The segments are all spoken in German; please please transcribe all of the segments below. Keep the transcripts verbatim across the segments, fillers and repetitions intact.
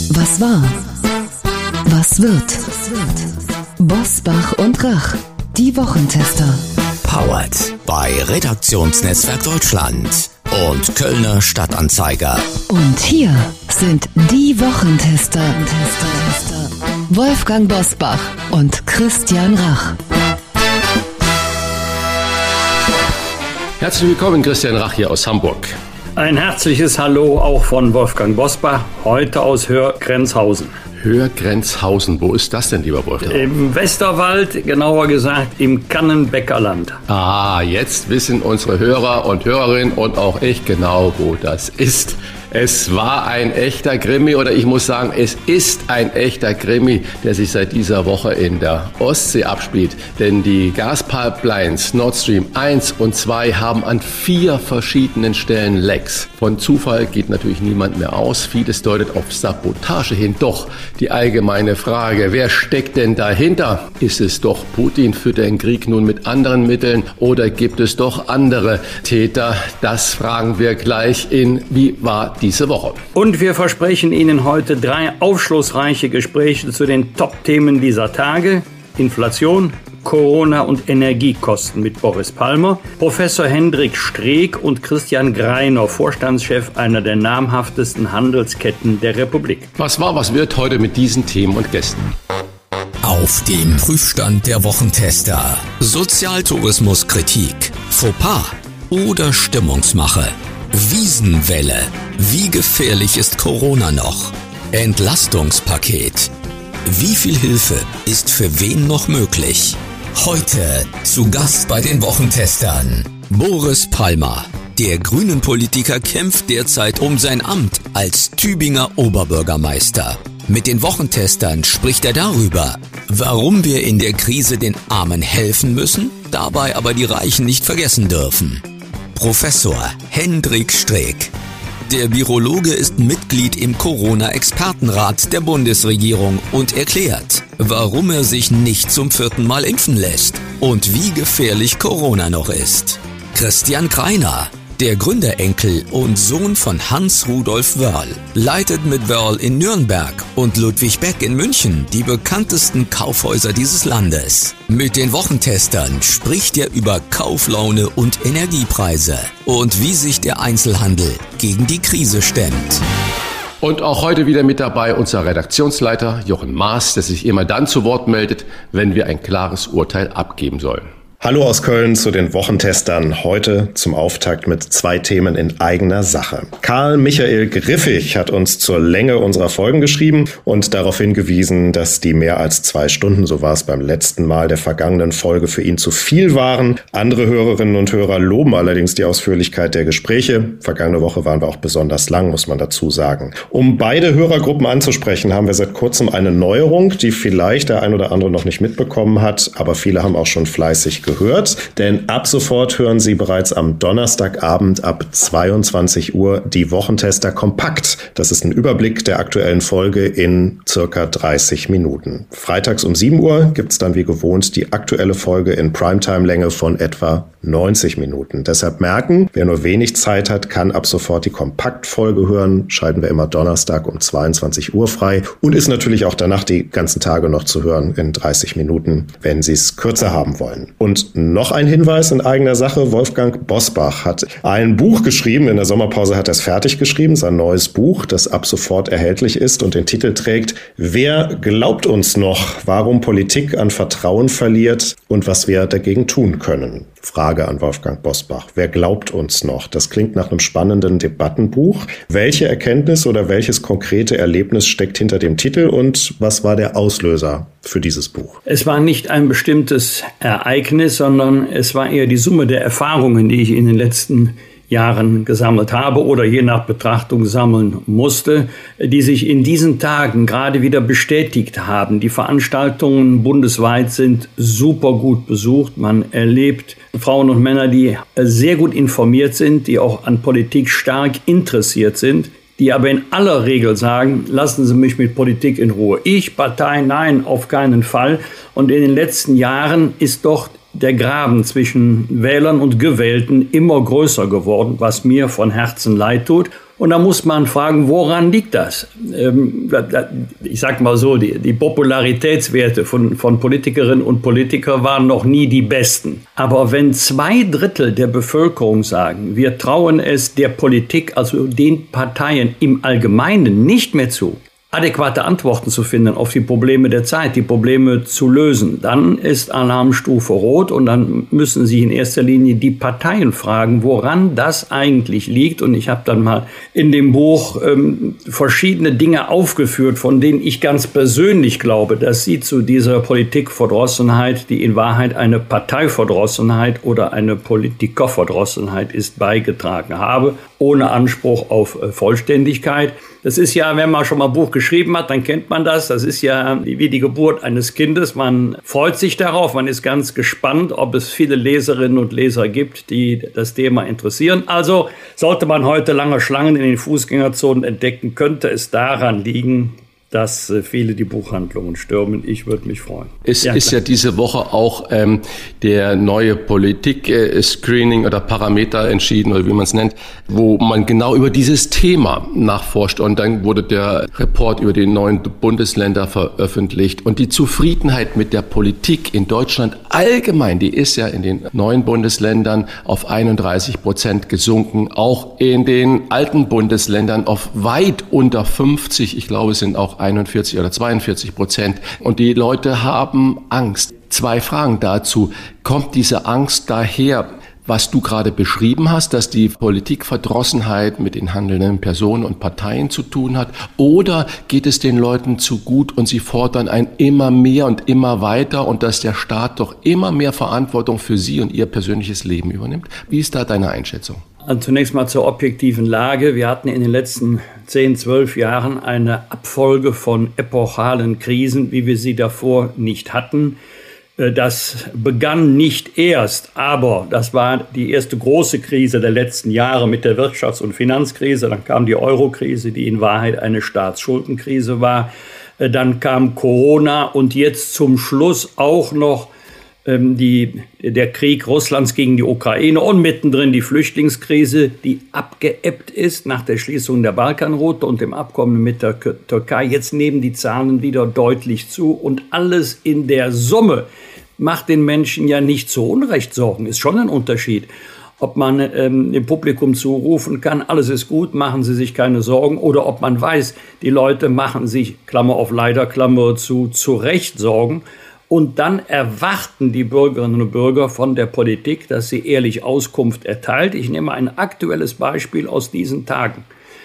Was war? Was wird? Bosbach und Rach, die Wochentester. Powered bei Redaktionsnetzwerk Deutschland und Kölner Stadtanzeiger. Und hier sind die Wochentester. Wolfgang Bosbach und Christian Rach. Herzlich willkommen, Christian Rach hier aus Hamburg. Ein herzliches Hallo auch von Wolfgang Bosbach, heute aus Hörgrenzhausen. Hörgrenzhausen, wo ist das denn, lieber Wolfgang? Im Westerwald, genauer gesagt im Kannenbäckerland. Ah, jetzt wissen unsere Hörer und Hörerinnen und auch ich genau, wo das ist. Es war ein echter Krimi, oder ich muss sagen, es ist ein echter Krimi, der sich seit dieser Woche in der Ostsee abspielt. Denn die Gaspipelines Nord Stream eins und zwei haben an vier verschiedenen Stellen Lecks. Von Zufall geht natürlich niemand mehr aus. Vieles deutet auf Sabotage hin. Doch die allgemeine Frage, wer steckt denn dahinter? Ist es doch Putin, führt den Krieg nun mit anderen Mitteln oder gibt es doch andere Täter? Das fragen wir gleich in Wie war diese Woche. Und wir versprechen Ihnen heute drei aufschlussreiche Gespräche zu den Top-Themen dieser Tage. Inflation, Corona und Energiekosten mit Boris Palmer, Professor Hendrik Streeck und Christian Greiner, Vorstandschef einer der namhaftesten Handelsketten der Republik. Was war, was wird heute mit diesen Themen und Gästen? Auf dem Prüfstand der Wochentester. Sozialtourismuskritik, Fauxpas oder Stimmungsmache. Wiesenwelle. Wie gefährlich ist Corona noch? Entlastungspaket. Wie viel Hilfe ist für wen noch möglich? Heute zu Gast bei den Wochentestern Boris Palmer. Der Grünen-Politiker kämpft derzeit um sein Amt als Tübinger Oberbürgermeister. Mit den Wochentestern spricht er darüber, warum wir in der Krise den Armen helfen müssen, dabei aber die Reichen nicht vergessen dürfen. Professor Hendrik Streeck. Der Virologe ist Mitglied im Corona-Expertenrat der Bundesregierung und erklärt, warum er sich nicht zum vierten Mal impfen lässt und wie gefährlich Corona noch ist. Christian Greiner, der Gründerenkel und Sohn von Hans Rudolf Wörl, leitet mit Wörl in Nürnberg und Ludwig Beck in München die bekanntesten Kaufhäuser dieses Landes. Mit den Wochentestern spricht er über Kauflaune und Energiepreise und wie sich der Einzelhandel gegen die Krise stemmt. Und auch heute wieder mit dabei unser Redaktionsleiter Jochen Maas, der sich immer dann zu Wort meldet, wenn wir ein klares Urteil abgeben sollen. Hallo aus Köln zu den Wochentestern, heute zum Auftakt mit zwei Themen in eigener Sache. Karl Michael Griffig hat uns zur Länge unserer Folgen geschrieben und darauf hingewiesen, dass die mehr als zwei Stunden, so war es beim letzten Mal der vergangenen Folge, für ihn zu viel waren. Andere Hörerinnen und Hörer loben allerdings die Ausführlichkeit der Gespräche. Vergangene Woche waren wir auch besonders lang, muss man dazu sagen. Um beide Hörergruppen anzusprechen, haben wir seit kurzem eine Neuerung, die vielleicht der ein oder andere noch nicht mitbekommen hat, aber viele haben auch schon fleißig gehört, denn ab sofort hören Sie bereits am Donnerstagabend ab zweiundzwanzig Uhr die Wochentester kompakt. Das ist ein Überblick der aktuellen Folge in circa dreißig Minuten. Freitags um sieben Uhr gibt es dann wie gewohnt die aktuelle Folge in Primetime-Länge von etwa neunzig Minuten. Deshalb merken, wer nur wenig Zeit hat, kann ab sofort die Kompaktfolge hören. Schalten wir immer Donnerstag um zweiundzwanzig Uhr frei und ist natürlich auch danach die ganzen Tage noch zu hören in dreißig Minuten, wenn Sie es kürzer haben wollen. Und noch ein Hinweis in eigener Sache. Wolfgang Bosbach hat ein Buch geschrieben. In der Sommerpause hat er es fertig geschrieben. Sein neues Buch, das ab sofort erhältlich ist und den Titel trägt: Wer glaubt uns noch, warum Politik an Vertrauen verliert und was wir dagegen tun können? Frage an Wolfgang Bosbach. Wer glaubt uns noch? Das klingt nach einem spannenden Debattenbuch. Welche Erkenntnis oder welches konkrete Erlebnis steckt hinter dem Titel und was war der Auslöser für dieses Buch? Es war nicht ein bestimmtes Ereignis, sondern es war eher die Summe der Erfahrungen, die ich in den letzten Jahren gesammelt habe oder je nach Betrachtung sammeln musste, die sich in diesen Tagen gerade wieder bestätigt haben. Die Veranstaltungen bundesweit sind super gut besucht. Man erlebt Frauen und Männer, die sehr gut informiert sind, die auch an Politik stark interessiert sind, die aber in aller Regel sagen, lassen Sie mich mit Politik in Ruhe. Ich, Partei, nein, auf keinen Fall. Und in den letzten Jahren ist doch der Graben zwischen Wählern und Gewählten immer größer geworden, was mir von Herzen leid tut. Und da muss man fragen, woran liegt das? Ähm, ich sag mal so, die, die Popularitätswerte von, von Politikerinnen und Politikern waren noch nie die besten. Aber wenn zwei Drittel der Bevölkerung sagen, wir trauen es der Politik, also den Parteien im Allgemeinen nicht mehr zu, adäquate Antworten zu finden auf die Probleme der Zeit, die Probleme zu lösen, dann ist Alarmstufe rot und dann müssen Sie in erster Linie die Parteien fragen, woran das eigentlich liegt. Und ich habe dann mal in dem Buch ähm, verschiedene Dinge aufgeführt, von denen ich ganz persönlich glaube, dass sie zu dieser Politikverdrossenheit, die in Wahrheit eine Parteiverdrossenheit oder eine Politikerverdrossenheit ist, beigetragen habe, ohne Anspruch auf äh, Vollständigkeit. Das ist ja, wenn man schon mal ein Buch geschrieben hat, dann kennt man das. Das ist ja wie die Geburt eines Kindes. Man freut sich darauf, man ist ganz gespannt, ob es viele Leserinnen und Leser gibt, die das Thema interessieren. Also sollte man heute lange Schlangen in den Fußgängerzonen entdecken, könnte es daran liegen, dass viele die Buchhandlungen stürmen. Ich würde mich freuen. Es ja, ist ja diese Woche auch ähm, der neue Politik-Screening oder Parameter entschieden, oder wie man es nennt, wo man genau über dieses Thema nachforscht. Und dann wurde der Report über die neuen Bundesländer veröffentlicht. Und die Zufriedenheit mit der Politik in Deutschland allgemein, die ist ja in den neuen Bundesländern auf einunddreißig Prozent gesunken. Auch in den alten Bundesländern auf weit unter fünfzig. Ich glaube, es sind auch einundvierzig oder zweiundvierzig Prozent. Und die Leute haben Angst. Zwei Fragen dazu. Kommt diese Angst daher, was du gerade beschrieben hast, dass die Politikverdrossenheit mit den handelnden Personen und Parteien zu tun hat? Oder geht es den Leuten zu gut und sie fordern ein immer mehr und immer weiter und dass der Staat doch immer mehr Verantwortung für sie und ihr persönliches Leben übernimmt? Wie ist da deine Einschätzung? Also zunächst mal zur objektiven Lage. Wir hatten in den letzten zehn, zwölf Jahren eine Abfolge von epochalen Krisen, wie wir sie davor nicht hatten. Das begann nicht erst, aber das war die erste große Krise der letzten Jahre mit der Wirtschafts- und Finanzkrise. Dann kam die Euro-Krise, die in Wahrheit eine Staatsschuldenkrise war. Dann kam Corona und jetzt zum Schluss auch noch Die, der Krieg Russlands gegen die Ukraine und mittendrin die Flüchtlingskrise, die abgeebbt ist nach der Schließung der Balkanroute und dem Abkommen mit der Türkei. Jetzt nehmen die Zahlen wieder deutlich zu und alles in der Summe macht den Menschen ja nicht zu Unrecht Sorgen. Ist schon ein Unterschied, ob man ähm, dem Publikum zurufen kann, alles ist gut, machen Sie sich keine Sorgen, oder ob man weiß, die Leute machen sich, Klammer auf leider, Klammer zu, zu Recht Sorgen. Und dann erwarten die Bürgerinnen und Bürger von der Politik, dass sie ehrlich Auskunft erteilt. Ich nehme ein aktuelles Beispiel aus diesen Tagen.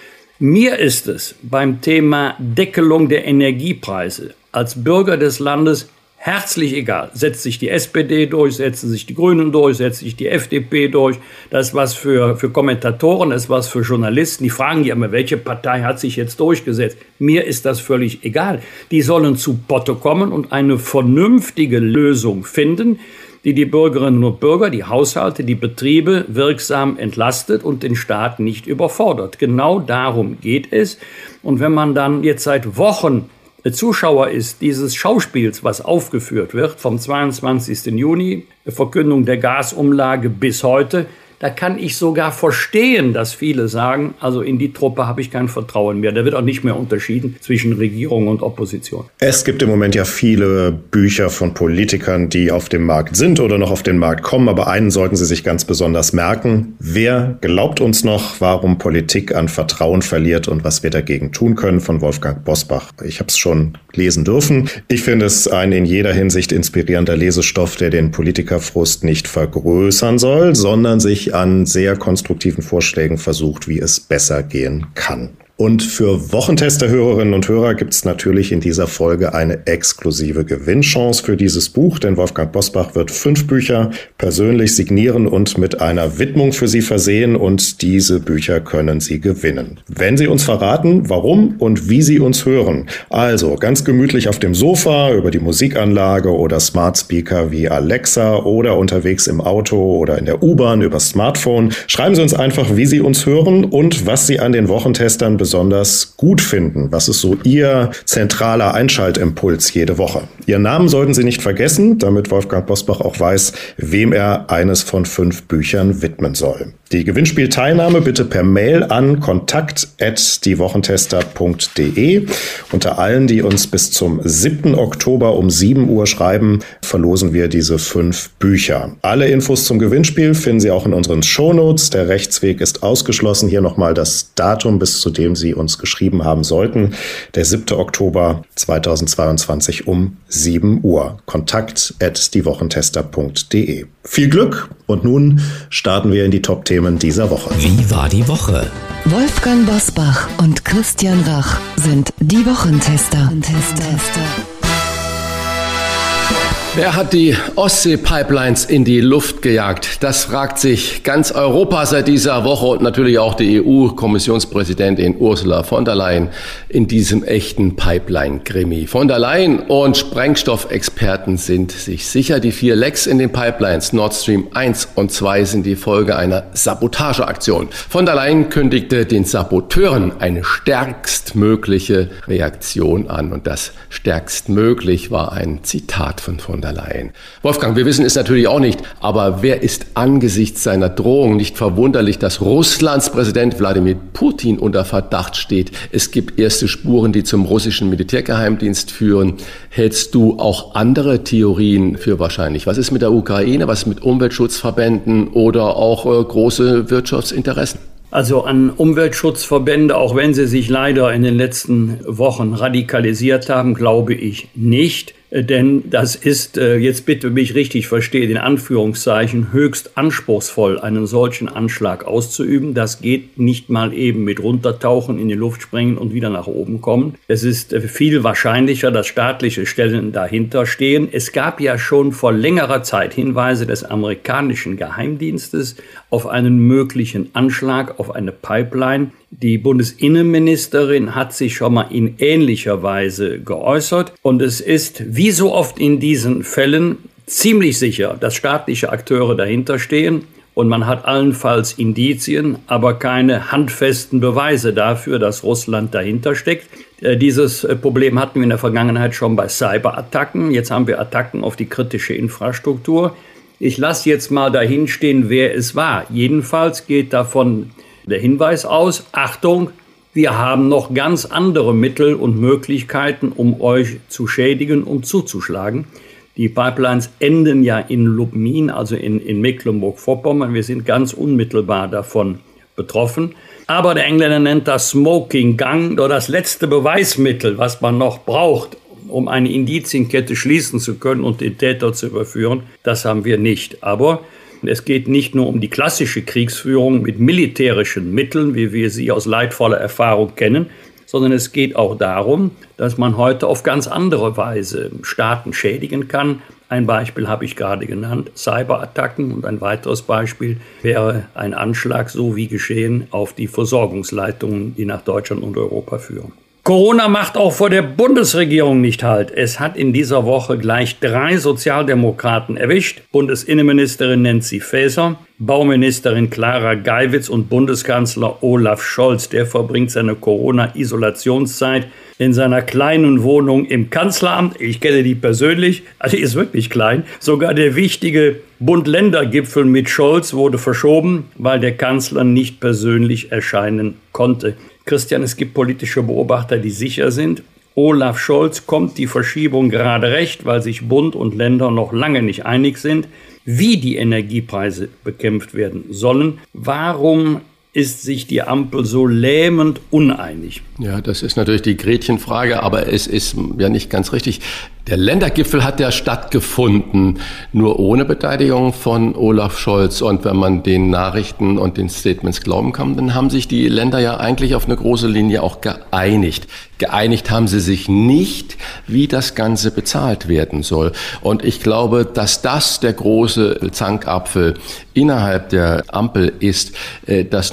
Mir ist es beim Thema Deckelung der Energiepreise als Bürger des Landes herzlich egal. Setzt sich die S P D durch, setzen sich die Grünen durch, setzt sich die F D P durch. Das ist was für, für Kommentatoren, das ist was für Journalisten. Die fragen ja immer, welche Partei hat sich jetzt durchgesetzt? Mir ist das völlig egal. Die sollen zu Potte kommen und eine vernünftige Lösung finden, die die Bürgerinnen und Bürger, die Haushalte, die Betriebe wirksam entlastet und den Staat nicht überfordert. Genau darum geht es. Und wenn man dann jetzt seit Wochen Zuschauer ist dieses Schauspiels, was aufgeführt wird, vom zweiundzwanzigsten Juni, Verkündung der Gasumlage bis heute, da kann ich sogar verstehen, dass viele sagen, also in die Truppe habe ich kein Vertrauen mehr. Da wird auch nicht mehr unterschieden zwischen Regierung und Opposition. Es gibt im Moment ja viele Bücher von Politikern, die auf dem Markt sind oder noch auf den Markt kommen. Aber einen sollten Sie sich ganz besonders merken. Wer glaubt uns noch, warum Politik an Vertrauen verliert und was wir dagegen tun können, von Wolfgang Bosbach. Ich habe es schon lesen dürfen. Ich finde es ein in jeder Hinsicht inspirierender Lesestoff, der den Politikerfrust nicht vergrößern soll, sondern sich an sehr konstruktiven Vorschlägen versucht, wie es besser gehen kann. Und für Wochentester-Hörerinnen und Hörer gibt es natürlich in dieser Folge eine exklusive Gewinnchance für dieses Buch, denn Wolfgang Bosbach wird fünf Bücher persönlich signieren und mit einer Widmung für Sie versehen, und diese Bücher können Sie gewinnen. Wenn Sie uns verraten, warum und wie Sie uns hören, also ganz gemütlich auf dem Sofa, über die Musikanlage oder Smart Speaker wie Alexa oder unterwegs im Auto oder in der U-Bahn über Smartphone, schreiben Sie uns einfach, wie Sie uns hören und was Sie an den Wochentestern besonders gut finden. Was ist so Ihr zentraler Einschaltimpuls jede Woche? Ihren Namen sollten Sie nicht vergessen, damit Wolfgang Bosbach auch weiß, wem er eines von fünf Büchern widmen soll. Die Gewinnspielteilnahme bitte per Mail an kontakt at diewochentester punkt de. Unter allen, die uns bis zum siebten Oktober um sieben Uhr schreiben, verlosen wir diese fünf Bücher. Alle Infos zum Gewinnspiel finden Sie auch in unseren Shownotes. Der Rechtsweg ist ausgeschlossen. Hier nochmal das Datum, bis zu dem Sie uns geschrieben haben sollten. Der siebte Oktober zweitausendzweiundzwanzig um sieben Uhr. kontakt at diewochentester punkt de. Viel Glück und nun starten wir in die Top-Themen dieser Woche. Wie war die Woche? Wolfgang Bosbach und Christian Rach sind die Wochentester. Wer hat die Ostsee-Pipelines in die Luft gejagt? Das fragt sich ganz Europa seit dieser Woche und natürlich auch die E U-Kommissionspräsidentin Ursula von der Leyen in diesem echten Pipeline-Krimi. Von der Leyen und Sprengstoffexperten sind sich sicher, die vier Lecks in den Pipelines Nord Stream eins und zwei sind die Folge einer Sabotageaktion. Von der Leyen kündigte den Saboteuren eine stärkstmögliche Reaktion an und das stärkstmöglich war ein Zitat von von der Leyen. Wolfgang, wir wissen es natürlich auch nicht, aber wer ist angesichts seiner Drohung nicht verwunderlich, dass Russlands Präsident Wladimir Putin unter Verdacht steht? Es gibt erste Spuren, die zum russischen Militärgeheimdienst führen. Hältst du auch andere Theorien für wahrscheinlich? Was ist mit der Ukraine, was ist mit Umweltschutzverbänden oder auch äh, große Wirtschaftsinteressen? Also an Umweltschutzverbände, auch wenn sie sich leider in den letzten Wochen radikalisiert haben, glaube ich nicht. Denn das ist, jetzt bitte mich richtig verstehen, in Anführungszeichen höchst anspruchsvoll, einen solchen Anschlag auszuüben. Das geht nicht mal eben mit runtertauchen, in die Luft sprengen und wieder nach oben kommen. Es ist viel wahrscheinlicher, dass staatliche Stellen dahinter stehen. Es gab ja schon vor längerer Zeit Hinweise des amerikanischen Geheimdienstes auf einen möglichen Anschlag auf eine Pipeline. Die Bundesinnenministerin hat sich schon mal in ähnlicher Weise geäußert. Und es ist, wie so oft in diesen Fällen, ziemlich sicher, dass staatliche Akteure dahinter stehen. Und man hat allenfalls Indizien, aber keine handfesten Beweise dafür, dass Russland dahinter steckt. Dieses Problem hatten wir in der Vergangenheit schon bei Cyberattacken. Jetzt haben wir Attacken auf die kritische Infrastruktur. Ich lasse jetzt mal dahinstehen, wer es war. Jedenfalls geht davon der Hinweis aus, Achtung, wir haben noch ganz andere Mittel und Möglichkeiten, um euch zu schädigen, um zuzuschlagen. Die Pipelines enden ja in Lubmin, also in, in Mecklenburg-Vorpommern. Wir sind ganz unmittelbar davon betroffen. Aber der Engländer nennt das Smoking Gun, nur das letzte Beweismittel, was man noch braucht, um eine Indizienkette schließen zu können und den Täter zu überführen. Das haben wir nicht. Aber es geht nicht nur um die klassische Kriegsführung mit militärischen Mitteln, wie wir sie aus leidvoller Erfahrung kennen, sondern es geht auch darum, dass man heute auf ganz andere Weise Staaten schädigen kann. Ein Beispiel habe ich gerade genannt, Cyberattacken, und ein weiteres Beispiel wäre ein Anschlag, so wie geschehen, auf die Versorgungsleitungen, die nach Deutschland und Europa führen. Corona macht auch vor der Bundesregierung nicht Halt. Es hat in dieser Woche gleich drei Sozialdemokraten erwischt. Bundesinnenministerin Nancy Faeser, Bauministerin Clara Geiwitz und Bundeskanzler Olaf Scholz. Der verbringt seine Corona-Isolationszeit in seiner kleinen Wohnung im Kanzleramt. Ich kenne die persönlich, also die ist wirklich klein. Sogar der wichtige Bund-Länder-Gipfel mit Scholz wurde verschoben, weil der Kanzler nicht persönlich erscheinen konnte. Christian, es gibt politische Beobachter, die sicher sind, Olaf Scholz kommt die Verschiebung gerade recht, weil sich Bund und Länder noch lange nicht einig sind, wie die Energiepreise bekämpft werden sollen. Warum ist sich die Ampel so lähmend uneinig? Ja, das ist natürlich die Gretchenfrage, aber es ist ja nicht ganz richtig. Der Ländergipfel hat ja stattgefunden, nur ohne Beteiligung von Olaf Scholz. Und wenn man den Nachrichten und den Statements glauben kann, dann haben sich die Länder ja eigentlich auf eine große Linie auch geeinigt. Geeinigt haben sie sich nicht, wie das Ganze bezahlt werden soll. Und ich glaube, dass das der große Zankapfel innerhalb der Ampel ist, dass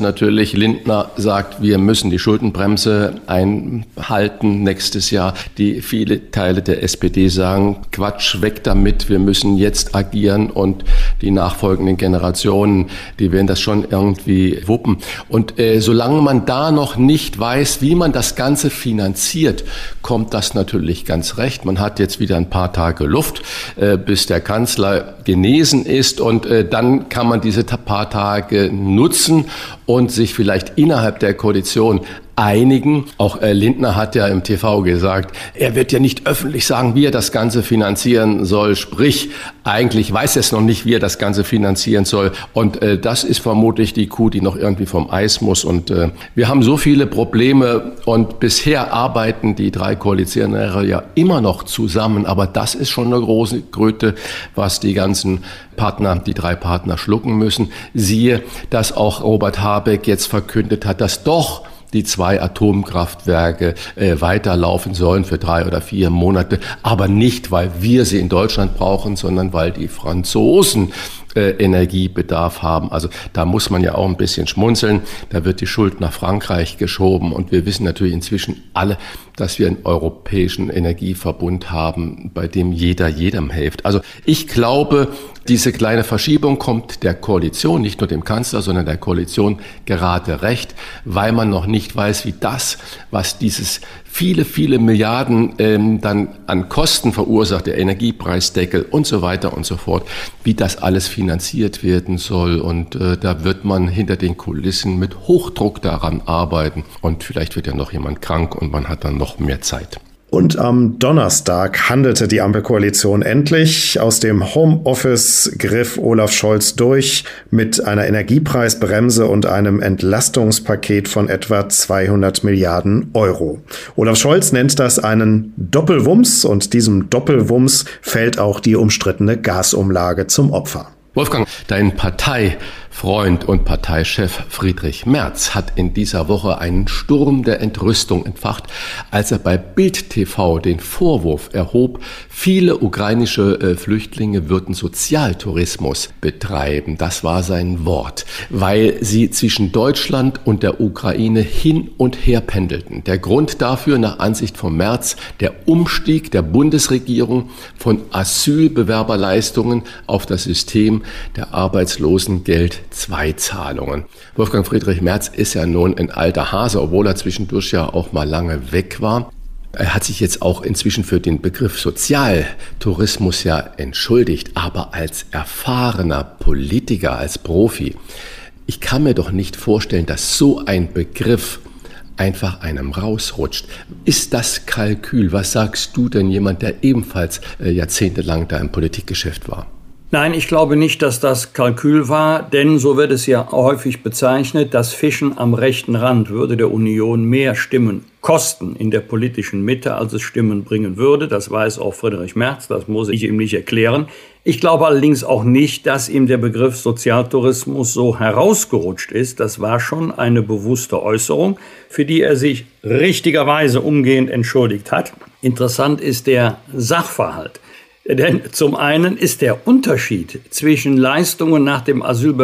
natürlich Lindner sagt, wir müssen die Schuldenbremse einhalten nächstes Jahr. Die viele Teile der S P D sagen, Quatsch, weg damit, wir müssen jetzt agieren und die nachfolgenden Generationen, die werden das schon irgendwie wuppen. Und äh, solange man da noch nicht weiß, wie man das Ganze finanziert, kommt das natürlich ganz recht. Man hat jetzt wieder ein paar Tage Luft, äh, bis der Kanzler genesen ist und äh, dann kann man diese paar Tage nutzen und sich vielleicht innerhalb der Koalition einigen. Auch äh, Lindner hat ja im T V gesagt, er wird ja nicht öffentlich sagen, wie er das Ganze finanzieren soll. Sprich, eigentlich weiß er es noch nicht, wie er das Ganze finanzieren soll. Und äh, das ist vermutlich die Kuh, die noch irgendwie vom Eis muss. Und äh, wir haben so viele Probleme und bisher arbeiten die drei Koalitionäre ja immer noch zusammen. Aber das ist schon eine große Kröte, was die ganzen Partner, die drei Partner schlucken müssen. Siehe, dass auch Robert Habeck jetzt verkündet hat, dass doch die zwei Atomkraftwerke äh, weiterlaufen sollen für drei oder vier Monate, aber nicht, weil wir sie in Deutschland brauchen, sondern weil die Franzosen äh, Energiebedarf haben. Also da muss man ja auch ein bisschen schmunzeln. Da wird die Schuld nach Frankreich geschoben und wir wissen natürlich inzwischen alle, dass wir einen europäischen Energieverbund haben, bei dem jeder jedem hilft. Also ich glaube, diese kleine Verschiebung kommt der Koalition, nicht nur dem Kanzler, sondern der Koalition gerade recht, weil man noch nicht weiß, wie das, was dieses viele, viele Milliarden ähm, dann an Kosten verursacht, der Energiepreisdeckel und so weiter und so fort, wie das alles finanziert werden soll. Und äh, da wird man hinter den Kulissen mit Hochdruck daran arbeiten. Und vielleicht wird ja noch jemand krank und man hat dann noch mehr Zeit. Und am Donnerstag handelte die Ampelkoalition endlich. Aus dem Homeoffice griff Olaf Scholz durch mit einer Energiepreisbremse und einem Entlastungspaket von etwa zweihundert Milliarden Euro. Olaf Scholz nennt das einen Doppelwumms und diesem Doppelwumms fällt auch die umstrittene Gasumlage zum Opfer. Wolfgang, dein Parteifreund und Parteichef Friedrich Merz hat in dieser Woche einen Sturm der Entrüstung entfacht, als er bei Bild T V den Vorwurf erhob, viele ukrainische äh, Flüchtlinge würden Sozialtourismus betreiben. Das war sein Wort, weil sie zwischen Deutschland und der Ukraine hin und her pendelten. Der Grund dafür, nach Ansicht von Merz, der Umstieg der Bundesregierung von Asylbewerberleistungen auf das System der Arbeitslosengeld zwei Zahlungen. Wolfgang Friedrich Merz ist ja nun ein alter Hase, obwohl er zwischendurch ja auch mal lange weg war. Er hat sich jetzt auch inzwischen für den Begriff Sozialtourismus ja entschuldigt, aber als erfahrener Politiker, als Profi, ich kann mir doch nicht vorstellen, dass so ein Begriff einfach einem rausrutscht. Ist das Kalkül? Was sagst du denn, jemand, der ebenfalls äh, jahrzehntelang da im Politikgeschäft war? Nein, ich glaube nicht, dass das Kalkül war, denn so wird es ja häufig bezeichnet, das Fischen am rechten Rand würde der Union mehr Stimmen kosten in der politischen Mitte, als es Stimmen bringen würde. Das weiß auch Friedrich Merz, das muss ich ihm nicht erklären. Ich glaube allerdings auch nicht, dass ihm der Begriff Sozialtourismus so herausgerutscht ist. Das war schon eine bewusste Äußerung, für die er sich richtigerweise umgehend entschuldigt hat. Interessant ist der Sachverhalt. Denn zum einen ist der Unterschied zwischen Leistungen nach dem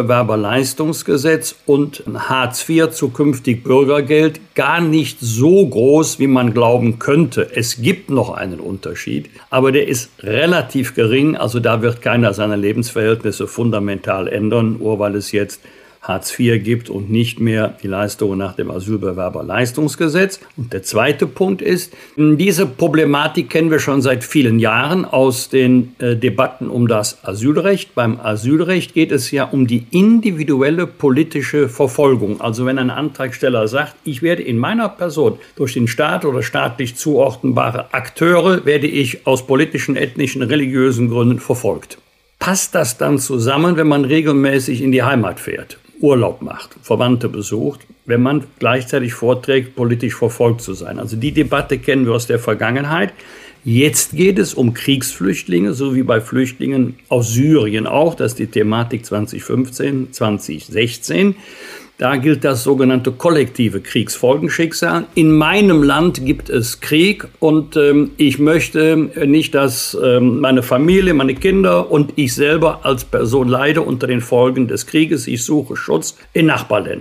Asylbewerberleistungsgesetz und Hartz vier, zukünftig Bürgergeld, gar nicht so groß, wie man glauben könnte. Es gibt noch einen Unterschied, aber der ist relativ gering. Also da wird keiner seine Lebensverhältnisse fundamental ändern, nur weil es jetzt Hartz vier gibt und nicht mehr die Leistungen nach dem Asylbewerberleistungsgesetz. Und der zweite Punkt ist, diese Problematik kennen wir schon seit vielen Jahren aus den äh, Debatten um das Asylrecht. Beim Asylrecht geht es ja um die individuelle politische Verfolgung. Also wenn ein Antragsteller sagt, ich werde in meiner Person durch den Staat oder staatlich zuordnbare Akteure, werde ich aus politischen, ethnischen, religiösen Gründen verfolgt. Passt das dann zusammen, wenn man regelmäßig in die Heimat fährt, Urlaub macht, Verwandte besucht, wenn man gleichzeitig vorträgt, politisch verfolgt zu sein? Also die Debatte kennen wir aus der Vergangenheit. Jetzt geht es um Kriegsflüchtlinge, so wie bei Flüchtlingen aus Syrien auch. Das ist die Thematik zwanzig fünfzehn, zwanzig sechzehn. Da gilt das sogenannte kollektive Kriegsfolgenschicksal. In meinem Land gibt es Krieg und ähm, ich möchte nicht, dass ähm, meine Familie, meine Kinder und ich selber als Person leide unter den Folgen des Krieges. Ich suche Schutz in Nachbarländern.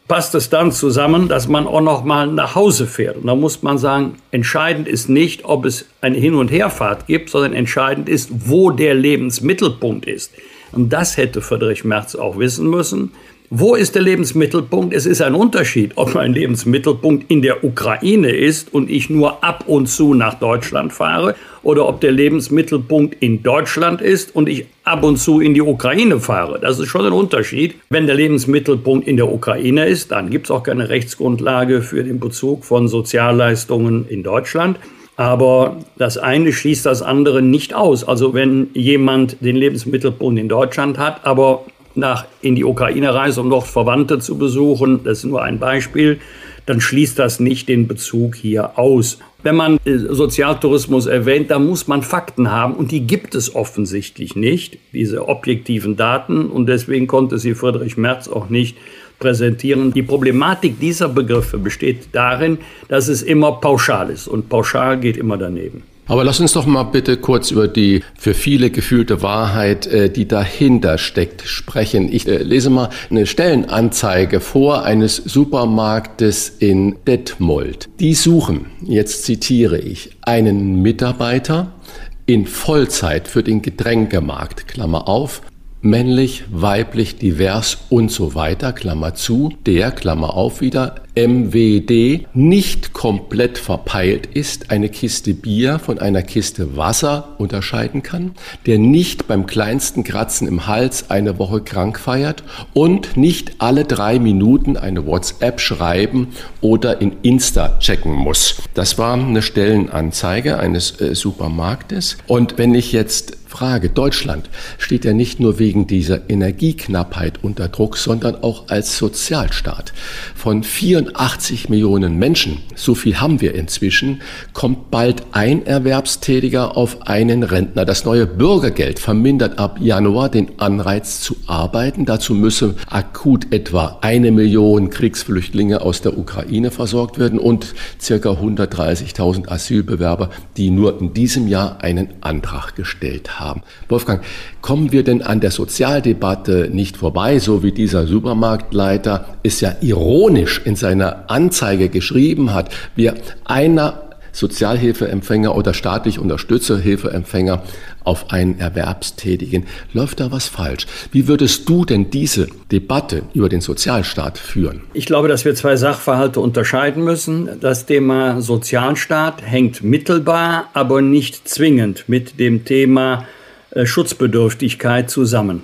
passt es dann zusammen, dass man auch noch mal nach Hause fährt. Und da muss man sagen, entscheidend ist nicht, ob es eine Hin- und Herfahrt gibt, sondern entscheidend ist, wo der Lebensmittelpunkt ist. Und das hätte Friedrich Merz auch wissen müssen. Wo ist der Lebensmittelpunkt? Es ist ein Unterschied, ob mein Lebensmittelpunkt in der Ukraine ist und ich nur ab und zu nach Deutschland fahre oder ob der Lebensmittelpunkt in Deutschland ist und ich ab und zu in die Ukraine fahre. Das ist schon ein Unterschied. Wenn der Lebensmittelpunkt in der Ukraine ist, dann gibt es auch keine Rechtsgrundlage für den Bezug von Sozialleistungen in Deutschland. Aber das eine schließt das andere nicht aus. Also wenn jemand den Lebensmittelpunkt in Deutschland hat, aber nach in die Ukraine reist, um dort Verwandte zu besuchen, das ist nur ein Beispiel, dann schließt das nicht den Bezug hier aus. Wenn man Sozialtourismus erwähnt, dann muss man Fakten haben und die gibt es offensichtlich nicht, diese objektiven Daten, und deswegen konnte sie Friedrich Merz auch nicht präsentieren. Die Problematik dieser Begriffe besteht darin, dass es immer pauschal ist und pauschal geht immer daneben. Aber lass uns doch mal bitte kurz über die für viele gefühlte Wahrheit, die dahinter steckt, sprechen. Ich lese mal eine Stellenanzeige vor eines Supermarktes in Detmold. Die suchen, jetzt zitiere ich, einen Mitarbeiter in Vollzeit für den Getränkemarkt, Klammer auf, männlich, weiblich, divers und so weiter, Klammer zu, der, Klammer auf wieder, M W D, nicht komplett verpeilt ist, eine Kiste Bier von einer Kiste Wasser unterscheiden kann, der nicht beim kleinsten Kratzen im Hals eine Woche krank feiert und nicht alle drei Minuten eine WhatsApp schreiben oder in Insta checken muss. Das war eine Stellenanzeige eines äh, Supermarktes. Und wenn ich jetzt frage, Deutschland steht ja nicht nur wegen dieser Energieknappheit unter Druck, sondern auch als Sozialstaat. Von vierundachtzig Millionen Menschen, so viel haben wir inzwischen, kommt bald ein Erwerbstätiger auf einen Rentner. Das neue Bürgergeld vermindert ab Januar den Anreiz zu arbeiten. Dazu müsse akut etwa eine Million Kriegsflüchtlinge aus der Ukraine versorgt werden und circa hundertdreißigtausend Asylbewerber, die nur in diesem Jahr einen Antrag gestellt haben. Haben. Wolfgang, kommen wir denn an der Sozialdebatte nicht vorbei, so wie dieser Supermarktleiter es ja ironisch in seiner Anzeige geschrieben hat, wir einer Sozialhilfeempfänger oder staatlich unterstützte Hilfeempfänger auf einen Erwerbstätigen. Läuft da was falsch? Wie würdest du denn diese Debatte über den Sozialstaat führen? Ich glaube, dass wir zwei Sachverhalte unterscheiden müssen. Das Thema Sozialstaat hängt mittelbar, aber nicht zwingend mit dem Thema äh, Schutzbedürftigkeit zusammen.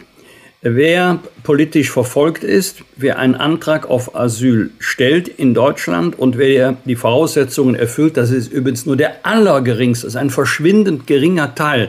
Wer politisch verfolgt ist, wer einen Antrag auf Asyl stellt in Deutschland und wer die Voraussetzungen erfüllt, das ist übrigens nur der allergeringste, das ist ein verschwindend geringer Teil,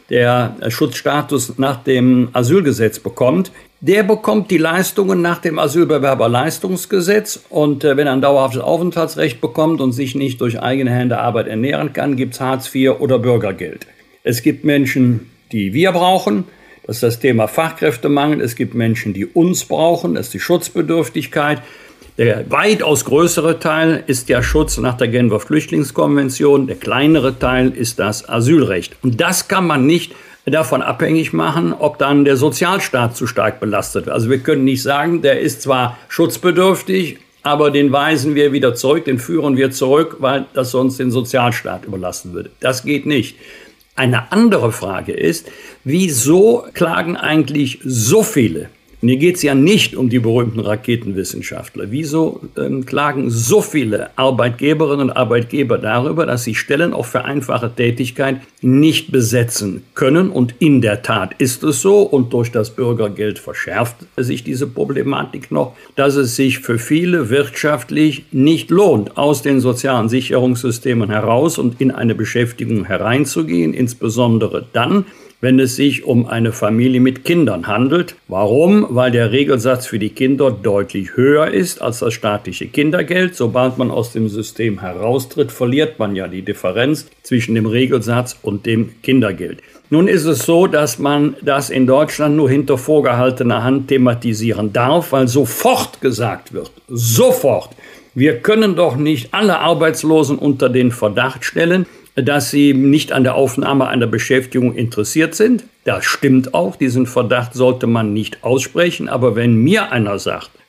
der Schutzstatus nach dem Asylgesetz bekommt, der bekommt die Leistungen nach dem Asylbewerberleistungsgesetz und äh, wenn er ein dauerhaftes Aufenthaltsrecht bekommt und sich nicht durch eigene Hände Arbeit ernähren kann, gibt es Hartz vier oder Bürgergeld. Es gibt Menschen, die wir brauchen. Das ist das Thema Fachkräftemangel. Es gibt Menschen, die uns brauchen. Das ist die Schutzbedürftigkeit. Der weitaus größere Teil ist der Schutz nach der Genfer Flüchtlingskonvention. Der kleinere Teil ist das Asylrecht. Und das kann man nicht davon abhängig machen, ob dann der Sozialstaat zu stark belastet wird. Also wir können nicht sagen, der ist zwar schutzbedürftig, aber den weisen wir wieder zurück, den führen wir zurück, weil das sonst den Sozialstaat überlassen würde. Das geht nicht. Eine andere Frage ist, wieso klagen eigentlich so viele? Und hier geht es ja nicht um die berühmten Raketenwissenschaftler. Wieso ähm, klagen so viele Arbeitgeberinnen und Arbeitgeber darüber, dass sie Stellen auch für einfache Tätigkeit nicht besetzen können? Und in der Tat ist es so, und durch das Bürgergeld verschärft sich diese Problematik noch, dass es sich für viele wirtschaftlich nicht lohnt, aus den sozialen Sicherungssystemen heraus und in eine Beschäftigung hereinzugehen, insbesondere dann, wenn es sich um eine Familie mit Kindern handelt. Warum? Weil der Regelsatz für die Kinder deutlich höher ist als das staatliche Kindergeld. Sobald man aus dem System heraustritt, verliert man ja die Differenz zwischen dem Regelsatz und dem Kindergeld. Nun ist es so, dass man das in Deutschland nur hinter vorgehaltener Hand thematisieren darf, weil sofort gesagt wird, sofort, wir können doch nicht alle Arbeitslosen unter den Verdacht stellen, dass sie nicht an der Aufnahme einer Beschäftigung interessiert sind. Das stimmt auch, diesen Verdacht sollte man nicht aussprechen. Aber wenn mir einer sagt,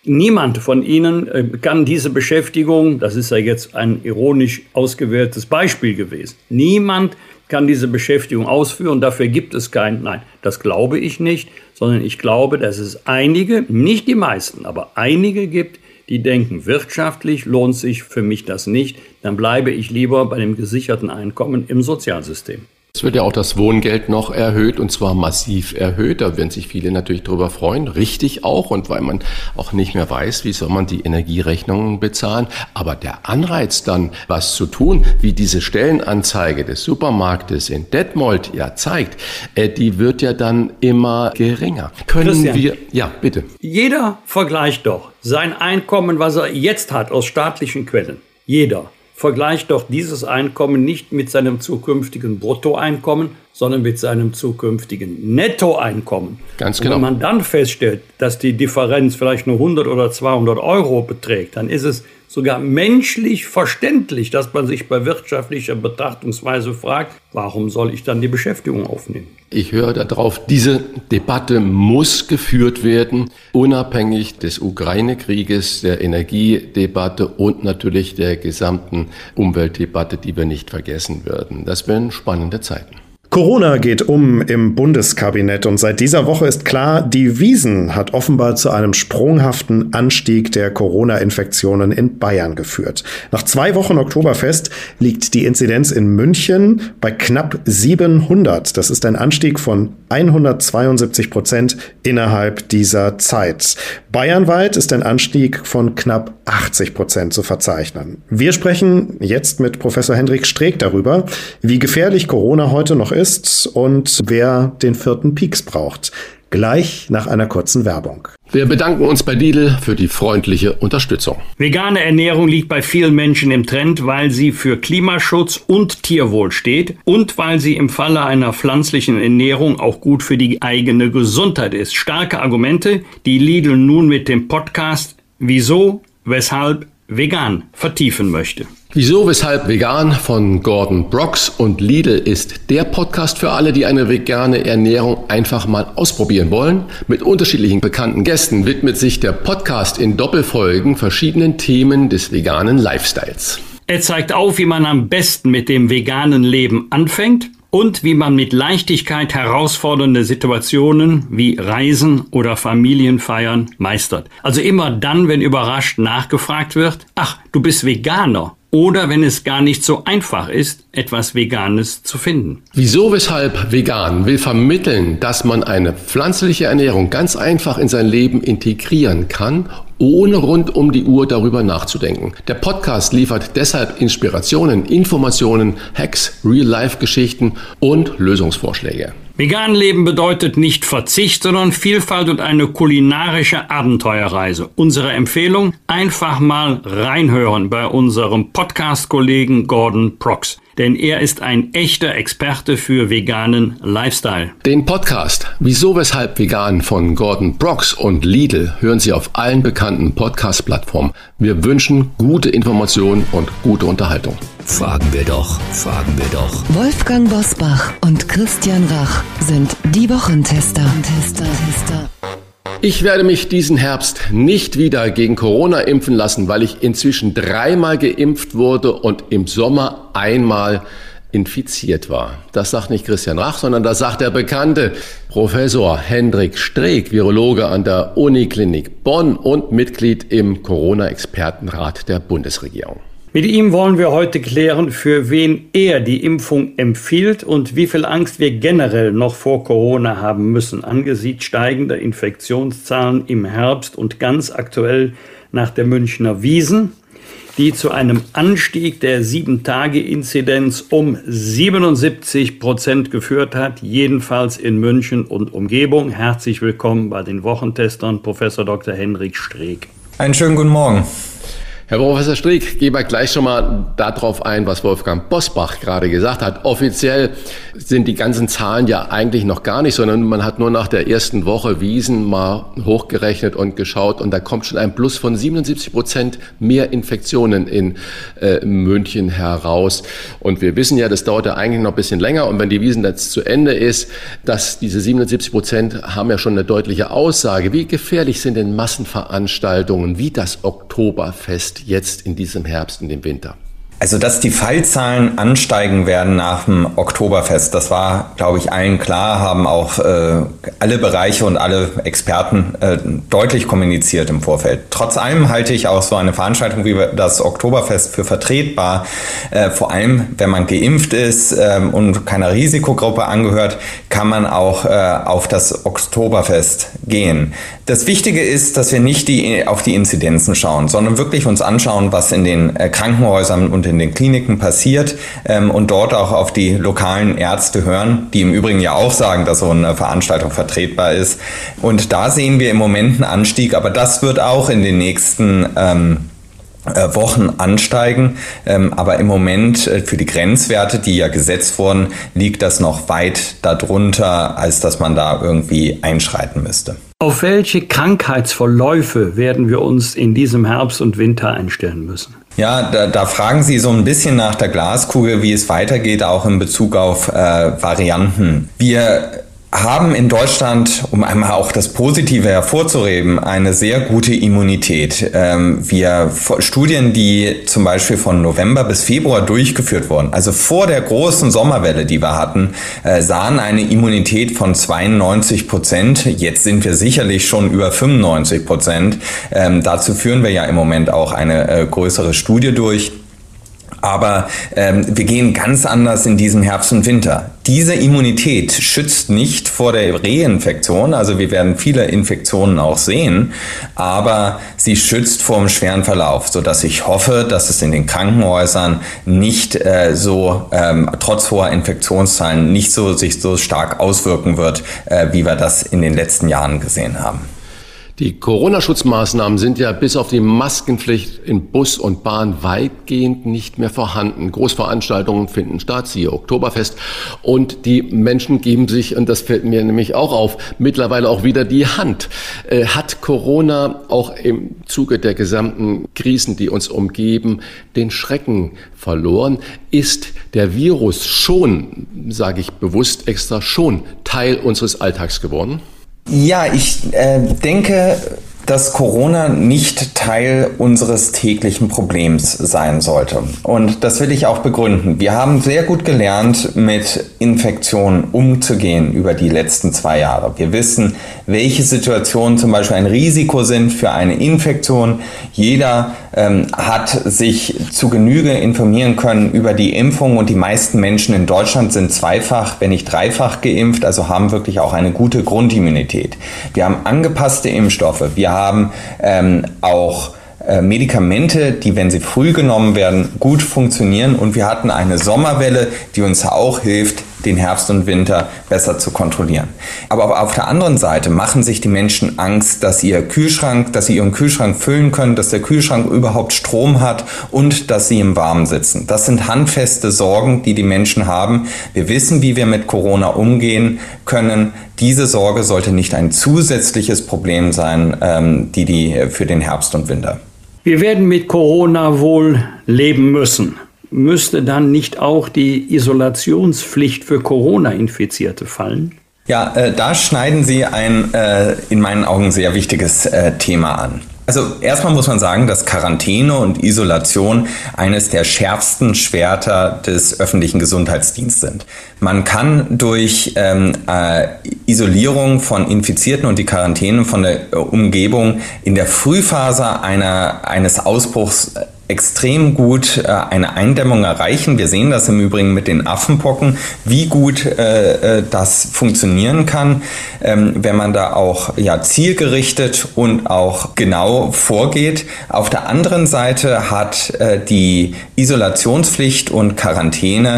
Niemand von Ihnen kann diese Beschäftigung, das ist ja jetzt ein ironisch ausgewähltes Beispiel gewesen, niemand kann diese Beschäftigung ausführen, dafür gibt es keinen, nein, das glaube ich nicht, sondern ich glaube, dass es einige, nicht die meisten, aber einige gibt, die denken, wirtschaftlich lohnt sich für mich das nicht, dann bleibe ich lieber bei dem gesicherten Einkommen im Sozialsystem. Es wird ja auch das Wohngeld noch erhöht, und zwar massiv erhöht. Da werden sich viele natürlich drüber freuen, richtig auch, und weil man auch nicht mehr weiß, wie soll man die Energierechnungen bezahlen. Aber der Anreiz dann, was zu tun, wie diese Stellenanzeige des Supermarktes in Detmold ja zeigt, äh, die wird ja dann immer geringer. Können Christian, wir, ja, bitte. Jeder vergleicht doch sein Einkommen, was er jetzt hat, aus staatlichen Quellen. Jeder. Vergleicht doch dieses Einkommen nicht mit seinem zukünftigen Bruttoeinkommen, sondern mit seinem zukünftigen Nettoeinkommen. Ganz genau. Und wenn man dann feststellt, dass die Differenz vielleicht nur hundert oder zweihundert Euro beträgt, dann ist es sogar menschlich verständlich, dass man sich bei wirtschaftlicher Betrachtungsweise fragt, warum soll ich dann die Beschäftigung aufnehmen? Ich höre darauf, diese Debatte muss geführt werden, unabhängig des Ukraine-Krieges, der Energiedebatte und natürlich der gesamten Umweltdebatte, die wir nicht vergessen werden. Das werden spannende Zeiten. Corona geht um im Bundeskabinett und seit dieser Woche ist klar, die Wiesn hat offenbar zu einem sprunghaften Anstieg der Corona-Infektionen in Bayern geführt. Nach zwei Wochen Oktoberfest liegt die Inzidenz in München bei knapp siebenhundert. Das ist ein Anstieg von hundertzweiundsiebzig Prozent innerhalb dieser Zeit. Bayernweit ist ein Anstieg von knapp achtzig Prozent zu verzeichnen. Wir sprechen jetzt mit Professor Hendrik Streeck darüber, wie gefährlich Corona heute noch ist und wer den vierten Pieks braucht. Gleich nach einer kurzen Werbung. Wir bedanken uns bei Lidl für die freundliche Unterstützung. Vegane Ernährung liegt bei vielen Menschen im Trend, weil sie für Klimaschutz und Tierwohl steht und weil sie im Falle einer pflanzlichen Ernährung auch gut für die eigene Gesundheit ist. Starke Argumente, die Lidl nun mit dem Podcast Wieso, Weshalb, Vegan vertiefen möchte. Wieso, weshalb vegan von Gordon Brooks und Lidl ist der Podcast für alle, die eine vegane Ernährung einfach mal ausprobieren wollen. Mit unterschiedlichen bekannten Gästen widmet sich der Podcast in Doppelfolgen verschiedenen Themen des veganen Lifestyles. Er zeigt auf, wie man am besten mit dem veganen Leben anfängt und wie man mit Leichtigkeit herausfordernde Situationen wie Reisen oder Familienfeiern meistert. Also immer dann, wenn überrascht nachgefragt wird, ach, du bist Veganer. Oder wenn es gar nicht so einfach ist, etwas Veganes zu finden. Wieso, weshalb vegan will vermitteln, dass man eine pflanzliche Ernährung ganz einfach in sein Leben integrieren kann, ohne rund um die Uhr darüber nachzudenken. Der Podcast liefert deshalb Inspirationen, Informationen, Hacks, Real-Life-Geschichten und Lösungsvorschläge. Vegan leben bedeutet nicht Verzicht, sondern Vielfalt und eine kulinarische Abenteuerreise. Unsere Empfehlung, einfach mal reinhören bei unserem Podcast-Kollegen Gordon Brooks. Denn er ist ein echter Experte für veganen Lifestyle. Den Podcast Wieso, weshalb vegan von Gordon Brooks und Lidl hören Sie auf allen bekannten Podcast-Plattformen. Wir wünschen gute Informationen und gute Unterhaltung. Fragen wir doch, fragen wir doch. Wolfgang Bosbach und Christian Rach sind die Wochentester. Tester, Tester. Ich werde mich diesen Herbst nicht wieder gegen Corona impfen lassen, weil ich inzwischen dreimal geimpft wurde und im Sommer einmal infiziert war. Das sagt nicht Christian Rach, sondern das sagt der bekannte Professor Hendrik Streeck, Virologe an der Uniklinik Bonn und Mitglied im Corona-Expertenrat der Bundesregierung. Mit ihm wollen wir heute klären, für wen er die Impfung empfiehlt und wie viel Angst wir generell noch vor Corona haben müssen, angesichts steigender Infektionszahlen im Herbst und ganz aktuell nach der Münchner Wiesn, die zu einem Anstieg der sieben-Tage-Inzidenz um siebenundsiebzig Prozent geführt hat, jedenfalls in München und Umgebung. Herzlich willkommen bei den Wochentestern, Professor Doktor Hendrik Streeck. Einen schönen guten Morgen. Herr Professor Strick, gehen wir gleich schon mal darauf ein, was Wolfgang Bosbach gerade gesagt hat. Offiziell sind die ganzen Zahlen ja eigentlich noch gar nicht, sondern man hat nur nach der ersten Woche Wiesen mal hochgerechnet und geschaut und da kommt schon ein Plus von siebenundsiebzig Prozent mehr Infektionen in äh, München heraus. Und wir wissen ja, das dauert ja eigentlich noch ein bisschen länger und wenn die Wiesen jetzt zu Ende ist, dass diese siebenundsiebzig Prozent haben ja schon eine deutliche Aussage. Wie gefährlich sind denn Massenveranstaltungen wie das Oktoberfest jetzt in diesem Herbst und im Winter? Also, dass die Fallzahlen ansteigen werden nach dem Oktoberfest, das war, glaube ich, allen klar, haben auch äh, alle Bereiche und alle Experten äh, deutlich kommuniziert im Vorfeld. Trotz allem halte ich auch so eine Veranstaltung wie das Oktoberfest für vertretbar, äh, vor allem wenn man geimpft ist äh, und keiner Risikogruppe angehört, kann man auch äh, auf das Oktoberfest gehen. Das Wichtige ist, dass wir nicht die, auf die Inzidenzen schauen, sondern wirklich uns anschauen, was in den äh, Krankenhäusern und in den Kliniken passiert ähm, und dort auch auf die lokalen Ärzte hören, die im Übrigen ja auch sagen, dass so eine Veranstaltung vertretbar ist. Und da sehen wir im Moment einen Anstieg, aber das wird auch in den nächsten ähm, äh, Wochen ansteigen. Ähm, aber im Moment äh, für die Grenzwerte, die ja gesetzt wurden, liegt das noch weit darunter, als dass man da irgendwie einschreiten müsste. Auf welche Krankheitsverläufe werden wir uns in diesem Herbst und Winter einstellen müssen? Ja, da, da fragen Sie so ein bisschen nach der Glaskugel, wie es weitergeht, auch in Bezug auf äh, Varianten. Wir haben in Deutschland, um einmal auch das Positive hervorzuheben, eine sehr gute Immunität. Ähm, wir Studien, die zum Beispiel von November bis Februar durchgeführt wurden, also vor der großen Sommerwelle, die wir hatten, äh, sahen eine Immunität von zweiundneunzig Prozent. Jetzt sind wir sicherlich schon über fünfundneunzig Prozent. Ähm, dazu führen wir ja im Moment auch eine äh, größere Studie durch. Aber ähm, wir gehen ganz anders in diesem Herbst und Winter. Diese Immunität schützt nicht vor der Reinfektion, also wir werden viele Infektionen auch sehen, aber sie schützt vor einem schweren Verlauf, sodass ich hoffe, dass es in den Krankenhäusern nicht äh, so, ähm, trotz hoher Infektionszahlen, nicht so sich so stark auswirken wird, äh, wie wir das in den letzten Jahren gesehen haben. Die Corona-Schutzmaßnahmen sind ja bis auf die Maskenpflicht in Bus und Bahn weitgehend nicht mehr vorhanden. Großveranstaltungen finden statt, siehe Oktoberfest. Und die Menschen geben sich, und das fällt mir nämlich auch auf, mittlerweile auch wieder die Hand. Äh, hat Corona auch im Zuge der gesamten Krisen, die uns umgeben, den Schrecken verloren? Ist der Virus schon, sage ich bewusst extra, schon Teil unseres Alltags geworden? Ja, ich äh, denke, dass Corona nicht Teil unseres täglichen Problems sein sollte. Und das will ich auch begründen. Wir haben sehr gut gelernt, mit Infektionen umzugehen über die letzten zwei Jahre. Wir wissen, welche Situationen zum Beispiel ein Risiko sind für eine Infektion. Jeder ähm, hat sich zu Genüge informieren können über die Impfung und die meisten Menschen in Deutschland sind zweifach, wenn nicht dreifach geimpft, also haben wirklich auch eine gute Grundimmunität. Wir haben angepasste Impfstoffe. Wir haben ähm, auch äh, Medikamente, die, wenn sie früh genommen werden, gut funktionieren. Und wir hatten eine Sommerwelle, die uns auch hilft, den Herbst und Winter besser zu kontrollieren. Aber auf der anderen Seite machen sich die Menschen Angst, dass ihr Kühlschrank, dass sie ihren Kühlschrank füllen können, dass der Kühlschrank überhaupt Strom hat und dass sie im Warmen sitzen. Das sind handfeste Sorgen, die die Menschen haben. Wir wissen, wie wir mit Corona umgehen können. Diese Sorge sollte nicht ein zusätzliches Problem sein, ähm, die die für den Herbst und Winter. Wir werden mit Corona wohl leben müssen. Müsste dann nicht auch die Isolationspflicht für Corona-Infizierte fallen? Ja, äh, da schneiden Sie ein äh, in meinen Augen sehr wichtiges äh, Thema an. Also erstmal muss man sagen, dass Quarantäne und Isolation eines der schärfsten Schwerter des öffentlichen Gesundheitsdienstes sind. Man kann durch ähm, äh, Isolierung von Infizierten und die Quarantäne von der äh, Umgebung in der Frühphase einer, eines Ausbruchs äh, extrem gut äh, eine Eindämmung erreichen. Wir sehen das im Übrigen mit den Affenpocken, wie gut äh, äh, das funktionieren kann, ähm, wenn man da auch ja, zielgerichtet und auch genau vorgeht. Auf der anderen Seite hat äh, die Isolationspflicht und Quarantäne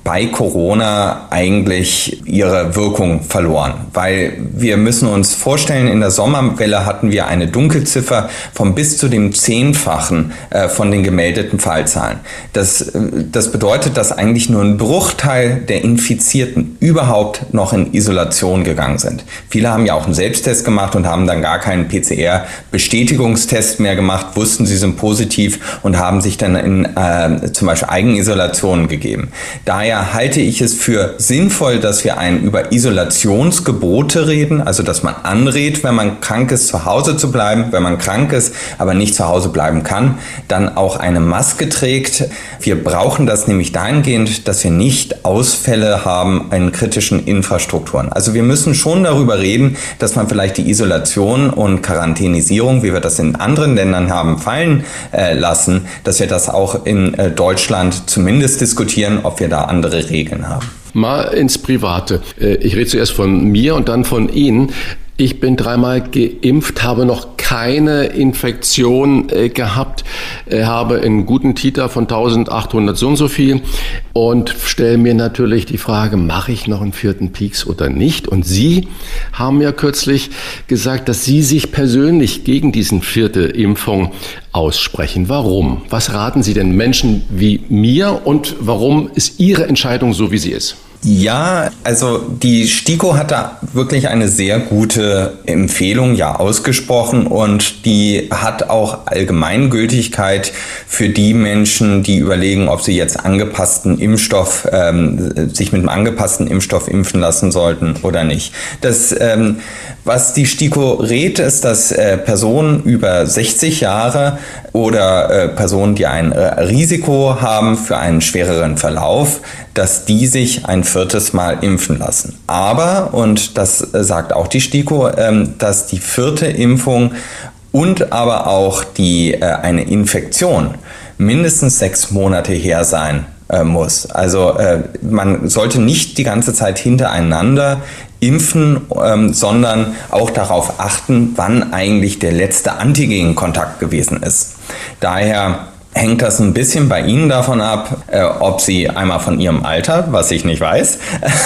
bei Corona eigentlich ihre Wirkung verloren. Weil wir müssen uns vorstellen, in der Sommerwelle hatten wir eine Dunkelziffer von bis zu dem Zehnfachen äh, von den gemeldeten Fallzahlen. Das, das bedeutet, dass eigentlich nur ein Bruchteil der Infizierten überhaupt noch in Isolation gegangen sind. Viele haben ja auch einen Selbsttest gemacht und haben dann gar keinen P C R-Bestätigungstest mehr gemacht, wussten, sie sind positiv und haben sich dann in äh, zum Beispiel Eigenisolationen gegeben. Daher halte ich es für sinnvoll, dass wir ein, über Isolationsgebote reden, also dass man anrät, wenn man krank ist, zu Hause zu bleiben, wenn man krank ist, aber nicht zu Hause bleiben kann, dann auch eine Maske trägt. Wir brauchen das nämlich dahingehend, dass wir nicht Ausfälle haben in kritischen Infrastrukturen. Also wir müssen schon darüber reden, dass man vielleicht die Isolation und Quarantänisierung, wie wir das in anderen Ländern haben, fallen äh, lassen, dass wir das auch in äh, Deutschland zumindest diskutieren, ob wir da andere Regeln haben. Mal ins Private. Ich rede zuerst von mir und dann von Ihnen. Ich bin dreimal geimpft, habe noch keine Infektion äh, gehabt, äh, habe einen guten Titer von eintausendachthundert so und so viel und stelle mir natürlich die Frage, mache ich noch einen vierten Peaks oder nicht? Und Sie haben ja kürzlich gesagt, dass Sie sich persönlich gegen diesen vierte Impfung aussprechen. Warum? Was raten Sie denn Menschen wie mir und warum ist Ihre Entscheidung so, wie sie ist? Ja, also die STIKO hat da wirklich eine sehr gute Empfehlung ja ausgesprochen und die hat auch Allgemeingültigkeit für die Menschen, die überlegen, ob sie jetzt angepassten Impfstoff, ähm, sich mit einem angepassten Impfstoff impfen lassen sollten oder nicht. Das, ähm, was die STIKO rät, ist, dass äh, Personen über sechzig Jahre oder äh, Personen, die ein äh, Risiko haben für einen schwereren Verlauf, dass die sich ein viertes Mal impfen lassen. Aber, und das sagt auch die STIKO, dass die vierte Impfung und aber auch die, eine Infektion mindestens sechs Monate her sein muss. Also man sollte nicht die ganze Zeit hintereinander impfen, sondern auch darauf achten, wann eigentlich der letzte Antigenkontakt gewesen ist. Daher hängt das ein bisschen bei Ihnen davon ab, äh, ob Sie einmal von Ihrem Alter, was ich nicht weiß,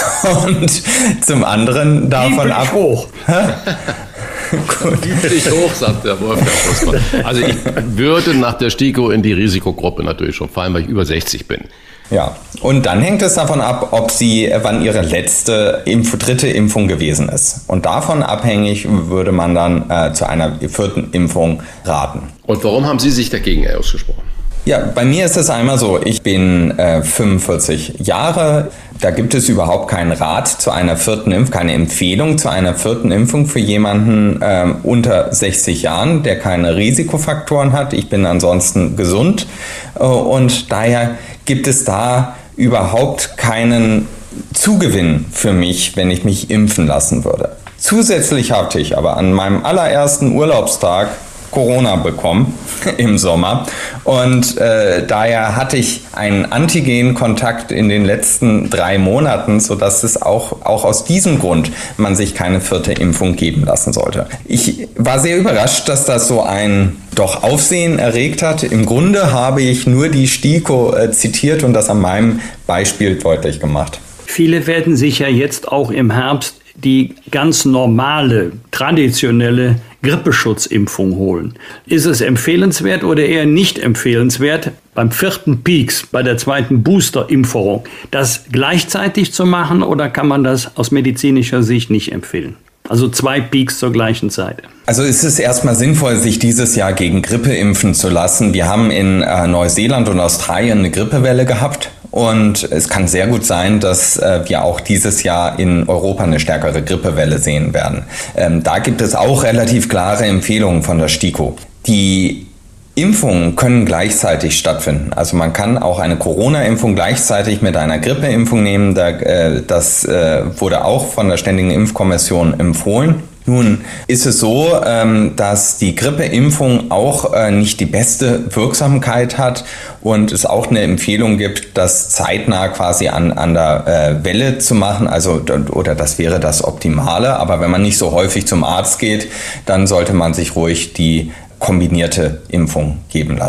und zum anderen davon Die ab... Ich hoch. Gut. Die bin ich hoch, sagt der Wolfgang. Also ich würde nach der STIKO in die Risikogruppe natürlich schon fallen, weil ich über sechzig bin. Ja, und dann hängt es davon ab, ob Sie, wann Ihre letzte Impf- dritte Impfung gewesen ist. Und davon abhängig würde man dann äh, zu einer vierten Impfung raten. Und warum haben Sie sich dagegen ausgesprochen? Ja, bei mir ist es einmal so, ich bin äh, fünfundvierzig Jahre, da gibt es überhaupt keinen Rat zu einer vierten Impfung, keine Empfehlung zu einer vierten Impfung für jemanden äh, unter sechzig Jahren, der keine Risikofaktoren hat. Ich bin ansonsten gesund äh, und daher gibt es da überhaupt keinen Zugewinn für mich, wenn ich mich impfen lassen würde. Zusätzlich hatte ich aber an meinem allerersten Urlaubstag Corona bekommen im Sommer und äh, daher hatte ich einen Antigenkontakt in den letzten drei Monaten, sodass es auch, auch aus diesem Grund man sich keine vierte Impfung geben lassen sollte. Ich war sehr überrascht, dass das so ein doch Aufsehen erregt hat. Im Grunde habe ich nur die STIKO äh, zitiert und das an meinem Beispiel deutlich gemacht. Viele werden sich ja jetzt auch im Herbst die ganz normale, traditionelle Grippeschutzimpfung holen. Ist es empfehlenswert oder eher nicht empfehlenswert, beim vierten Peaks, bei der zweiten Booster-Impfung, das gleichzeitig zu machen oder kann man das aus medizinischer Sicht nicht empfehlen? Also zwei Peaks zur gleichen Zeit. Also es ist erstmal sinnvoll, sich dieses Jahr gegen Grippe impfen zu lassen. Wir haben in äh, Neuseeland und Australien eine Grippewelle gehabt. Und es kann sehr gut sein, dass äh, wir auch dieses Jahr in Europa eine stärkere Grippewelle sehen werden. Ähm, da gibt es auch relativ klare Empfehlungen von der STIKO. Die Impfungen können gleichzeitig stattfinden. Also man kann auch eine Corona-Impfung gleichzeitig mit einer Grippeimpfung nehmen. Da, äh, das äh, wurde auch von der Ständigen Impfkommission empfohlen. Nun ist es so, ähm, dass die Grippeimpfung auch äh, nicht die beste Wirksamkeit hat und es auch eine Empfehlung gibt, das zeitnah quasi an, an der äh, Welle zu machen, also oder das wäre das Optimale. Aber wenn man nicht so häufig zum Arzt geht, dann sollte man sich ruhig die kombinierte Impfung geben lassen.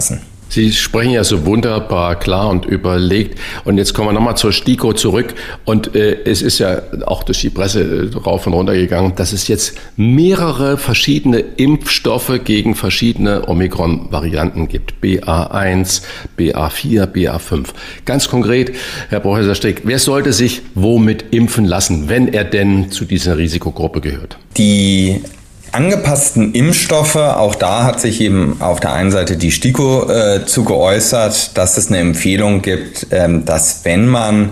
Sie sprechen ja so wunderbar klar und überlegt. Und jetzt kommen wir nochmal zur STIKO zurück. Und äh, es ist ja auch durch die Presse äh, rauf und runter gegangen, dass es jetzt mehrere verschiedene Impfstoffe gegen verschiedene Omikron-Varianten gibt. B A eins, B A vier, B A fünf. Ganz konkret, Herr Professor Strick, wer sollte sich womit impfen lassen, wenn er denn zu dieser Risikogruppe gehört? Die angepassten Impfstoffe, auch da hat sich eben auf der einen Seite die STIKO äh, zu geäußert, dass es eine Empfehlung gibt, ähm, dass wenn man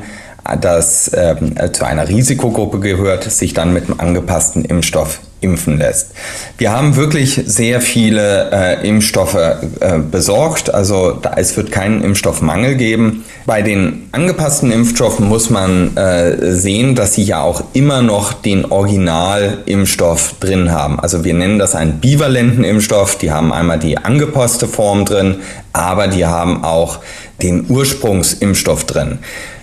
das ähm, zu einer Risikogruppe gehört, sich dann mit einem angepassten Impfstoff impfen lässt. Wir haben wirklich sehr viele äh, Impfstoffe äh, besorgt, also da, es wird keinen Impfstoffmangel geben. Bei den angepassten Impfstoffen muss man äh, sehen, dass sie ja auch immer noch den Originalimpfstoff drin haben. Also wir nennen das einen bivalenten Impfstoff, die haben einmal die angepasste Form drin, aber die haben auch den Ursprungsimpfstoff drin.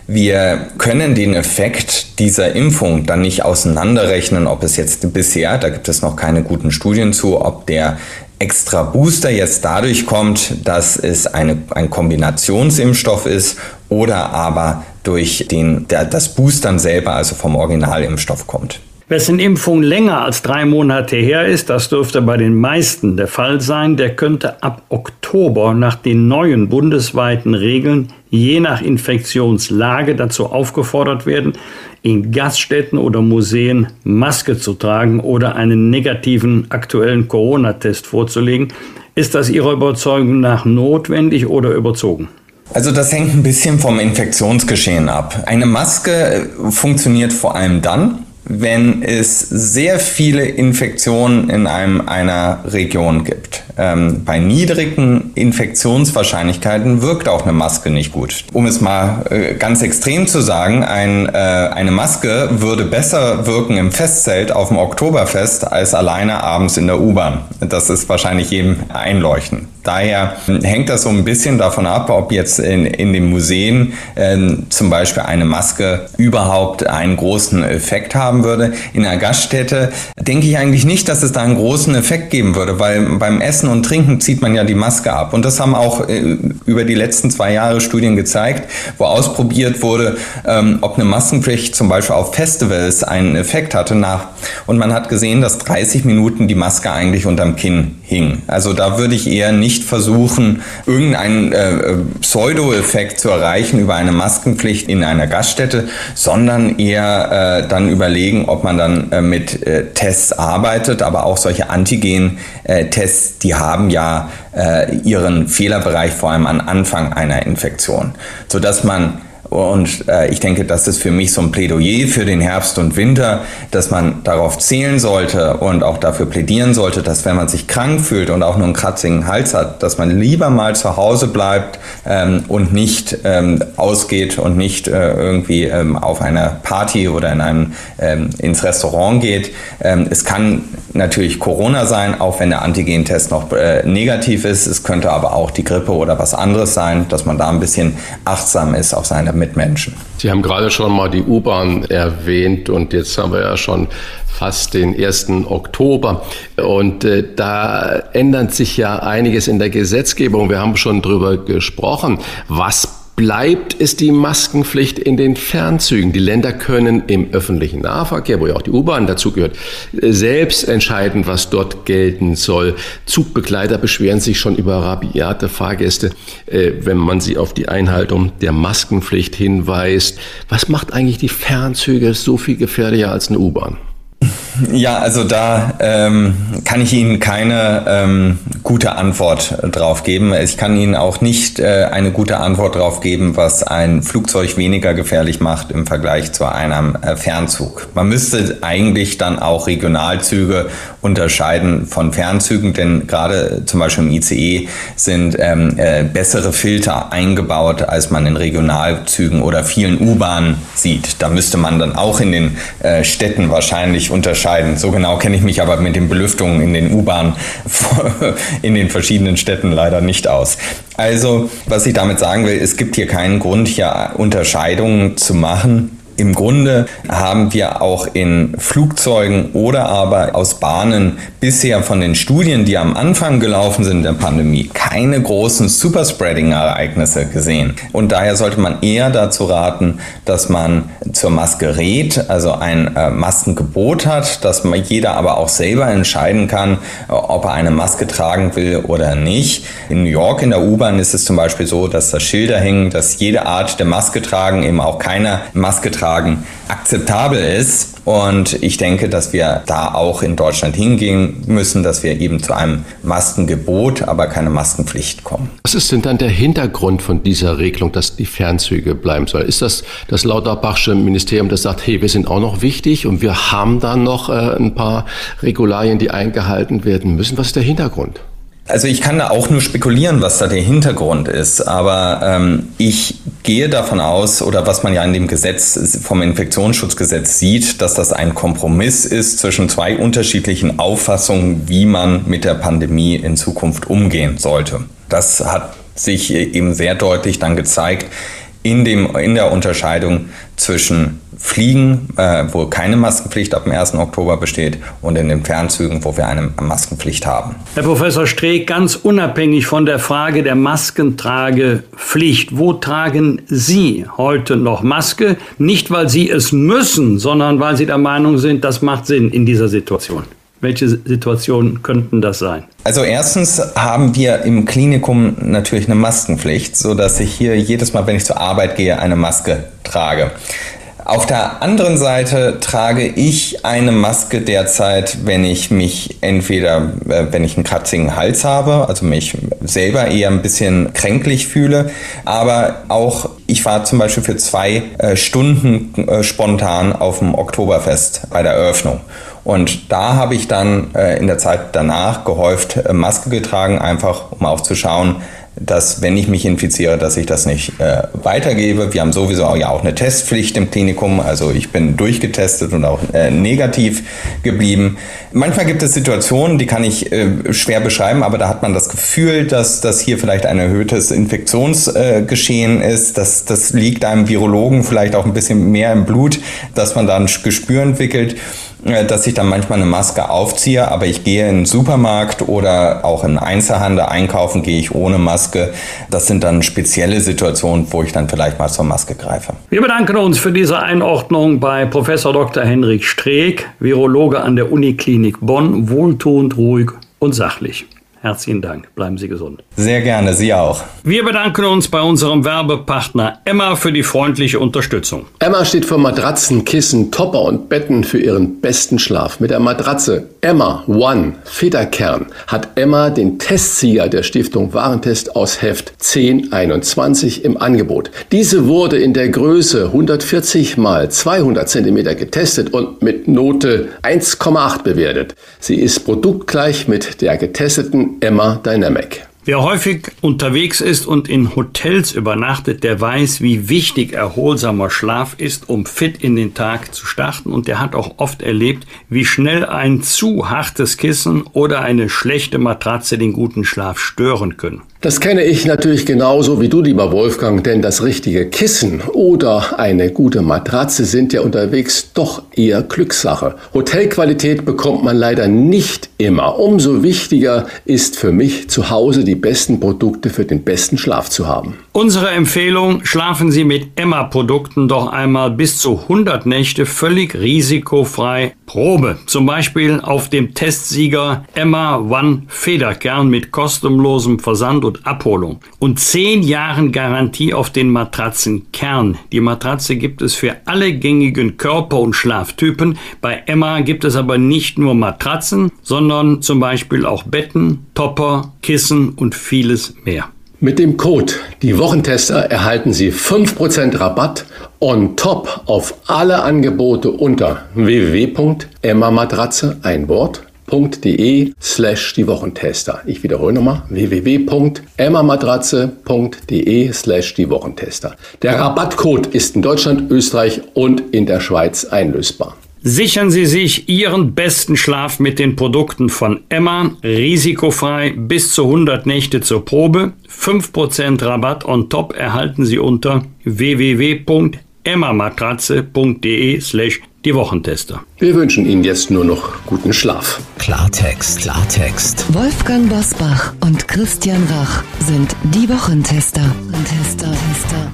Wir können den Effekt dieser Impfung dann nicht auseinanderrechnen, ob es jetzt bisher, da gibt es noch keine guten Studien zu, ob der extra Booster jetzt dadurch kommt, dass es eine, ein Kombinationsimpfstoff ist oder aber durch den, der, das Boostern selber, also vom Originalimpfstoff kommt. Wessen Impfung länger als drei Monate her ist, das dürfte bei den meisten der Fall sein, der könnte ab Oktober nach den neuen bundesweiten Regeln je nach Infektionslage dazu aufgefordert werden, in Gaststätten oder Museen Maske zu tragen oder einen negativen aktuellen Corona-Test vorzulegen. Ist das Ihrer Überzeugung nach notwendig oder überzogen? Also das hängt ein bisschen vom Infektionsgeschehen ab. Eine Maske funktioniert vor allem dann, wenn es sehr viele Infektionen in einem, einer Region gibt. Ähm, bei niedrigen Infektionswahrscheinlichkeiten wirkt auch eine Maske nicht gut. Um es mal äh, ganz extrem zu sagen, ein, äh, eine Maske würde besser wirken im Festzelt auf dem Oktoberfest als alleine abends in der U-Bahn. Das ist wahrscheinlich jedem einleuchtend. Daher hängt das so ein bisschen davon ab, ob jetzt in, in den Museen äh, zum Beispiel eine Maske überhaupt einen großen Effekt haben würde. In einer Gaststätte denke ich eigentlich nicht, dass es da einen großen Effekt geben würde, weil beim Essen und Trinken zieht man ja die Maske ab. Und das haben auch äh, über die letzten zwei Jahre Studien gezeigt, wo ausprobiert wurde, ähm, ob eine Maskenpflicht zum Beispiel auf Festivals einen Effekt hatte. Nach, und man hat gesehen, dass dreißig Minuten die Maske eigentlich unterm Kinn hing. Also da würde ich eher nicht versuchen, irgendeinen äh, Pseudo-Effekt zu erreichen über eine Maskenpflicht in einer Gaststätte, sondern eher äh, dann überlegen, ob man dann äh, mit äh, Tests arbeitet, aber auch solche Antigen-Tests, äh, die haben ja äh, ihren Fehlerbereich vor allem am Anfang einer Infektion, sodass man Und äh, ich denke, das ist für mich so ein Plädoyer für den Herbst und Winter, dass man darauf zählen sollte und auch dafür plädieren sollte, dass wenn man sich krank fühlt und auch nur einen kratzigen Hals hat, dass man lieber mal zu Hause bleibt ähm, und nicht ähm, ausgeht und nicht äh, irgendwie ähm, auf einer Party oder in einem, ähm, ins Restaurant geht. Ähm, es kann natürlich Corona sein, auch wenn der Antigentest noch äh, negativ ist. Es könnte aber auch die Grippe oder was anderes sein, dass man da ein bisschen achtsam ist auf seine Mitmenschen. Sie haben gerade schon mal die U-Bahn erwähnt und jetzt haben wir ja schon fast den ersten Oktober und äh, da ändert sich ja einiges in der Gesetzgebung. Wir haben schon drüber gesprochen. Was bleibt, ist die Maskenpflicht in den Fernzügen. Die Länder können im öffentlichen Nahverkehr, wo ja auch die U-Bahn dazugehört, selbst entscheiden, was dort gelten soll. Zugbegleiter beschweren sich schon über rabiate Fahrgäste, wenn man sie auf die Einhaltung der Maskenpflicht hinweist. Was macht eigentlich die Fernzüge so viel gefährlicher als eine U-Bahn? Ja, also da ähm, kann ich Ihnen keine ähm, gute Antwort drauf geben. Ich kann Ihnen auch nicht äh, eine gute Antwort drauf geben, was ein Flugzeug weniger gefährlich macht im Vergleich zu einem äh, Fernzug. Man müsste eigentlich dann auch Regionalzüge unterscheiden von Fernzügen, denn gerade zum Beispiel im I C E sind ähm, äh, bessere Filter eingebaut, als man in Regionalzügen oder vielen U-Bahnen sieht. Da müsste man dann auch in den äh, Städten wahrscheinlich unterscheiden. So genau kenne ich mich aber mit den Belüftungen in den U-Bahnen in den verschiedenen Städten leider nicht aus. Also, was ich damit sagen will, es gibt hier keinen Grund, hier Unterscheidungen zu machen. Im Grunde haben wir auch in Flugzeugen oder aber aus Bahnen bisher von den Studien, die am Anfang gelaufen sind der Pandemie, keine großen Superspreading-Ereignisse gesehen. Und daher sollte man eher dazu raten, dass man zur Maske rät, also ein äh, Maskengebot hat, dass man jeder aber auch selber entscheiden kann, ob er eine Maske tragen will oder nicht. In New York in der U-Bahn ist es zum Beispiel so, dass da Schilder hängen, dass jede Art der Maske tragen, eben auch keine Maske tragen, akzeptabel ist. Und ich denke, dass wir da auch in Deutschland hingehen müssen, dass wir eben zu einem Maskengebot, aber keine Maskenpflicht kommen. Was ist denn dann der Hintergrund von dieser Regelung, dass die Fernzüge bleiben sollen? Ist das das Lauterbachsche Ministerium, das sagt, hey, wir sind auch noch wichtig und wir haben dann noch äh, ein paar Regularien, die eingehalten werden müssen? Was ist der Hintergrund? Also ich kann da auch nur spekulieren, was da der Hintergrund ist, aber ähm, ich gehe davon aus, oder was man ja in dem Gesetz vom Infektionsschutzgesetz sieht, dass das ein Kompromiss ist zwischen zwei unterschiedlichen Auffassungen, wie man mit der Pandemie in Zukunft umgehen sollte. Das hat sich eben sehr deutlich dann gezeigt in dem, in der Unterscheidung zwischen Fliegen, äh, wo keine Maskenpflicht ab dem ersten Oktober besteht, und in den Fernzügen, wo wir eine Maskenpflicht haben. Herr Professor Streeck, ganz unabhängig von der Frage der Maskentragepflicht, wo tragen Sie heute noch Maske? Nicht, weil Sie es müssen, sondern weil Sie der Meinung sind, das macht Sinn in dieser Situation. Welche Situationen könnten das sein? Also erstens haben wir im Klinikum natürlich eine Maskenpflicht, sodass ich hier jedes Mal, wenn ich zur Arbeit gehe, eine Maske trage. Auf der anderen Seite trage ich eine Maske derzeit, wenn ich mich entweder, äh, wenn ich einen kratzigen Hals habe, also mich selber eher ein bisschen kränklich fühle, aber auch ich war zum Beispiel für zwei äh, Stunden äh, spontan auf dem Oktoberfest bei der Eröffnung. Und da habe ich dann äh, in der Zeit danach gehäuft äh, Maske getragen, einfach um auch zu schauen, dass, wenn ich mich infiziere, dass ich das nicht äh, weitergebe. Wir haben sowieso auch, ja auch eine Testpflicht im Klinikum, also ich bin durchgetestet und auch äh, negativ geblieben. Manchmal gibt es Situationen, die kann ich äh, schwer beschreiben, aber da hat man das Gefühl, dass, dass hier vielleicht ein erhöhtes Infektionsgeschehen äh, ist. Das, das liegt einem Virologen vielleicht auch ein bisschen mehr im Blut, dass man da ein Gespür entwickelt, dass ich dann manchmal eine Maske aufziehe, aber ich gehe in den Supermarkt oder auch in Einzelhandel einkaufen, gehe ich ohne Maske. Das sind dann spezielle Situationen, wo ich dann vielleicht mal zur Maske greife. Wir bedanken uns für diese Einordnung bei Professor Doktor Henrik Streeck, Virologe an der Uniklinik Bonn, wohltuend, ruhig und sachlich. Herzlichen Dank. Bleiben Sie gesund. Sehr gerne, Sie auch. Wir bedanken uns bei unserem Werbepartner Emma für die freundliche Unterstützung. Emma steht für Matratzen, Kissen, Topper und Betten für Ihren besten Schlaf. Mit der Matratze Emma One Federkern hat Emma den Testsieger der Stiftung Warentest aus Heft zehn einundzwanzig im Angebot. Diese wurde in der Größe hundertvierzig mal zweihundert Zentimeter getestet und mit Note eins Komma acht bewertet. Sie ist produktgleich mit der getesteten Emma Dynamic. Wer häufig unterwegs ist und in Hotels übernachtet, der weiß, wie wichtig erholsamer Schlaf ist, um fit in den Tag zu starten. Und der hat auch oft erlebt, wie schnell ein zu hartes Kissen oder eine schlechte Matratze den guten Schlaf stören können. Das kenne ich natürlich genauso wie du, lieber Wolfgang, denn das richtige Kissen oder eine gute Matratze sind ja unterwegs doch eher Glückssache. Hotelqualität bekommt man leider nicht immer. Umso wichtiger ist für mich, zu Hause die besten Produkte für den besten Schlaf zu haben. Unsere Empfehlung: schlafen Sie mit Emma-Produkten doch einmal bis zu hundert Nächte völlig risikofrei Probe. Zum Beispiel auf dem Testsieger Emma One Federkern mit kostenlosem Versand und Abholung und zehn Jahren Garantie auf den Matratzenkern. Die Matratze gibt es für alle gängigen Körper- und Schlaftypen. Bei Emma gibt es aber nicht nur Matratzen, sondern zum Beispiel auch Betten, Topper, Kissen und vieles mehr. Mit dem Code Die Wochentester erhalten Sie fünf Prozent Rabatt on top auf alle Angebote unter w w w punkt emma matratze ein Wort punkt de slash die Wochentester. Ich wiederhole nochmal, w w w punkt emma matratze punkt de slash die Wochentester. Der Rabattcode ist in Deutschland, Österreich und in der Schweiz einlösbar. Sichern Sie sich Ihren besten Schlaf mit den Produkten von Emma, risikofrei bis zu hundert Nächte zur Probe. fünf Prozent Rabatt on top erhalten Sie unter w w w punkt emma-matratze punkt de slash die Wochentester. Wir wünschen Ihnen jetzt nur noch guten Schlaf. Klartext, Klartext. Wolfgang Bosbach und Christian Rach sind die Wochentester. Tester, Tester.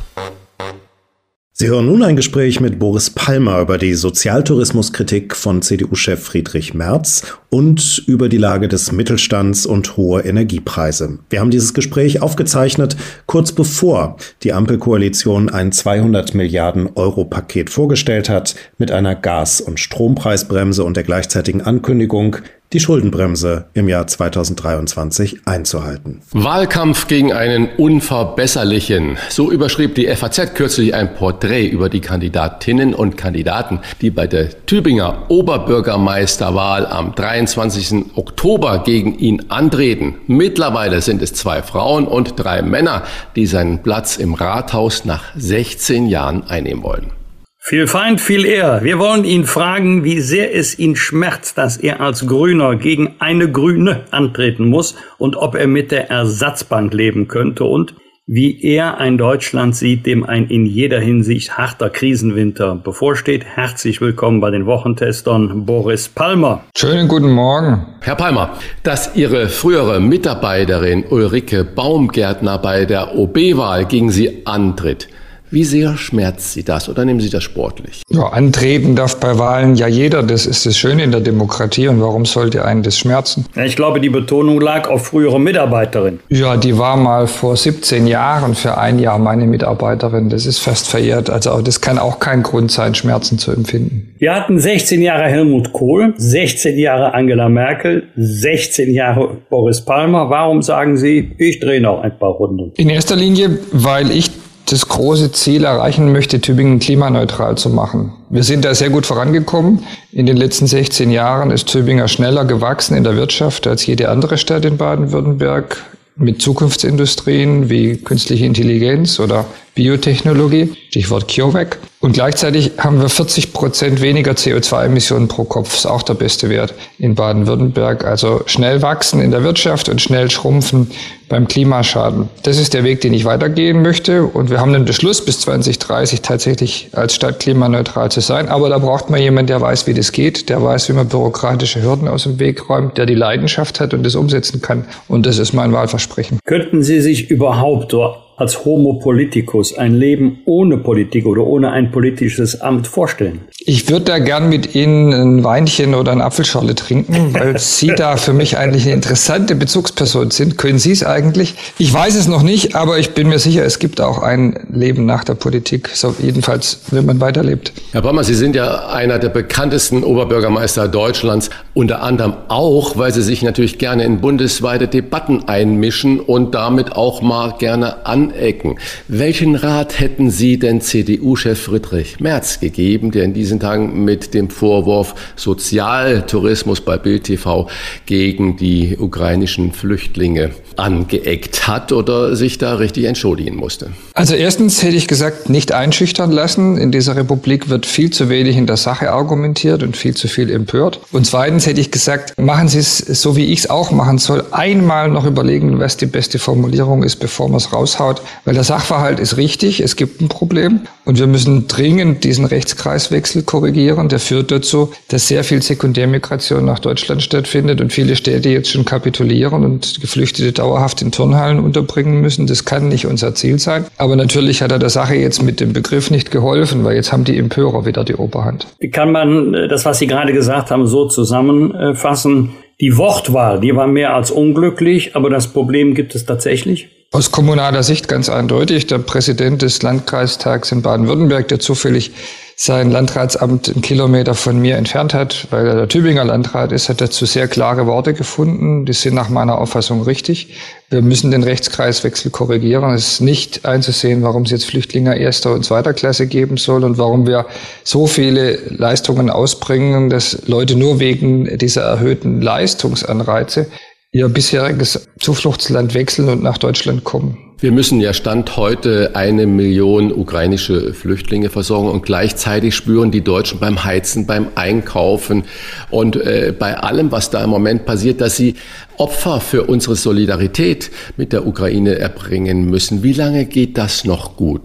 Sie hören nun ein Gespräch mit Boris Palmer über die Sozialtourismuskritik von C D U-Chef Friedrich Merz und über die Lage des Mittelstands und hohe Energiepreise. Wir haben dieses Gespräch aufgezeichnet, kurz bevor die Ampelkoalition ein zweihundert Milliarden Euro Paket vorgestellt hat, mit einer Gas- und Strompreisbremse und der gleichzeitigen Ankündigung, die Schuldenbremse im Jahr zweitausenddreiundzwanzig einzuhalten. Wahlkampf gegen einen Unverbesserlichen. So überschrieb die F A Z kürzlich ein Porträt über die Kandidatinnen und Kandidaten, die bei der Tübinger Oberbürgermeisterwahl am dreiundzwanzigsten Oktober gegen ihn antreten. Mittlerweile sind es zwei Frauen und drei Männer, die seinen Platz im Rathaus nach sechzehn Jahren einnehmen wollen. Viel Feind, viel Ehr. Wir wollen ihn fragen, wie sehr es ihn schmerzt, dass er als Grüner gegen eine Grüne antreten muss und ob er mit der Ersatzbank leben könnte und wie er ein Deutschland sieht, dem ein in jeder Hinsicht harter Krisenwinter bevorsteht. Herzlich willkommen bei den Wochentestern, Boris Palmer. Schönen guten Morgen. Herr Palmer, dass Ihre frühere Mitarbeiterin Ulrike Baumgärtner bei der O B-Wahl gegen Sie antritt, wie sehr schmerzt Sie das oder nehmen Sie das sportlich? Ja, antreten darf bei Wahlen ja jeder. Das ist das Schöne in der Demokratie. Und warum sollte einen das schmerzen? Ja, ich glaube, die Betonung lag auf frühere Mitarbeiterin. Ja, die war mal vor siebzehn Jahren für ein Jahr meine Mitarbeiterin. Das ist fast verjährt. Also das kann auch kein Grund sein, Schmerzen zu empfinden. Wir hatten sechzehn Jahre Helmut Kohl, sechzehn Jahre Angela Merkel, sechzehn Jahre Boris Palmer. Warum sagen Sie, ich drehe noch ein paar Runden? In erster Linie, weil ich das große Ziel erreichen möchte, Tübingen klimaneutral zu machen. Wir sind da sehr gut vorangekommen. In den letzten sechzehn Jahren ist Tübingen schneller gewachsen in der Wirtschaft als jede andere Stadt in Baden-Württemberg, mit Zukunftsindustrien wie künstliche Intelligenz oder Biotechnologie, Stichwort CureVac. Und gleichzeitig haben wir vierzig Prozent weniger C O zwei Emissionen pro Kopf. Ist auch der beste Wert in Baden-Württemberg. Also schnell wachsen in der Wirtschaft und schnell schrumpfen beim Klimaschaden. Das ist der Weg, den ich weitergehen möchte. Und wir haben den Beschluss, bis zwanzig dreißig tatsächlich als Stadt klimaneutral zu sein. Aber da braucht man jemanden, der weiß, wie das geht, der weiß, wie man bürokratische Hürden aus dem Weg räumt, der die Leidenschaft hat und das umsetzen kann. Und das ist mein Wahlversprechen. Könnten Sie sich überhaupt als Homo Politicus ein Leben ohne Politik oder ohne ein politisches Amt vorstellen? Ich würde da gern mit Ihnen ein Weinchen oder eine Apfelschorle trinken, weil Sie da für mich eigentlich eine interessante Bezugsperson sind. Können Sie es eigentlich? Ich weiß es noch nicht, aber ich bin mir sicher, es gibt auch ein Leben nach der Politik. So jedenfalls, wenn man weiterlebt. Herr Palmer, Sie sind ja einer der bekanntesten Oberbürgermeister Deutschlands, unter anderem auch, weil Sie sich natürlich gerne in bundesweite Debatten einmischen und damit auch mal gerne anecken. Welchen Rat hätten Sie denn C D U-Chef Friedrich Merz gegeben, der in diesen Tagen mit dem Vorwurf Sozialtourismus bei Bild T V gegen die ukrainischen Flüchtlinge angeeckt hat oder sich da richtig entschuldigen musste? Also erstens hätte ich gesagt, nicht einschüchtern lassen. In dieser Republik wird viel zu wenig in der Sache argumentiert und viel zu viel empört. Und zweitens hätte ich gesagt, machen Sie es so, wie ich es auch machen soll. Einmal noch überlegen, was die beste Formulierung ist, bevor man es raushaut. Weil der Sachverhalt ist richtig, es gibt ein Problem. Und wir müssen dringend diesen Rechtskreiswechsel korrigieren. Der führt dazu, dass sehr viel Sekundärmigration nach Deutschland stattfindet und viele Städte jetzt schon kapitulieren und Geflüchtete dauerhaft in Turnhallen unterbringen müssen. Das kann nicht unser Ziel sein. Aber natürlich hat er der Sache jetzt mit dem Begriff nicht geholfen, weil jetzt haben die Empörer wieder die Oberhand. Wie kann man das, was Sie gerade gesagt haben, so zusammenfassen? Die Wortwahl, die war mehr als unglücklich, aber das Problem gibt es tatsächlich? Aus kommunaler Sicht ganz eindeutig. Der Präsident des Landkreistags in Baden-Württemberg, der zufällig sein Landratsamt einen Kilometer von mir entfernt hat, weil er der Tübinger Landrat ist, hat dazu sehr klare Worte gefunden. Die sind nach meiner Auffassung richtig. Wir müssen den Rechtskreiswechsel korrigieren. Es ist nicht einzusehen, warum es jetzt Flüchtlinge erster und zweiter Klasse geben soll und warum wir so viele Leistungen ausbringen, dass Leute nur wegen dieser erhöhten Leistungsanreize ihr bisheriges Zufluchtsland wechseln und nach Deutschland kommen. Wir müssen ja Stand heute eine Million ukrainische Flüchtlinge versorgen und gleichzeitig spüren die Deutschen beim Heizen, beim Einkaufen und äh, bei allem, was da im Moment passiert, dass sie Opfer für unsere Solidarität mit der Ukraine erbringen müssen. Wie lange geht das noch gut?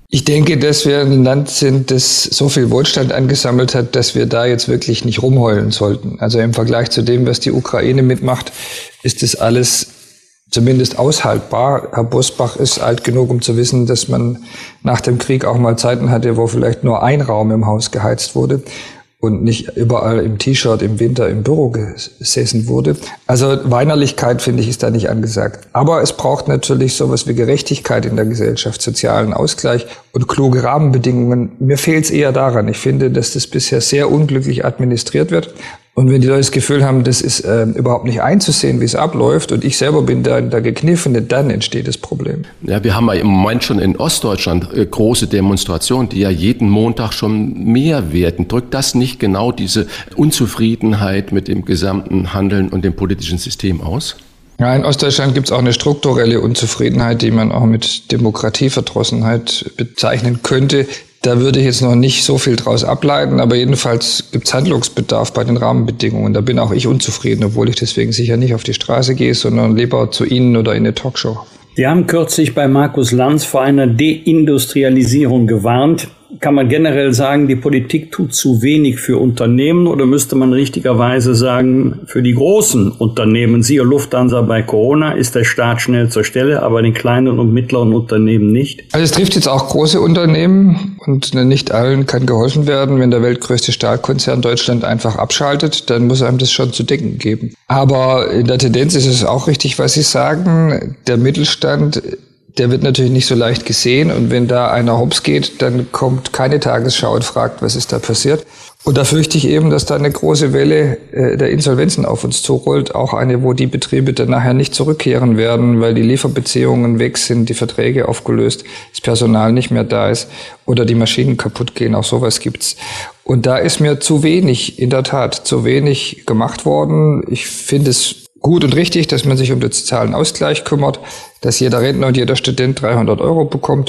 Ich denke, dass wir ein Land sind, das so viel Wohlstand angesammelt hat, dass wir da jetzt wirklich nicht rumheulen sollten. Also im Vergleich zu dem, was die Ukraine mitmacht, ist das alles zumindest aushaltbar. Herr Bosbach ist alt genug, um zu wissen, dass man nach dem Krieg auch mal Zeiten hatte, wo vielleicht nur ein Raum im Haus geheizt wurde und nicht überall im T-Shirt im Winter im Büro gesessen wurde. Also Weinerlichkeit, finde ich, ist da nicht angesagt. Aber es braucht natürlich sowas wie Gerechtigkeit in der Gesellschaft, sozialen Ausgleich und kluge Rahmenbedingungen. Mir fehlt es eher daran. Ich finde, dass das bisher sehr unglücklich administriert wird. Und wenn die Leute das Gefühl haben, das ist äh, überhaupt nicht einzusehen, wie es abläuft, und ich selber bin da der Gekniffene, dann entsteht das Problem. Ja, wir haben ja im Moment schon in Ostdeutschland äh, große Demonstrationen, die ja jeden Montag schon mehr werden. Drückt das nicht genau diese Unzufriedenheit mit dem gesamten Handeln und dem politischen System aus? Ja, in Ostdeutschland gibt es auch eine strukturelle Unzufriedenheit, die man auch mit Demokratieverdrossenheit bezeichnen könnte. Da würde ich jetzt noch nicht so viel draus ableiten, aber jedenfalls gibt es Handlungsbedarf bei den Rahmenbedingungen. Da bin auch ich unzufrieden, obwohl ich deswegen sicher nicht auf die Straße gehe, sondern lieber zu Ihnen oder in eine Talkshow. Sie haben kürzlich bei Markus Lanz vor einer Deindustrialisierung gewarnt. Kann man generell sagen, die Politik tut zu wenig für Unternehmen, oder müsste man richtigerweise sagen, für die großen Unternehmen? Siehe Lufthansa bei Corona, ist der Staat schnell zur Stelle, aber den kleinen und mittleren Unternehmen nicht? Also es trifft jetzt auch große Unternehmen und nicht allen kann geholfen werden. Wenn der weltgrößte Stahlkonzern Deutschland einfach abschaltet, dann muss einem das schon zu denken geben. Aber in der Tendenz ist es auch richtig, was Sie sagen. Der Mittelstand, der wird natürlich nicht so leicht gesehen, und wenn da einer hops geht, dann kommt keine Tagesschau und fragt, was ist da passiert. Und da fürchte ich eben, dass da eine große Welle äh, der Insolvenzen auf uns zurollt, auch eine, wo die Betriebe dann nachher nicht zurückkehren werden, weil die Lieferbeziehungen weg sind, die Verträge aufgelöst, das Personal nicht mehr da ist oder die Maschinen kaputt gehen. Auch sowas gibt's. Und da ist mir zu wenig, in der Tat, zu wenig gemacht worden. Ich finde es gut und richtig, dass man sich um den sozialen Ausgleich kümmert, dass jeder Rentner und jeder Student dreihundert Euro bekommt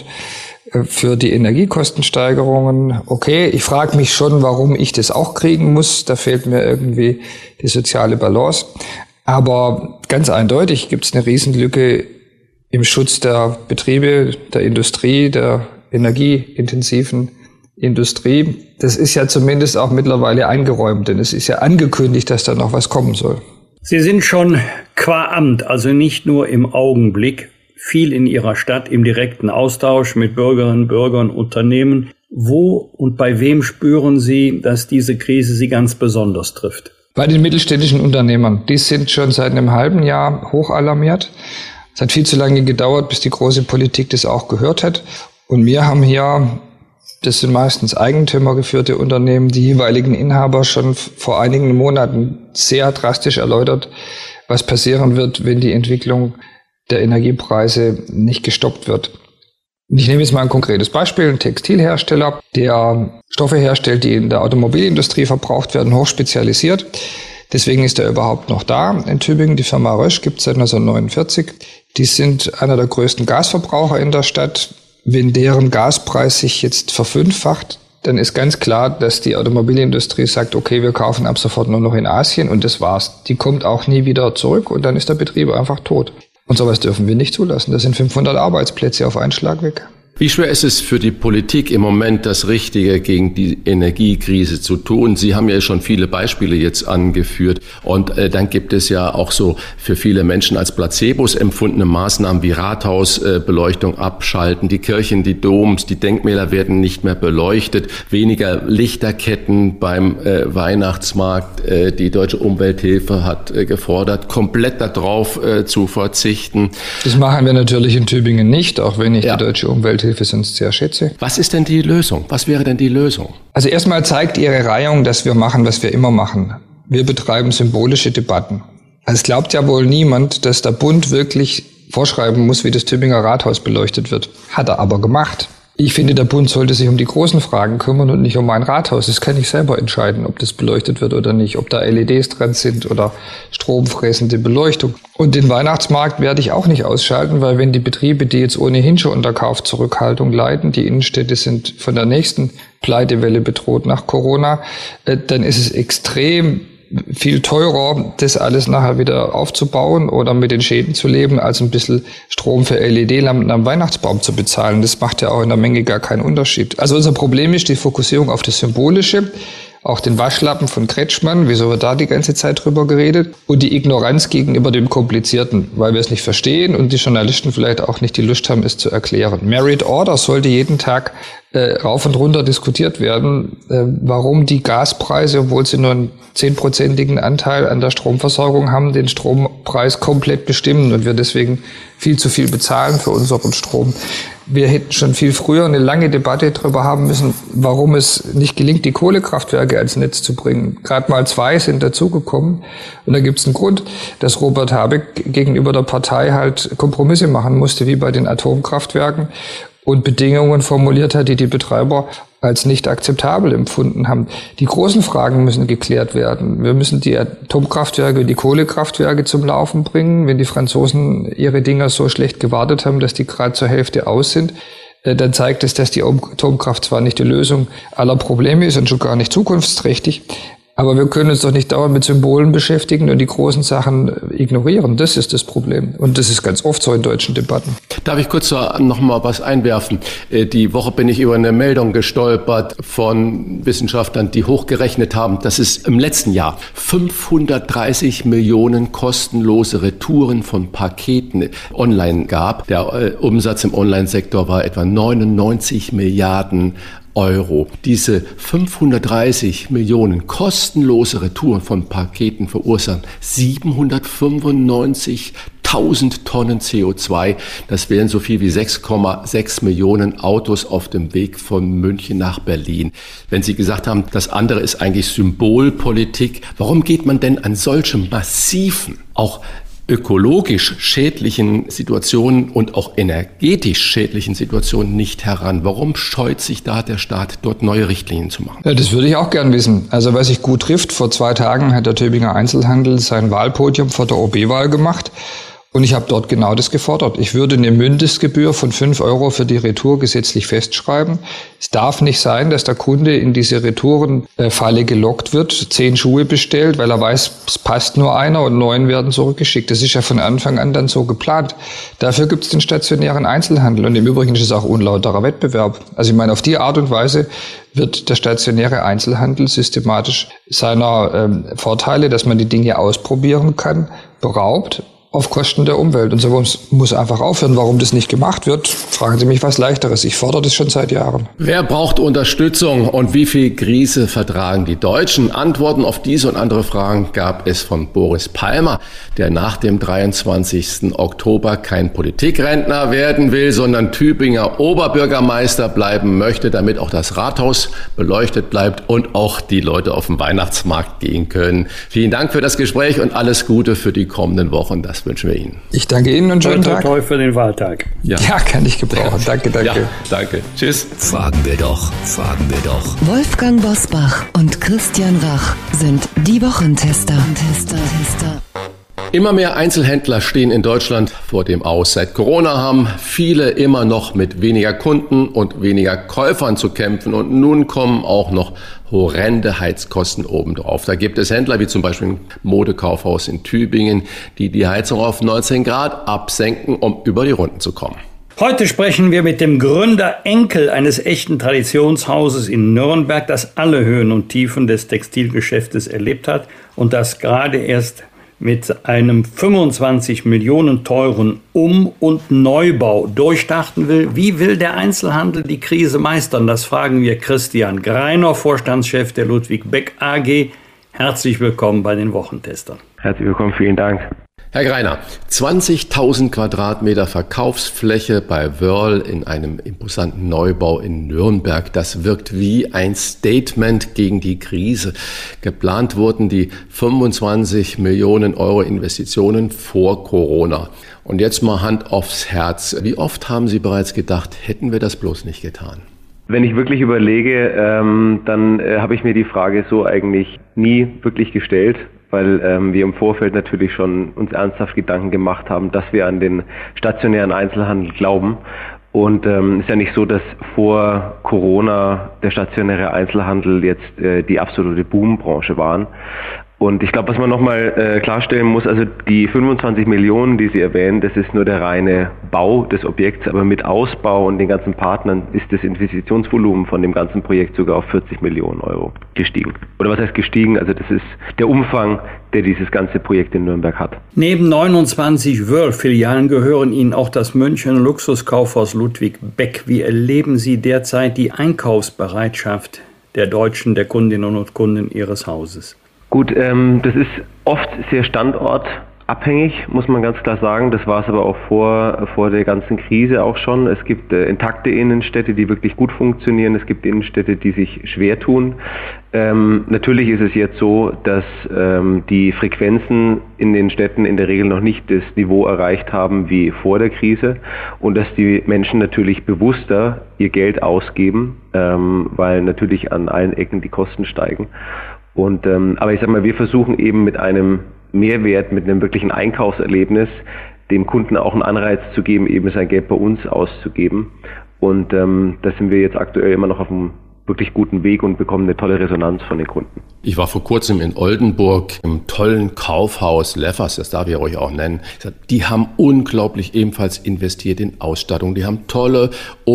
für die Energiekostensteigerungen. Okay, ich frage mich schon, warum ich das auch kriegen muss. Da fehlt mir irgendwie die soziale Balance. Aber ganz eindeutig gibt es eine Riesenlücke im Schutz der Betriebe, der Industrie, der energieintensiven Industrie. Das ist ja zumindest auch mittlerweile eingeräumt, denn es ist ja angekündigt, dass da noch was kommen soll. Sie sind schon qua Amt, also nicht nur im Augenblick, viel in Ihrer Stadt im direkten Austausch mit Bürgerinnen, Bürgern, Unternehmen. Wo und bei wem spüren Sie, dass diese Krise Sie ganz besonders trifft? Bei den mittelständischen Unternehmern. Die sind schon seit einem halben Jahr hochalarmiert. Es hat viel zu lange gedauert, bis die große Politik das auch gehört hat. Und wir haben hier, das sind meistens eigentümergeführte Unternehmen, die jeweiligen Inhaber schon vor einigen Monaten sehr drastisch erläutert, was passieren wird, wenn die Entwicklung der Energiepreise nicht gestoppt wird. Ich nehme jetzt mal ein konkretes Beispiel. Ein Textilhersteller, der Stoffe herstellt, die in der Automobilindustrie verbraucht werden, hochspezialisiert. Deswegen ist er überhaupt noch da in Tübingen. Die Firma Rösch gibt es seit neunzehnhundertneunundvierzig. Die sind einer der größten Gasverbraucher in der Stadt. Wenn deren Gaspreis sich jetzt verfünffacht, dann ist ganz klar, dass die Automobilindustrie sagt, okay, wir kaufen ab sofort nur noch in Asien, und das war's. Die kommt auch nie wieder zurück, und dann ist der Betrieb einfach tot. Und sowas dürfen wir nicht zulassen. Das sind fünfhundert Arbeitsplätze auf einen Schlag weg. Wie schwer ist es für die Politik im Moment, das Richtige gegen die Energiekrise zu tun? Sie haben ja schon viele Beispiele jetzt angeführt. Und äh, dann gibt es ja auch so für viele Menschen als Placebos empfundene Maßnahmen wie Rathausbeleuchtung äh, abschalten, die Kirchen, die Doms, die Denkmäler werden nicht mehr beleuchtet, weniger Lichterketten beim äh, Weihnachtsmarkt. Äh, die Deutsche Umwelthilfe hat äh, gefordert, komplett darauf äh, zu verzichten. Das machen wir natürlich in Tübingen nicht, auch wenn ich ja. die Deutsche Umwelthilfe Hilfe sonst sehr schätze. Was ist denn die Lösung? Was wäre denn die Lösung? Also erstmal zeigt Ihre Reihung, dass wir machen, was wir immer machen. Wir betreiben symbolische Debatten. Also es glaubt ja wohl niemand, dass der Bund wirklich vorschreiben muss, wie das Tübinger Rathaus beleuchtet wird. Hat er aber gemacht. Ich finde, der Bund sollte sich um die großen Fragen kümmern und nicht um ein Rathaus. Das kann ich selber entscheiden, ob das beleuchtet wird oder nicht, ob da L E Ds dran sind oder stromfressende Beleuchtung. Und den Weihnachtsmarkt werde ich auch nicht ausschalten, weil wenn die Betriebe, die jetzt ohnehin schon unter Kaufzurückhaltung leiden, die Innenstädte sind von der nächsten Pleitewelle bedroht nach Corona, dann ist es extrem viel teurer, das alles nachher wieder aufzubauen oder mit den Schäden zu leben, als ein bisschen Strom für L E D-Lampen am Weihnachtsbaum zu bezahlen. Das macht ja auch in der Menge gar keinen Unterschied. Also unser Problem ist die Fokussierung auf das Symbolische, auch den Waschlappen von Kretschmann, wieso wird da die ganze Zeit drüber geredet? Und die Ignoranz gegenüber dem Komplizierten, weil wir es nicht verstehen und die Journalisten vielleicht auch nicht die Lust haben, es zu erklären. Merit Order sollte jeden Tag äh, rauf und runter diskutiert werden, äh, warum die Gaspreise, obwohl sie nur einen zehnprozentigen Anteil an der Stromversorgung haben, den Strompreis komplett bestimmen und wir deswegen viel zu viel bezahlen für unseren Strom. Wir hätten schon viel früher eine lange Debatte darüber haben müssen, warum es nicht gelingt, die Kohlekraftwerke ans Netz zu bringen. Gerade mal zwei sind dazugekommen. Und da gibt es einen Grund, dass Robert Habeck gegenüber der Partei halt Kompromisse machen musste, wie bei den Atomkraftwerken, und Bedingungen formuliert hat, die die Betreiber als nicht akzeptabel empfunden haben. Die großen Fragen müssen geklärt werden. Wir müssen die Atomkraftwerke und die Kohlekraftwerke zum Laufen bringen. Wenn die Franzosen ihre Dinger so schlecht gewartet haben, dass die gerade zur Hälfte aus sind, dann zeigt es, dass die Atomkraft zwar nicht die Lösung aller Probleme ist und schon gar nicht zukunftsträchtig, aber wir können uns doch nicht dauernd mit Symbolen beschäftigen und die großen Sachen ignorieren. Das ist das Problem. Und das ist ganz oft so in deutschen Debatten. Darf ich kurz noch mal was einwerfen? Die Woche bin ich über eine Meldung gestolpert von Wissenschaftlern, die hochgerechnet haben, dass es im letzten Jahr fünfhundertdreißig Millionen kostenlose Retouren von Paketen online gab. Der Umsatz im Online-Sektor war etwa neunundneunzig Milliarden Euro. Diese fünfhundertdreißig Millionen kostenlose Retouren von Paketen verursachen siebenhundertfünfundneunzigtausend Tonnen C O zwei. Das wären so viel wie sechs Komma sechs Millionen Autos auf dem Weg von München nach Berlin. Wenn Sie gesagt haben, das andere ist eigentlich Symbolpolitik, warum geht man denn an solchen massiven, auch ökologisch schädlichen Situationen und auch energetisch schädlichen Situationen nicht heran? Warum scheut sich da der Staat, dort neue Richtlinien zu machen? Ja, das würde ich auch gern wissen. Also was sich gut trifft, vor zwei Tagen hat der Tübinger Einzelhandel sein Wahlpodium vor der O B-Wahl gemacht. Und ich habe dort genau das gefordert. Ich würde eine Mindestgebühr von fünf Euro für die Retour gesetzlich festschreiben. Es darf nicht sein, dass der Kunde in diese Retourenfalle gelockt wird, zehn Schuhe bestellt, weil er weiß, es passt nur einer und neun werden zurückgeschickt. Das ist ja von Anfang an dann so geplant. Dafür gibt es den stationären Einzelhandel. Und im Übrigen ist es auch unlauterer Wettbewerb. Also ich meine, auf die Art und Weise wird der stationäre Einzelhandel systematisch seiner ähm, Vorteile, dass man die Dinge ausprobieren kann, beraubt, auf Kosten der Umwelt. Und so muss einfach aufhören. Warum das nicht gemacht wird, fragen Sie mich was Leichteres. Ich fordere das schon seit Jahren. Wer braucht Unterstützung und wie viel Krise vertragen die Deutschen? Antworten auf diese und andere Fragen gab es von Boris Palmer, der nach dem dreiundzwanzigsten Oktober kein Politikrentner werden will, sondern Tübinger Oberbürgermeister bleiben möchte, damit auch das Rathaus beleuchtet bleibt und auch die Leute auf den Weihnachtsmarkt gehen können. Vielen Dank für das Gespräch und alles Gute für die kommenden Wochen. Das wünschen wir Ihnen. Ich danke Ihnen und schönen Tag. Toi, toi für den Wahltag. Ja. ja, kann ich gebrauchen. Danke, danke. Ja, danke. Tschüss. Fragen wir doch, fragen wir doch. Wolfgang Bosbach und Christian Rach sind die Wochentester. Tester, Tester. Immer mehr Einzelhändler stehen in Deutschland vor dem Aus. Seit Corona haben viele immer noch mit weniger Kunden und weniger Käufern zu kämpfen. Und nun kommen auch noch horrende Heizkosten obendrauf. Da gibt es Händler wie zum Beispiel ein Modekaufhaus in Tübingen, die die Heizung auf neunzehn Grad absenken, um über die Runden zu kommen. Heute sprechen wir mit dem Gründer Enkel eines echten Traditionshauses in Nürnberg, das alle Höhen und Tiefen des Textilgeschäftes erlebt hat und das gerade erst mit einem fünfundzwanzig Millionen teuren Um- und Neubau durchstarten will. Wie will der Einzelhandel die Krise meistern? Das fragen wir Christian Greiner, Vorstandschef der Ludwig Beck A G. Herzlich willkommen bei den Wochentestern. Herzlich willkommen, vielen Dank. Herr Greiner, zwanzigtausend Quadratmeter Verkaufsfläche bei Wöhrl in einem imposanten Neubau in Nürnberg. Das wirkt wie ein Statement gegen die Krise. Geplant wurden die fünfundzwanzig Millionen Euro Investitionen vor Corona. Und jetzt mal Hand aufs Herz. Wie oft haben Sie bereits gedacht, hätten wir das bloß nicht getan? Wenn ich wirklich überlege, ähm, dann äh, habe ich mir die Frage so eigentlich nie wirklich gestellt, weil ähm, wir im Vorfeld natürlich schon uns ernsthaft Gedanken gemacht haben, dass wir an den stationären Einzelhandel glauben. Und ähm, ist ja nicht so, dass vor Corona der stationäre Einzelhandel jetzt äh, die absolute Boombranche waren. Und ich glaube, was man nochmal äh, klarstellen muss, also die fünfundzwanzig Millionen, die Sie erwähnen, das ist nur der reine Bau des Objekts, aber mit Ausbau und den ganzen Partnern ist das Investitionsvolumen von dem ganzen Projekt sogar auf vierzig Millionen Euro gestiegen. Oder was heißt gestiegen? Also das ist der Umfang, der dieses ganze Projekt in Nürnberg hat. Neben neunundzwanzig Wöhr-Filialen gehören Ihnen auch das München Luxuskaufhaus Ludwig Beck. Wie erleben Sie derzeit die Einkaufsbereitschaft der Deutschen, der Kundinnen und Kunden Ihres Hauses? Gut, ähm, das ist oft sehr standortabhängig, muss man ganz klar sagen. Das war es aber auch vor, vor der ganzen Krise auch schon. Es gibt äh, intakte Innenstädte, die wirklich gut funktionieren. Es gibt Innenstädte, die sich schwer tun. Ähm, natürlich ist es jetzt so, dass ähm, die Frequenzen in den Städten in der Regel noch nicht das Niveau erreicht haben wie vor der Krise und dass die Menschen natürlich bewusster ihr Geld ausgeben, ähm, weil natürlich an allen Ecken die Kosten steigen. Und, ähm, aber ich sag mal, wir versuchen eben mit einem Mehrwert, mit einem wirklichen Einkaufserlebnis, dem Kunden auch einen Anreiz zu geben, eben sein Geld bei uns auszugeben. Und ähm, da sind wir jetzt aktuell immer noch auf einem wirklich guten Weg und bekommen eine tolle Resonanz von den Kunden. Ich war vor kurzem in Oldenburg im tollen Kaufhaus Leffers, das darf ich euch auch nennen. Die haben unglaublich ebenfalls investiert in Ausstattung. Die haben tolle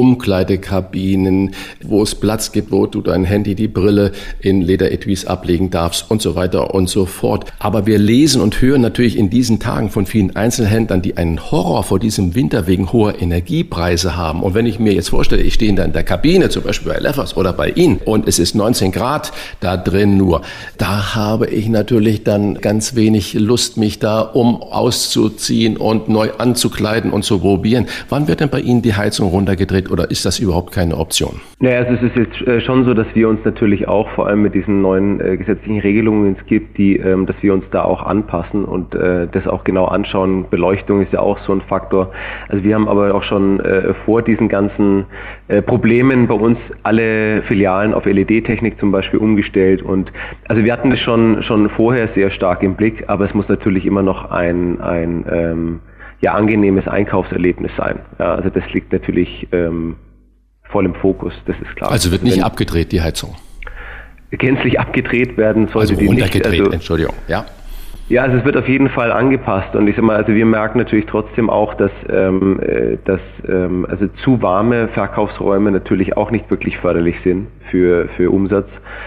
Umkleidekabinen, wo es Platz gibt, wo du dein Handy, die Brille in Lederetuis ablegen darfst und so weiter und so fort. Aber wir lesen und hören natürlich in diesen Tagen von vielen Einzelhändlern, die einen Horror vor diesem Winter wegen hoher Energiepreise haben. Und wenn ich mir jetzt vorstelle, ich stehe da in der Kabine, zum Beispiel bei Leffers oder bei Ihnen, und es ist neunzehn Grad da drin nur, da habe ich natürlich dann ganz wenig Lust, mich da um auszuziehen und neu anzukleiden und zu probieren. Wann wird denn bei Ihnen die Heizung runtergedreht oder ist das überhaupt keine Option? Naja, also es ist jetzt äh, schon so, dass wir uns natürlich auch vor allem mit diesen neuen äh, gesetzlichen Regelungen, die es gibt, die, ähm, dass wir uns da auch anpassen und äh, das auch genau anschauen. Beleuchtung ist ja auch so ein Faktor. Also wir haben aber auch schon äh, vor diesen ganzen äh, Problemen bei uns alle Filialen auf L E D-Technik zum Beispiel umgestellt und also wir hatten das schon schon vorher sehr stark im Blick, aber es muss natürlich immer noch ein ein ähm, ja angenehmes Einkaufserlebnis sein. Ja, also das liegt natürlich ähm, voll im Fokus, das ist klar. Also wird nicht Wenn abgedreht die Heizung? Gänzlich abgedreht werden sollte also die nicht. runtergedreht, Also, Entschuldigung, ja. Ja, also es wird auf jeden Fall angepasst und ich sag mal, also wir merken natürlich trotzdem auch, dass, ähm, dass ähm, also zu warme Verkaufsräume natürlich auch nicht wirklich förderlich sind für für Umsatz.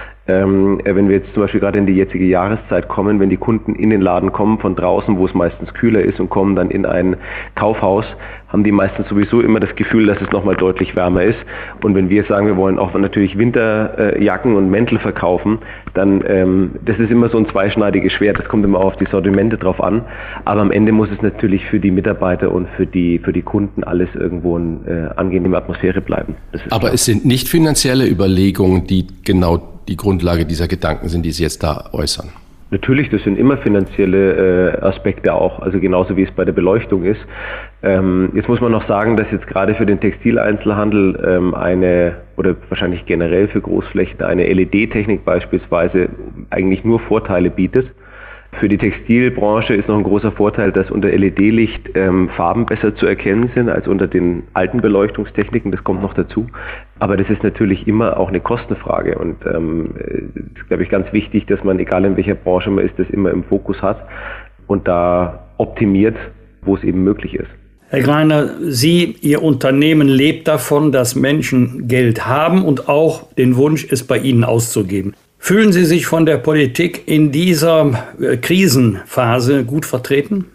Ähm, wenn wir jetzt zum Beispiel gerade in die jetzige Jahreszeit kommen, wenn die Kunden in den Laden kommen von draußen, wo es meistens kühler ist und kommen dann in ein Kaufhaus, haben die meistens sowieso immer das Gefühl, dass es nochmal deutlich wärmer ist. Und wenn wir sagen, wir wollen auch natürlich Winterjacken und Mäntel verkaufen, dann ähm, das ist immer so ein zweischneidiges Schwert. Das kommt immer auf die Sortimente drauf an. Aber am Ende muss es natürlich für die Mitarbeiter und für die für die Kunden alles irgendwo eine äh, angenehme Atmosphäre bleiben. Aber klar. Es sind nicht finanzielle Überlegungen, die genau die Grundlage dieser Gedanken sind, die Sie jetzt da äußern. Natürlich, das sind immer finanzielle äh, Aspekte auch, also genauso wie es bei der Beleuchtung ist. Ähm, jetzt muss man noch sagen, dass jetzt gerade für den Textileinzelhandel ähm, eine, oder wahrscheinlich generell für Großflächen, eine L E D-Technik beispielsweise eigentlich nur Vorteile bietet. Für die Textilbranche ist noch ein großer Vorteil, dass unter L E D-Licht ähm, Farben besser zu erkennen sind als unter den alten Beleuchtungstechniken. Das kommt noch dazu. Aber das ist natürlich immer auch eine Kostenfrage. Und ähm, es ist, glaube ich, ganz wichtig, dass man, egal in welcher Branche man ist, das immer im Fokus hat und da optimiert, wo es eben möglich ist. Herr Greiner, Sie, Ihr Unternehmen lebt davon, dass Menschen Geld haben und auch den Wunsch, es bei Ihnen auszugeben. Fühlen Sie sich von der Politik in dieser äh, Krisenphase gut vertreten?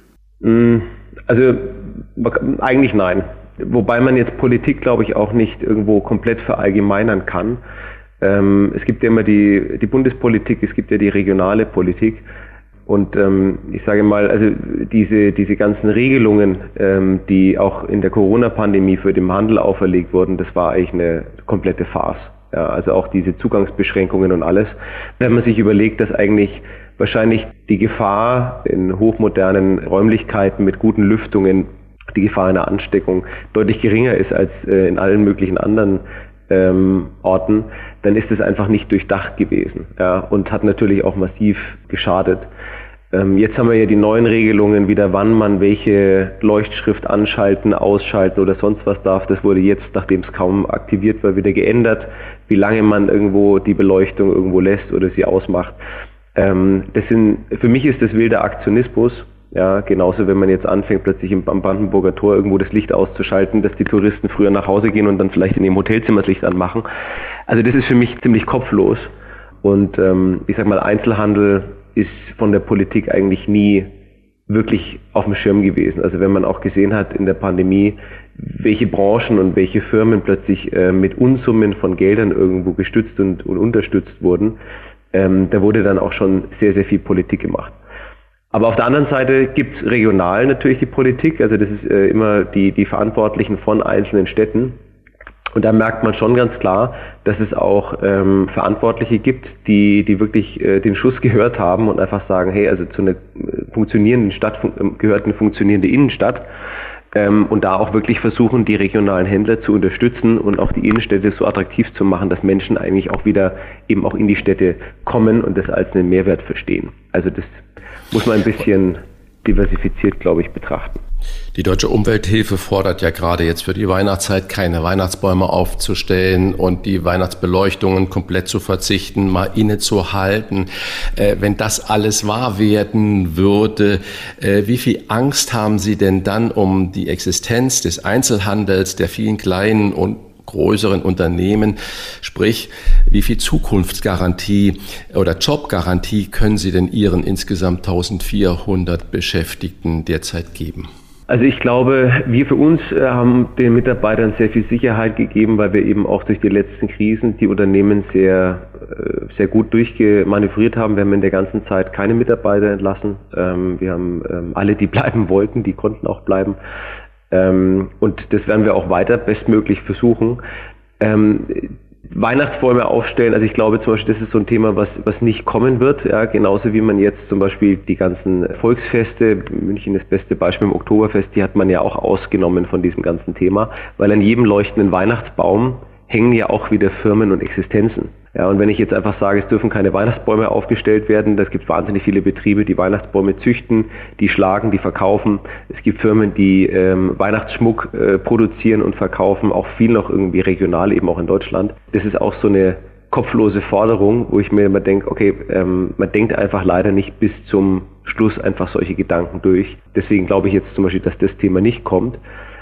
Also eigentlich nein. Wobei man jetzt Politik, glaube ich, auch nicht irgendwo komplett verallgemeinern kann. Ähm, es gibt ja immer die, die Bundespolitik, es gibt ja die regionale Politik. Und ähm, ich sage mal, also diese, diese ganzen Regelungen, ähm, die auch in der Corona-Pandemie für den Handel auferlegt wurden, das war eigentlich eine komplette Farce. Ja, also auch diese Zugangsbeschränkungen und alles. Wenn man sich überlegt, dass eigentlich wahrscheinlich die Gefahr in hochmodernen Räumlichkeiten mit guten Lüftungen, die Gefahr einer Ansteckung deutlich geringer ist als äh, in allen möglichen anderen ähm, Orten, dann ist es einfach nicht durchdacht gewesen, ja, und hat natürlich auch massiv geschadet. Ähm, jetzt haben wir ja die neuen Regelungen wieder, wann man welche Leuchtschrift anschalten, ausschalten oder sonst was darf. Das wurde jetzt, nachdem es kaum aktiviert war, wieder geändert, wie lange man irgendwo die Beleuchtung irgendwo lässt oder sie ausmacht. Ähm, das sind, für mich ist das wilder Aktionismus. Ja, genauso, wenn man jetzt anfängt, plötzlich am Brandenburger Tor irgendwo das Licht auszuschalten, dass die Touristen früher nach Hause gehen und dann vielleicht in ihrem Hotelzimmer das Licht anmachen. Also das ist für mich ziemlich kopflos. Und ähm, ich sag mal, Einzelhandel ist von der Politik eigentlich nie wirklich auf dem Schirm gewesen. Also wenn man auch gesehen hat in der Pandemie, welche Branchen und welche Firmen plötzlich äh, mit Unsummen von Geldern irgendwo gestützt und, und unterstützt wurden, ähm, da wurde dann auch schon sehr, sehr viel Politik gemacht. Aber auf der anderen Seite gibt es regional natürlich die Politik, also das ist äh, immer die, die Verantwortlichen von einzelnen Städten. Und da merkt man schon ganz klar, dass es auch ähm, Verantwortliche gibt, die, die wirklich äh, den Schuss gehört haben und einfach sagen, hey, also zu einer funktionierenden Stadt fun- gehört eine funktionierende Innenstadt. Ähm, und da auch wirklich versuchen, die regionalen Händler zu unterstützen und auch die Innenstädte so attraktiv zu machen, dass Menschen eigentlich auch wieder eben auch in die Städte kommen und das als einen Mehrwert verstehen. Also das muss man ein bisschen diversifiziert, glaube ich, betrachten. Die Deutsche Umwelthilfe fordert ja gerade jetzt für die Weihnachtszeit keine Weihnachtsbäume aufzustellen und die Weihnachtsbeleuchtungen komplett zu verzichten, mal innezuhalten. Äh, wenn das alles wahr werden würde, äh, wie viel Angst haben Sie denn dann um die Existenz des Einzelhandels, der vielen kleinen und größeren Unternehmen, sprich, wie viel Zukunftsgarantie oder Jobgarantie können Sie denn Ihren insgesamt eintausendvierhundert Beschäftigten derzeit geben? Also ich glaube, wir für uns haben den Mitarbeitern sehr viel Sicherheit gegeben, weil wir eben auch durch die letzten Krisen die Unternehmen sehr, sehr gut durchgemanövriert haben. Wir haben in der ganzen Zeit keine Mitarbeiter entlassen. Wir haben alle, die bleiben wollten, die konnten auch bleiben. Und das werden wir auch weiter bestmöglich versuchen. Weihnachtsbäume aufstellen, also ich glaube zum Beispiel, das ist so ein Thema, was was nicht kommen wird, ja, genauso wie man jetzt zum Beispiel die ganzen Volksfeste, München das beste Beispiel im Oktoberfest, die hat man ja auch ausgenommen von diesem ganzen Thema, weil an jedem leuchtenden Weihnachtsbaum hängen ja auch wieder Firmen und Existenzen. Ja, und wenn ich jetzt einfach sage, es dürfen keine Weihnachtsbäume aufgestellt werden, das gibt wahnsinnig viele Betriebe, die Weihnachtsbäume züchten, die schlagen, die verkaufen. Es gibt Firmen, die ähm, Weihnachtsschmuck äh, produzieren und verkaufen, auch viel noch irgendwie regional, eben auch in Deutschland. Das ist auch so eine kopflose Forderung, wo ich mir immer denke, okay, ähm, man denkt einfach leider nicht bis zum Schluss einfach solche Gedanken durch. Deswegen glaube ich jetzt zum Beispiel, dass das Thema nicht kommt.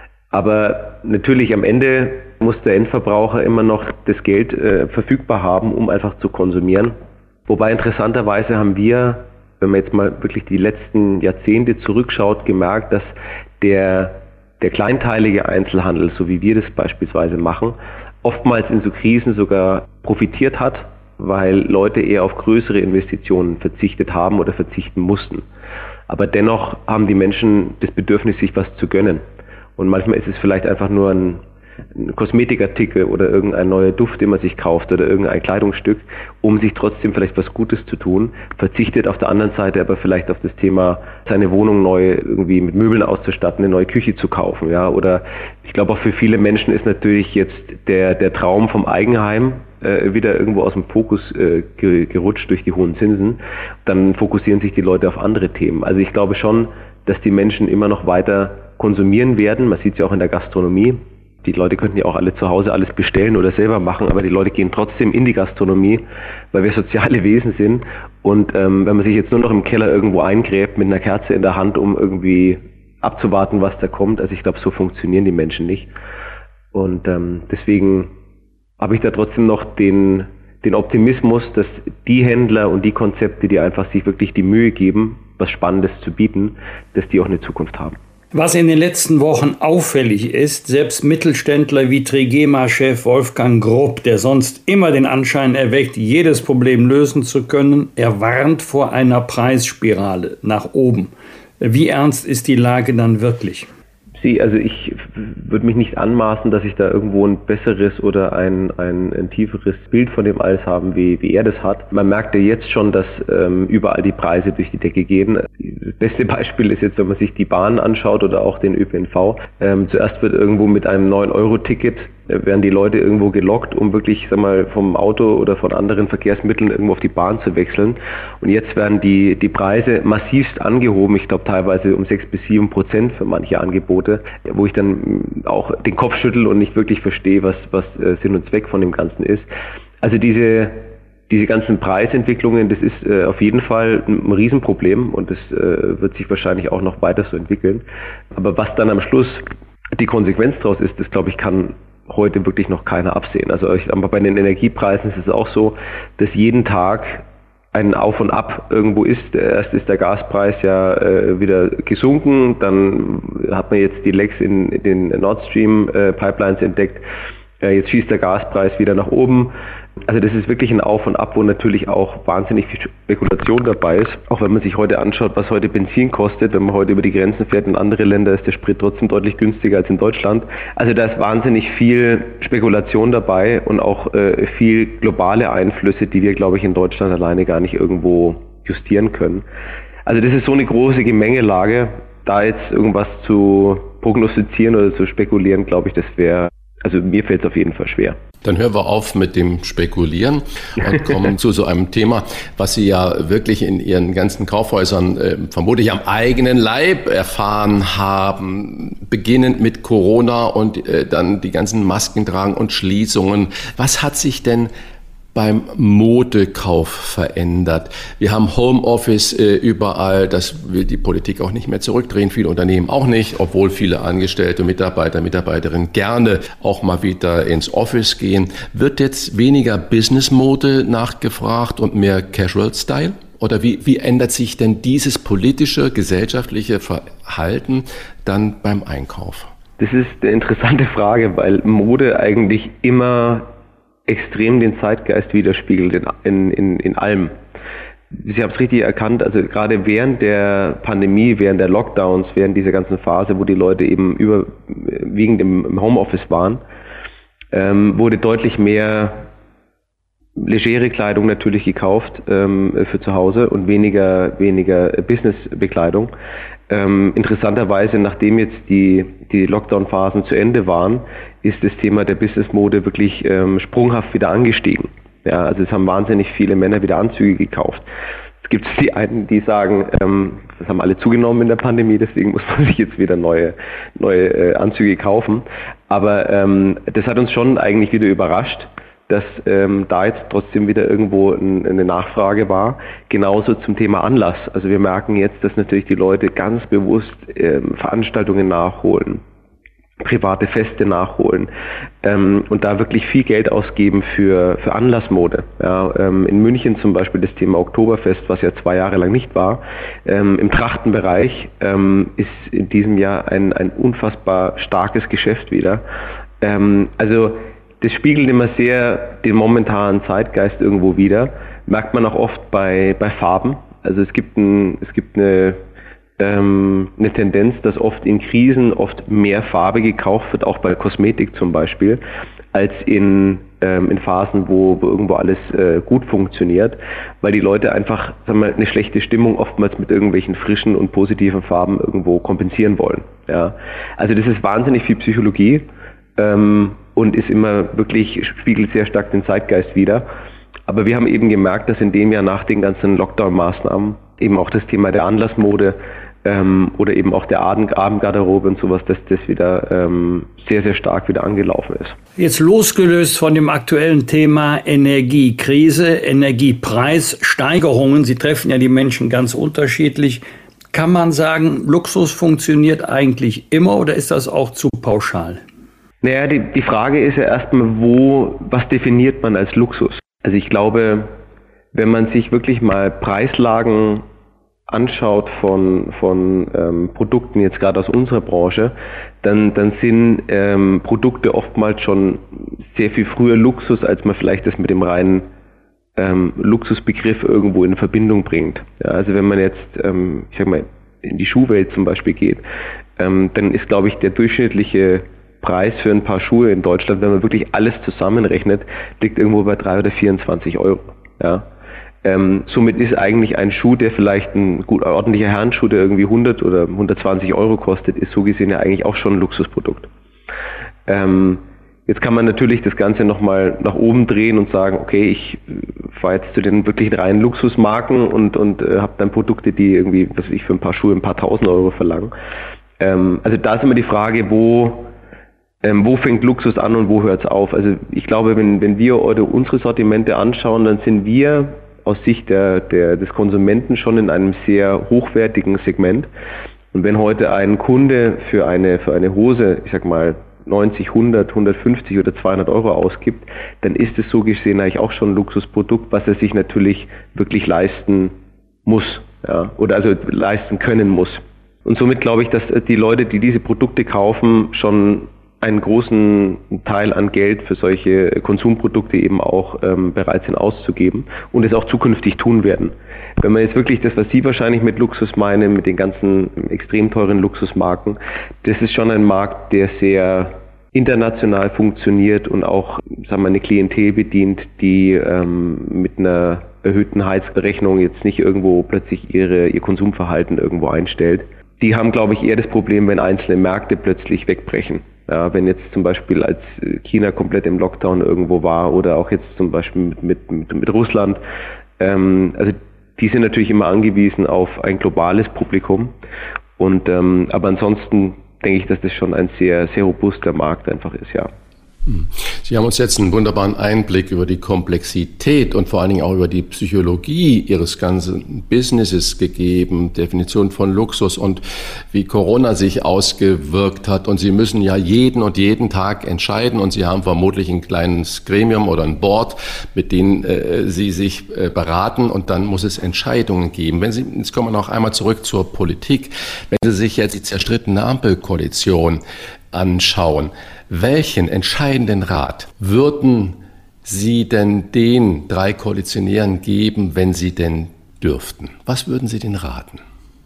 Aber natürlich am Ende muss der Endverbraucher immer noch das Geld äh, verfügbar haben, um einfach zu konsumieren. Wobei interessanterweise haben wir, wenn man jetzt mal wirklich die letzten Jahrzehnte zurückschaut, gemerkt, dass der, der kleinteilige Einzelhandel, so wie wir das beispielsweise machen, oftmals in so Krisen sogar profitiert hat, weil Leute eher auf größere Investitionen verzichtet haben oder verzichten mussten. Aber dennoch haben die Menschen das Bedürfnis, sich was zu gönnen. Und manchmal ist es vielleicht einfach nur ein, ein Kosmetikartikel oder irgendein neuer Duft, den man sich kauft oder irgendein Kleidungsstück, um sich trotzdem vielleicht was Gutes zu tun, verzichtet auf der anderen Seite aber vielleicht auf das Thema, seine Wohnung neu irgendwie mit Möbeln auszustatten, eine neue Küche zu kaufen, ja. Oder ich glaube auch für viele Menschen ist natürlich jetzt der, der Traum vom Eigenheim äh, wieder irgendwo aus dem Fokus äh, gerutscht durch die hohen Zinsen. Dann fokussieren sich die Leute auf andere Themen. Also ich glaube schon, dass die Menschen immer noch weiter konsumieren werden. Man sieht es ja auch in der Gastronomie. Die Leute könnten ja auch alle zu Hause alles bestellen oder selber machen, aber die Leute gehen trotzdem in die Gastronomie, weil wir soziale Wesen sind. Und ähm, wenn man sich jetzt nur noch im Keller irgendwo eingräbt mit einer Kerze in der Hand, um irgendwie abzuwarten, was da kommt, also ich glaube, so funktionieren die Menschen nicht. Und ähm, deswegen habe ich da trotzdem noch den, den Optimismus, dass die Händler und die Konzepte, die einfach sich wirklich die Mühe geben, was Spannendes zu bieten, dass die auch eine Zukunft haben. Was in den letzten Wochen auffällig ist, selbst Mittelständler wie Trigema-Chef Wolfgang Grupp, der sonst immer den Anschein erweckt, jedes Problem lösen zu können, er warnt vor einer Preisspirale nach oben. Wie ernst ist die Lage dann wirklich? Sie, also ich würde mich nicht anmaßen, dass ich da irgendwo ein besseres oder ein, ein, ein tieferes Bild von dem alles haben, wie, wie er das hat. Man merkt ja jetzt schon, dass ähm, überall die Preise durch die Decke gehen. Das beste Beispiel ist jetzt, wenn man sich die Bahn anschaut oder auch den Ö P N V. Ähm, zuerst wird irgendwo mit einem neun Euro Ticket äh, werden die Leute irgendwo gelockt, um wirklich, sag mal, vom Auto oder von anderen Verkehrsmitteln irgendwo auf die Bahn zu wechseln. Und jetzt werden die, die Preise massivst angehoben. Ich glaube teilweise um sechs bis sieben Prozent für manche Angebote, wo ich dann auch den Kopf schüttel und nicht wirklich verstehe, was, was Sinn und Zweck von dem Ganzen ist. Also diese, diese ganzen Preisentwicklungen, das ist äh, auf jeden Fall ein Riesenproblem und das äh, wird sich wahrscheinlich auch noch weiter so entwickeln. Aber was dann am Schluss die Konsequenz daraus ist, das glaube ich kann heute wirklich noch keiner absehen. Also ich, aber bei den Energiepreisen ist es auch so, dass jeden Tag ein Auf und Ab irgendwo ist. Erst ist der Gaspreis ja äh, wieder gesunken, dann hat man jetzt die Lecks in, in den Nord Stream äh, Pipelines entdeckt. Äh, jetzt schießt der Gaspreis wieder nach oben. Also das ist wirklich ein Auf und Ab, wo natürlich auch wahnsinnig viel Spekulation dabei ist. Auch wenn man sich heute anschaut, was heute Benzin kostet, wenn man heute über die Grenzen fährt in andere Länder, ist der Sprit trotzdem deutlich günstiger als in Deutschland. Also da ist wahnsinnig viel Spekulation dabei und auch äh, viel globale Einflüsse, die wir, glaube ich, in Deutschland alleine gar nicht irgendwo justieren können. Also das ist so eine große Gemengelage. Da jetzt irgendwas zu prognostizieren oder zu spekulieren, glaube ich, das wäre, also mir fällt es auf jeden Fall schwer. Dann hören wir auf mit dem Spekulieren und kommen zu so einem Thema, was Sie ja wirklich in Ihren ganzen Kaufhäusern äh, vermutlich am eigenen Leib erfahren haben, beginnend mit Corona und äh, dann die ganzen Masken tragen und Schließungen. Was hat sich denn beim Modekauf verändert? Wir haben Homeoffice äh, überall, das will die Politik auch nicht mehr zurückdrehen, viele Unternehmen auch nicht, obwohl viele Angestellte, Mitarbeiter, Mitarbeiterinnen gerne auch mal wieder ins Office gehen. Wird jetzt weniger Business-Mode nachgefragt und mehr Casual-Style? Oder wie, wie ändert sich denn dieses politische, gesellschaftliche Verhalten dann beim Einkauf? Das ist eine interessante Frage, weil Mode eigentlich immer extrem den Zeitgeist widerspiegelt in, in, in allem. Sie haben es richtig erkannt, also gerade während der Pandemie, während der Lockdowns, während dieser ganzen Phase, wo die Leute eben überwiegend im Homeoffice waren, ähm, wurde deutlich mehr legere Kleidung natürlich gekauft ähm, für zu Hause und weniger, weniger Business-Bekleidung. Ähm, interessanterweise, nachdem jetzt die, die Lockdown-Phasen zu Ende waren, ist das Thema der Business-Mode wirklich ähm, sprunghaft wieder angestiegen. Ja, also es haben wahnsinnig viele Männer wieder Anzüge gekauft. Es gibt die einen, die sagen, ähm, das haben alle zugenommen in der Pandemie, deswegen muss man sich jetzt wieder neue, neue äh, Anzüge kaufen. Aber ähm, das hat uns schon eigentlich wieder überrascht, dass ähm, da jetzt trotzdem wieder irgendwo ein, eine Nachfrage war. Genauso zum Thema Anlass. Also wir merken jetzt, dass natürlich die Leute ganz bewusst ähm, Veranstaltungen nachholen, private Feste nachholen ähm, und da wirklich viel Geld ausgeben für, für Anlassmode. Ja, ähm, in München zum Beispiel das Thema Oktoberfest, was ja zwei Jahre lang nicht war. Ähm, im Trachtenbereich ähm, ist in diesem Jahr ein, ein unfassbar starkes Geschäft wieder. Ähm, also das spiegelt immer sehr den momentanen Zeitgeist irgendwo wider. Merkt man auch oft bei, bei Farben. Also es gibt, ein, es gibt eine, ähm, eine Tendenz, dass oft in Krisen oft mehr Farbe gekauft wird, auch bei Kosmetik zum Beispiel, als in, ähm, in Phasen, wo, wo irgendwo alles äh, gut funktioniert, weil die Leute einfach, sagen wir, eine schlechte Stimmung oftmals mit irgendwelchen frischen und positiven Farben irgendwo kompensieren wollen. Ja. Also das ist wahnsinnig viel Psychologie. Ähm, und ist immer wirklich, spiegelt sehr stark den Zeitgeist wider. Aber wir haben eben gemerkt, dass in dem Jahr nach den ganzen Lockdown-Maßnahmen eben auch das Thema der Anlassmode ähm, oder eben auch der Abend Abendgarderobe und sowas, dass das wieder ähm, sehr, sehr stark wieder angelaufen ist. Jetzt losgelöst von dem aktuellen Thema Energiekrise, Energiepreissteigerungen, sie treffen ja die Menschen ganz unterschiedlich. Kann man sagen, Luxus funktioniert eigentlich immer oder ist das auch zu pauschal? Naja, die, die Frage ist ja erstmal, wo, was definiert man als Luxus? Also ich glaube, wenn man sich wirklich mal Preislagen anschaut von, von ähm, Produkten, jetzt gerade aus unserer Branche, dann, dann sind ähm, Produkte oftmals schon sehr viel früher Luxus, als man vielleicht das mit dem reinen ähm, Luxusbegriff irgendwo in Verbindung bringt. Ja, also wenn man jetzt, ähm, ich sag mal, in die Schuhwelt zum Beispiel geht, ähm, dann ist, glaube ich, der durchschnittliche Preis für ein paar Schuhe in Deutschland, wenn man wirklich alles zusammenrechnet, liegt irgendwo bei drei oder vierundzwanzig Euro. Ja. Ähm, somit ist eigentlich ein Schuh, der vielleicht ein gut ordentlicher Herrenschuh, der irgendwie hundert oder hundertzwanzig Euro kostet, ist so gesehen ja eigentlich auch schon ein Luxusprodukt. Ähm, jetzt kann man natürlich das Ganze nochmal nach oben drehen und sagen, okay, ich fahre jetzt zu den wirklich reinen Luxusmarken und, und äh, habe dann Produkte, die irgendwie, was weiß ich, für ein paar Schuhe ein paar tausend Euro verlangen. Ähm, also da ist immer die Frage, wo Ähm, wo fängt Luxus an und wo hört es auf? Also ich glaube, wenn, wenn wir heute unsere Sortimente anschauen, dann sind wir aus Sicht der, der, des Konsumenten schon in einem sehr hochwertigen Segment. Und wenn heute ein Kunde für eine, für eine Hose, ich sag mal, neunzig, hundert, hundertfünfzig oder zweihundert Euro ausgibt, dann ist es so gesehen eigentlich auch schon ein Luxusprodukt, was er sich natürlich wirklich leisten muss, ja, oder also leisten können muss. Und somit glaube ich, dass die Leute, die diese Produkte kaufen, schon einen großen Teil an Geld für solche Konsumprodukte eben auch ähm, bereit sind auszugeben und es auch zukünftig tun werden. Wenn man jetzt wirklich das, was Sie wahrscheinlich mit Luxus meinen, mit den ganzen extrem teuren Luxusmarken, das ist schon ein Markt, der sehr international funktioniert und auch, sagen wir, eine Klientel bedient, die ähm, mit einer erhöhten Heizrechnung jetzt nicht irgendwo plötzlich ihre, ihr Konsumverhalten irgendwo einstellt. Die haben, glaube ich, eher das Problem, wenn einzelne Märkte plötzlich wegbrechen. Ja, wenn jetzt zum Beispiel als China komplett im Lockdown irgendwo war oder auch jetzt zum Beispiel mit, mit, mit, mit Russland. Ähm, also die sind natürlich immer angewiesen auf ein globales Publikum. Und ähm, aber ansonsten denke ich, dass das schon ein sehr, sehr robuster Markt einfach ist, ja. Sie haben uns jetzt einen wunderbaren Einblick über die Komplexität und vor allen Dingen auch über die Psychologie Ihres ganzen Businesses gegeben, Definition von Luxus und wie Corona sich ausgewirkt hat. Und Sie müssen ja jeden und jeden Tag entscheiden und Sie haben vermutlich ein kleines Gremium oder ein Board, mit denen äh, Sie sich äh, beraten und dann muss es Entscheidungen geben. Wenn Sie, jetzt kommen wir noch einmal zurück zur Politik. Wenn Sie sich jetzt die zerstrittene Ampelkoalition anschauen, welchen entscheidenden Rat würden Sie denn den drei Koalitionären geben, wenn Sie denn dürften? Was würden Sie denen raten?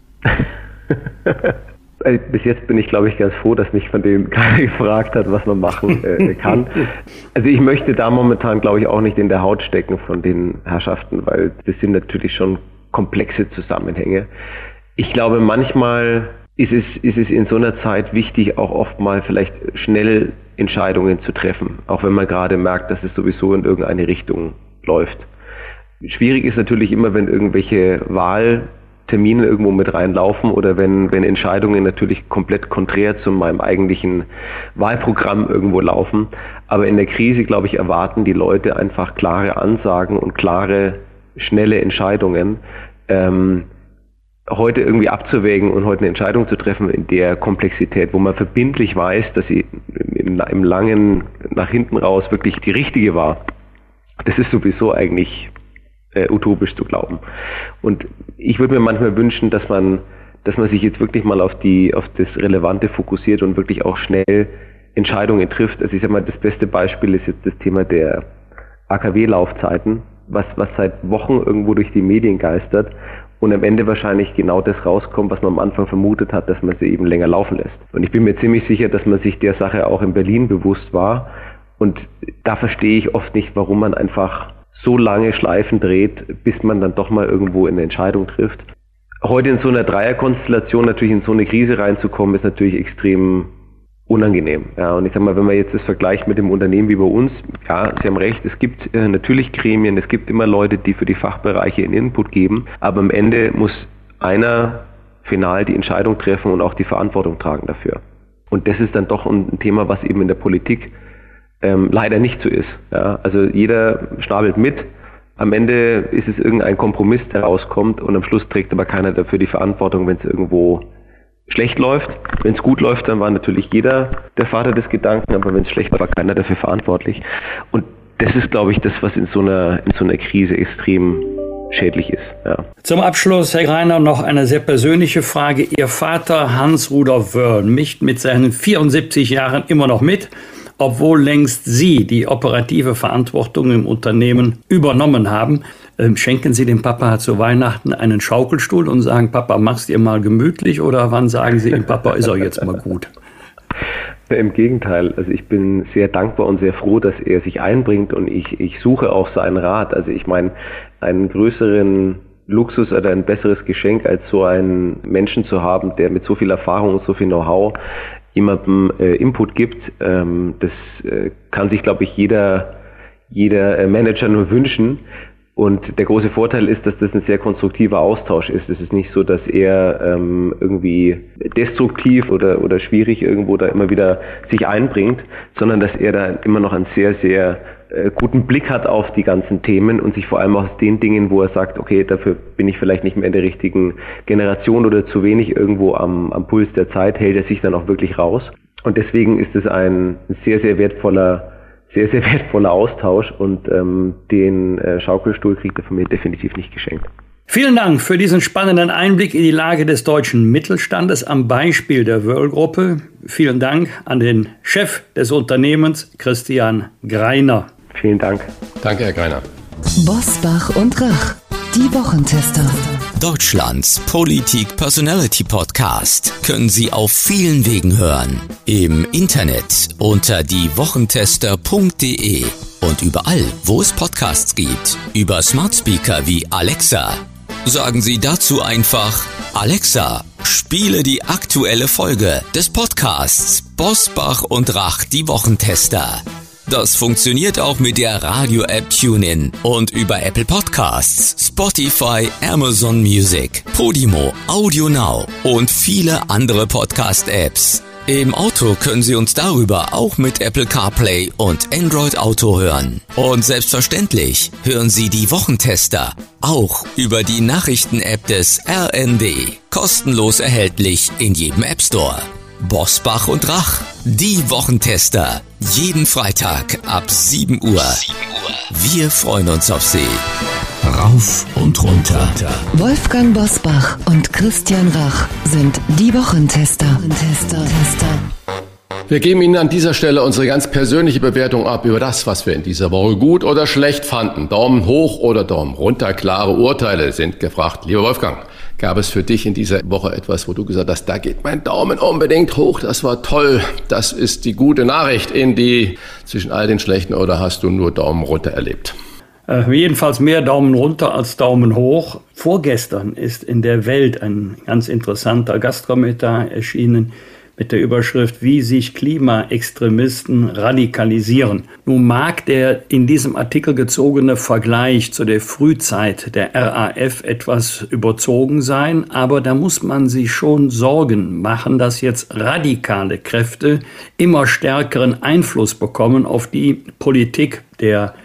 Bis jetzt bin ich, glaube ich, ganz froh, dass mich von dem keiner gefragt hat, was man machen äh, kann. Also ich möchte da momentan, glaube ich, auch nicht in der Haut stecken von den Herrschaften, weil das sind natürlich schon komplexe Zusammenhänge. Ich glaube, manchmal ist es, ist es in so einer Zeit wichtig, auch oft mal vielleicht schnell Entscheidungen zu treffen, auch wenn man gerade merkt, dass es sowieso in irgendeine Richtung läuft. Schwierig ist natürlich immer, wenn irgendwelche Wahltermine irgendwo mit reinlaufen oder wenn, wenn Entscheidungen natürlich komplett konträr zu meinem eigentlichen Wahlprogramm irgendwo laufen. Aber in der Krise, glaube ich, erwarten die Leute einfach klare Ansagen und klare, schnelle Entscheidungen. Ähm, heute irgendwie abzuwägen und heute eine Entscheidung zu treffen in der Komplexität, wo man verbindlich weiß, dass sie im, im langen, nach hinten raus wirklich die richtige war, das ist sowieso eigentlich äh, utopisch zu glauben. Und ich würde mir manchmal wünschen, dass man, dass man sich jetzt wirklich mal auf die, auf das Relevante fokussiert und wirklich auch schnell Entscheidungen trifft. Also ich sag mal, das beste Beispiel ist jetzt das Thema der A K W-Laufzeiten, was, was seit Wochen irgendwo durch die Medien geistert. Und am Ende wahrscheinlich genau das rauskommt, was man am Anfang vermutet hat, dass man sie eben länger laufen lässt. Und ich bin mir ziemlich sicher, dass man sich der Sache auch in Berlin bewusst war. Und da verstehe ich oft nicht, warum man einfach so lange Schleifen dreht, bis man dann doch mal irgendwo eine Entscheidung trifft. Heute in so einer Dreierkonstellation natürlich in so eine Krise reinzukommen, ist natürlich extrem unangenehm. Ja, und ich sag mal, wenn man jetzt das vergleicht mit dem Unternehmen wie bei uns, ja, Sie haben recht, es gibt äh, natürlich Gremien, es gibt immer Leute, die für die Fachbereiche einen Input geben, aber am Ende muss einer final die Entscheidung treffen und auch die Verantwortung tragen dafür. Und das ist dann doch ein Thema, was eben in der Politik ähm, leider nicht so ist. Ja, also jeder schnabelt mit, am Ende ist es irgendein Kompromiss, der rauskommt und am Schluss trägt aber keiner dafür die Verantwortung, wenn es irgendwo schlecht läuft. Wenn es gut läuft, dann war natürlich jeder der Vater des Gedanken, aber wenn es schlecht war, war keiner dafür verantwortlich. Und das ist, glaube ich, das, was in so einer, in so einer Krise extrem schädlich ist. Ja. Zum Abschluss, Herr Greiner, noch eine sehr persönliche Frage. Ihr Vater Hans-Rudolf Wöhrl mischt mit seinen vierundsiebzig Jahren immer noch mit, obwohl längst Sie die operative Verantwortung im Unternehmen übernommen haben. Ähm, schenken Sie dem Papa zu Weihnachten einen Schaukelstuhl und sagen, Papa, mach's dir mal gemütlich, oder wann sagen Sie ihm, Papa, ist auch jetzt mal gut? Ja, im Gegenteil, also ich bin sehr dankbar und sehr froh, dass er sich einbringt und ich, ich suche auch seinen Rat. Also ich meine, einen größeren Luxus oder ein besseres Geschenk als so einen Menschen zu haben, der mit so viel Erfahrung und so viel Know-how jemandem äh, Input gibt, ähm, das äh, kann sich, glaube ich, jeder, jeder Manager nur wünschen. Und der große Vorteil ist, dass das ein sehr konstruktiver Austausch ist. Es ist nicht so, dass er ähm, irgendwie destruktiv oder oder schwierig irgendwo da immer wieder sich einbringt, sondern dass er da immer noch einen sehr, sehr äh, guten Blick hat auf die ganzen Themen und sich vor allem aus den Dingen, wo er sagt, okay, dafür bin ich vielleicht nicht mehr in der richtigen Generation oder zu wenig irgendwo am, am Puls der Zeit, hält er sich dann auch wirklich raus. Und deswegen ist es ein sehr, sehr wertvoller Sehr, sehr wertvoller Austausch und ähm, den äh, Schaukelstuhl kriegt er von mir definitiv nicht geschenkt. Vielen Dank für diesen spannenden Einblick in die Lage des deutschen Mittelstandes am Beispiel der Wöhrl-Gruppe. Vielen Dank an den Chef des Unternehmens, Christian Greiner. Vielen Dank. Danke, Herr Greiner. Bosbach und Rach, die Wochentester. Deutschlands Politik-Personality-Podcast können Sie auf vielen Wegen hören. Im Internet unter die wochentester punkt de und überall, wo es Podcasts gibt. Über Smart Speaker wie Alexa. Sagen Sie dazu einfach: Alexa, spiele die aktuelle Folge des Podcasts Bosbach und Rach, die Wochentester. Das funktioniert auch mit der Radio-App TuneIn und über Apple Podcasts, Spotify, Amazon Music, Podimo, Audio Now und viele andere Podcast-Apps. Im Auto können Sie uns darüber auch mit Apple CarPlay und Android Auto hören. Und selbstverständlich hören Sie die Wochentester auch über die Nachrichten-App des R N D. Kostenlos erhältlich in jedem App Store. Bosbach und Rach, die Wochentester. Jeden Freitag ab sieben Uhr. Wir freuen uns auf Sie. Rauf und runter. Wolfgang Bosbach und Christian Rach sind die Wochentester. Tester, Tester. Wir geben Ihnen an dieser Stelle unsere ganz persönliche Bewertung ab über das, was wir in dieser Woche gut oder schlecht fanden. Daumen hoch oder Daumen runter, klare Urteile sind gefragt. Lieber Wolfgang, gab es für dich in dieser Woche etwas, wo du gesagt hast, da geht mein Daumen unbedingt hoch, das war toll, das ist die gute Nachricht in die zwischen all den schlechten, oder hast du nur Daumen runter erlebt? Äh, jedenfalls mehr Daumen runter als Daumen hoch. Vorgestern ist in der Welt ein ganz interessanter Gastkommentar erschienen mit der Überschrift, wie sich Klimaextremisten radikalisieren. Nun mag der in diesem Artikel gezogene Vergleich zu der Frühzeit der R A F etwas überzogen sein, aber da muss man sich schon Sorgen machen, dass jetzt radikale Kräfte immer stärkeren Einfluss bekommen auf die Politik der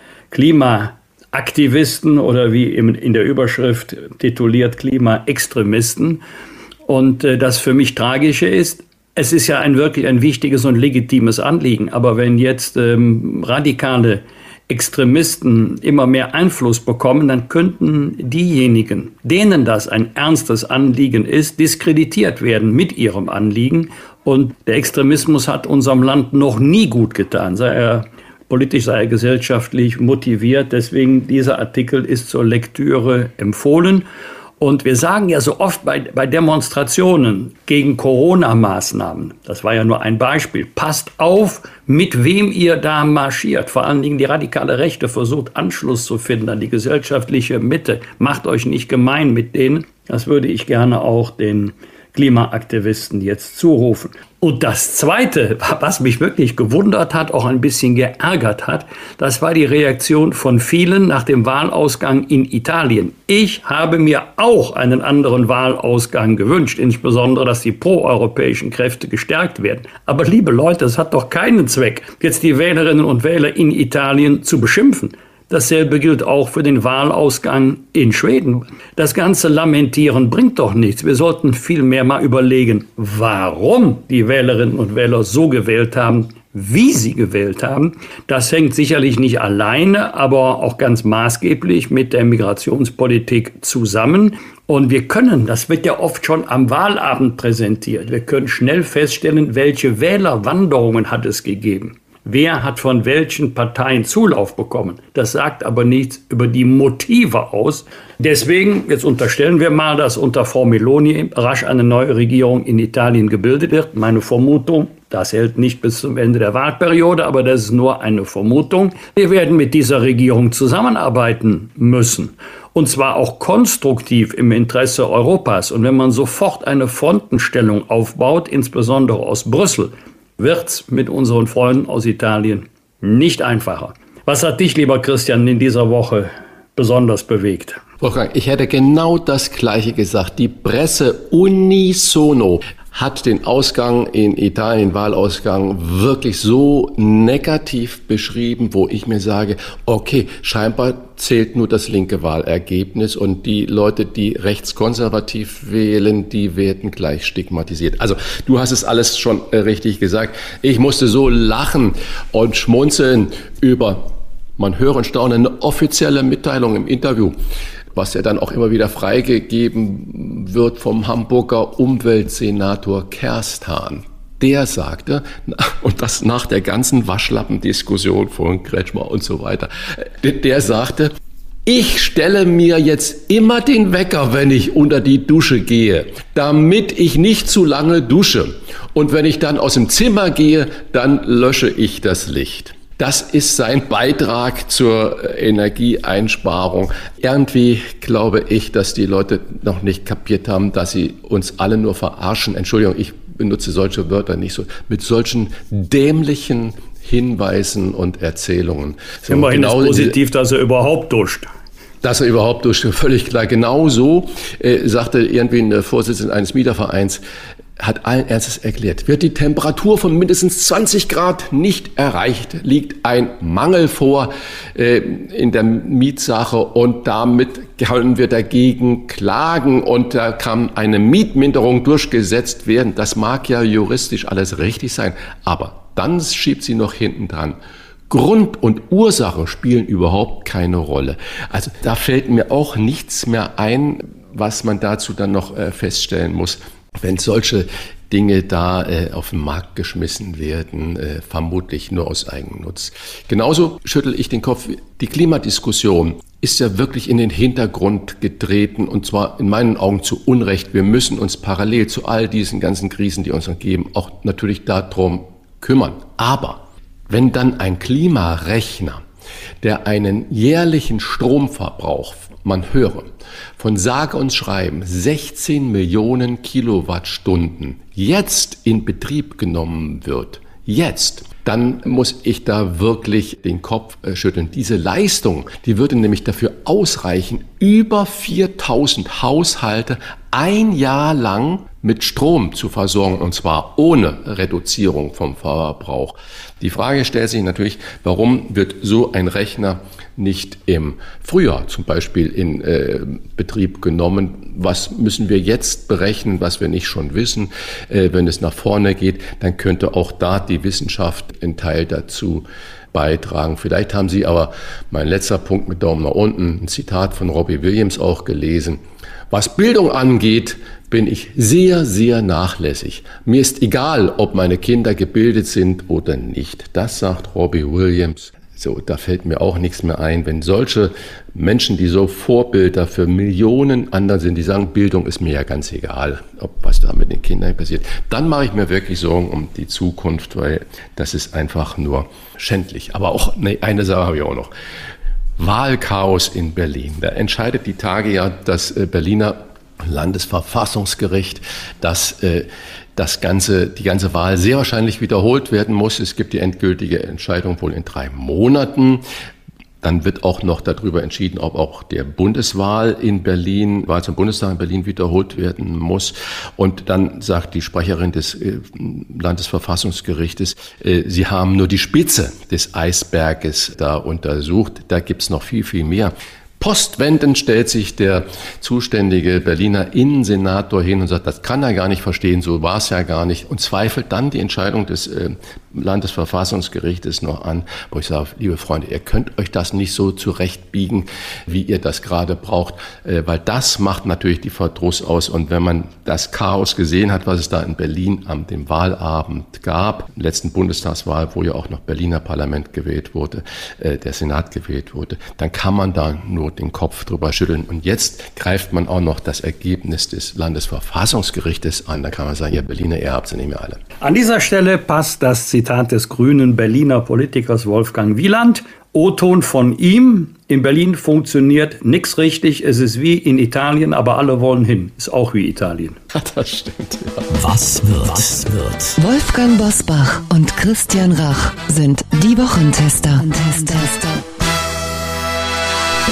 Klimaaktivisten oder wie in der Überschrift tituliert Klimaextremisten. Und äh, das für mich Tragische ist, es ist ja ein wirklich ein wichtiges und legitimes Anliegen, aber wenn jetzt ähm, radikale Extremisten immer mehr Einfluss bekommen, dann könnten diejenigen, denen das ein ernstes Anliegen ist, diskreditiert werden mit ihrem Anliegen. Und der Extremismus hat unserem Land noch nie gut getan, sei er politisch, sei er gesellschaftlich motiviert. Deswegen dieser Artikel ist zur Lektüre empfohlen. Und wir sagen ja so oft bei, bei Demonstrationen gegen Corona-Maßnahmen, das war ja nur ein Beispiel, passt auf, mit wem ihr da marschiert. Vor allen Dingen die radikale Rechte versucht, Anschluss zu finden an die gesellschaftliche Mitte. Macht euch nicht gemein mit denen. Das würde ich gerne auch den Klimaaktivisten jetzt zurufen. Und das Zweite, was mich wirklich gewundert hat, auch ein bisschen geärgert hat, das war die Reaktion von vielen nach dem Wahlausgang in Italien. Ich habe mir auch einen anderen Wahlausgang gewünscht, insbesondere, dass die proeuropäischen Kräfte gestärkt werden. Aber liebe Leute, es hat doch keinen Zweck, jetzt die Wählerinnen und Wähler in Italien zu beschimpfen. Dasselbe gilt auch für den Wahlausgang in Schweden. Das ganze Lamentieren bringt doch nichts. Wir sollten vielmehr mal überlegen, warum die Wählerinnen und Wähler so gewählt haben, wie sie gewählt haben. Das hängt sicherlich nicht alleine, aber auch ganz maßgeblich mit der Migrationspolitik zusammen. Und wir können, das wird ja oft schon am Wahlabend präsentiert, wir können schnell feststellen, welche Wählerwanderungen hat es gegeben. Wer hat von welchen Parteien Zulauf bekommen? Das sagt aber nichts über die Motive aus. Deswegen, jetzt unterstellen wir mal, dass unter Frau Meloni rasch eine neue Regierung in Italien gebildet wird. Meine Vermutung, das hält nicht bis zum Ende der Wahlperiode, aber das ist nur eine Vermutung. Wir werden mit dieser Regierung zusammenarbeiten müssen. Und zwar auch konstruktiv im Interesse Europas. Und wenn man sofort eine Frontenstellung aufbaut, insbesondere aus Brüssel, wird's mit unseren Freunden aus Italien nicht einfacher. Was hat dich, lieber Christian, in dieser Woche besonders bewegt? Wolfgang, ich hätte genau das Gleiche gesagt. Die Presse unisono hat den Ausgang in Italien, den Wahlausgang, wirklich so negativ beschrieben, wo ich mir sage, okay, scheinbar zählt nur das linke Wahlergebnis und die Leute, die rechtskonservativ wählen, die werden gleich stigmatisiert. Also du hast es alles schon äh, richtig gesagt. Ich musste so lachen und schmunzeln über, man höre und staune, eine offizielle Mitteilung im Interview, was ja dann auch immer wieder freigegeben wird vom Hamburger Umweltsenator Kerstan. Der sagte, und das nach der ganzen Waschlappendiskussion von Kretschmer und so weiter, der sagte, ich stelle mir jetzt immer den Wecker, wenn ich unter die Dusche gehe, damit ich nicht zu lange dusche. Und wenn ich dann aus dem Zimmer gehe, dann lösche ich das Licht. Das ist sein Beitrag zur Energieeinsparung. Irgendwie glaube ich, dass die Leute noch nicht kapiert haben, dass sie uns alle nur verarschen. Entschuldigung, ich benutze solche Wörter nicht so. Mit solchen dämlichen Hinweisen und Erzählungen. So, immerhin genau ist positiv, dass er überhaupt duscht. Dass er überhaupt duscht, völlig klar. Genauso äh, sagte irgendwie ein Vorsitzender eines Mietervereins, hat allen Ernstes erklärt, wird die Temperatur von mindestens zwanzig Grad nicht erreicht, liegt ein Mangel vor äh, in der Mietsache und damit können wir dagegen klagen und da kann eine Mietminderung durchgesetzt werden. Das mag ja juristisch alles richtig sein, aber dann schiebt sie noch hinten dran. Grund und Ursache spielen überhaupt keine Rolle. Also da fällt mir auch nichts mehr ein, was man dazu dann noch äh, feststellen muss. Wenn solche Dinge da äh, auf den Markt geschmissen werden, äh, vermutlich nur aus Eigennutz. Genauso schüttel ich den Kopf. Die Klimadiskussion ist ja wirklich in den Hintergrund getreten und zwar in meinen Augen zu Unrecht. Wir müssen uns parallel zu all diesen ganzen Krisen, die uns umgeben, auch natürlich darum kümmern. Aber wenn dann ein Klimarechner, der einen jährlichen Stromverbrauch, man höre, von sage und schreiben sechzehn Millionen Kilowattstunden jetzt in Betrieb genommen wird, jetzt, dann muss ich da wirklich den Kopf schütteln. Diese Leistung, die würde nämlich dafür ausreichen, über viertausend Haushalte ein Jahr lang mit Strom zu versorgen, und zwar ohne Reduzierung vom Verbrauch. Die Frage stellt sich natürlich, warum wird so ein Rechner nicht im Frühjahr zum Beispiel in äh, Betrieb genommen? Was müssen wir jetzt berechnen, was wir nicht schon wissen? Äh, wenn es nach vorne geht, dann könnte auch da die Wissenschaft einen Teil dazu beitragen. Vielleicht haben Sie aber, mein letzter Punkt mit Daumen nach unten, ein Zitat von Robbie Williams auch gelesen. Was Bildung angeht, bin ich sehr, sehr nachlässig. Mir ist egal, ob meine Kinder gebildet sind oder nicht. Das sagt Robbie Williams. So, da fällt mir auch nichts mehr ein. Wenn solche Menschen, die so Vorbilder für Millionen anderen sind, die sagen, Bildung ist mir ja ganz egal, ob was da mit den Kindern passiert, dann mache ich mir wirklich Sorgen um die Zukunft, weil das ist einfach nur schändlich. Aber auch, nee, eine Sache habe ich auch noch. Wahlchaos in Berlin. Da entscheidet die Tage ja das Berliner Landesverfassungsgericht, dass äh, das ganze, die ganze Wahl sehr wahrscheinlich wiederholt werden muss. Es gibt die endgültige Entscheidung wohl in drei Monaten. Dann wird auch noch darüber entschieden, ob auch der Bundeswahl in Berlin, Wahl zum Bundestag in Berlin wiederholt werden muss. Und dann sagt die Sprecherin des äh, Landesverfassungsgerichtes, äh, sie haben nur die Spitze des Eisberges da untersucht. Da gibt's noch viel, viel mehr. Postwendend stellt sich der zuständige Berliner Innensenator hin und sagt, das kann er gar nicht verstehen, so war es ja gar nicht, und zweifelt dann die Entscheidung des äh, Landesverfassungsgerichtes noch an, wo ich sage, liebe Freunde, ihr könnt euch das nicht so zurechtbiegen, wie ihr das gerade braucht, äh, weil das macht natürlich die Verdruss aus. Und wenn man das Chaos gesehen hat, was es da in Berlin am dem Wahlabend gab, letzten Bundestagswahl, wo ja auch noch Berliner Parlament gewählt wurde, äh, der Senat gewählt wurde, dann kann man da nur den Kopf drüber schütteln. Und jetzt greift man auch noch das Ergebnis des Landesverfassungsgerichtes an. Da kann man sagen, ihr Berliner, ihr habt sie nicht mehr alle. An dieser Stelle passt das Zitat des grünen Berliner Politikers Wolfgang Wieland. O-Ton von ihm: In Berlin funktioniert nichts richtig. Es ist wie in Italien, aber alle wollen hin. Ist auch wie Italien. Das stimmt, ja. Was wird? Was wird? Wolfgang Bosbach und Christian Rach sind die Wochentester.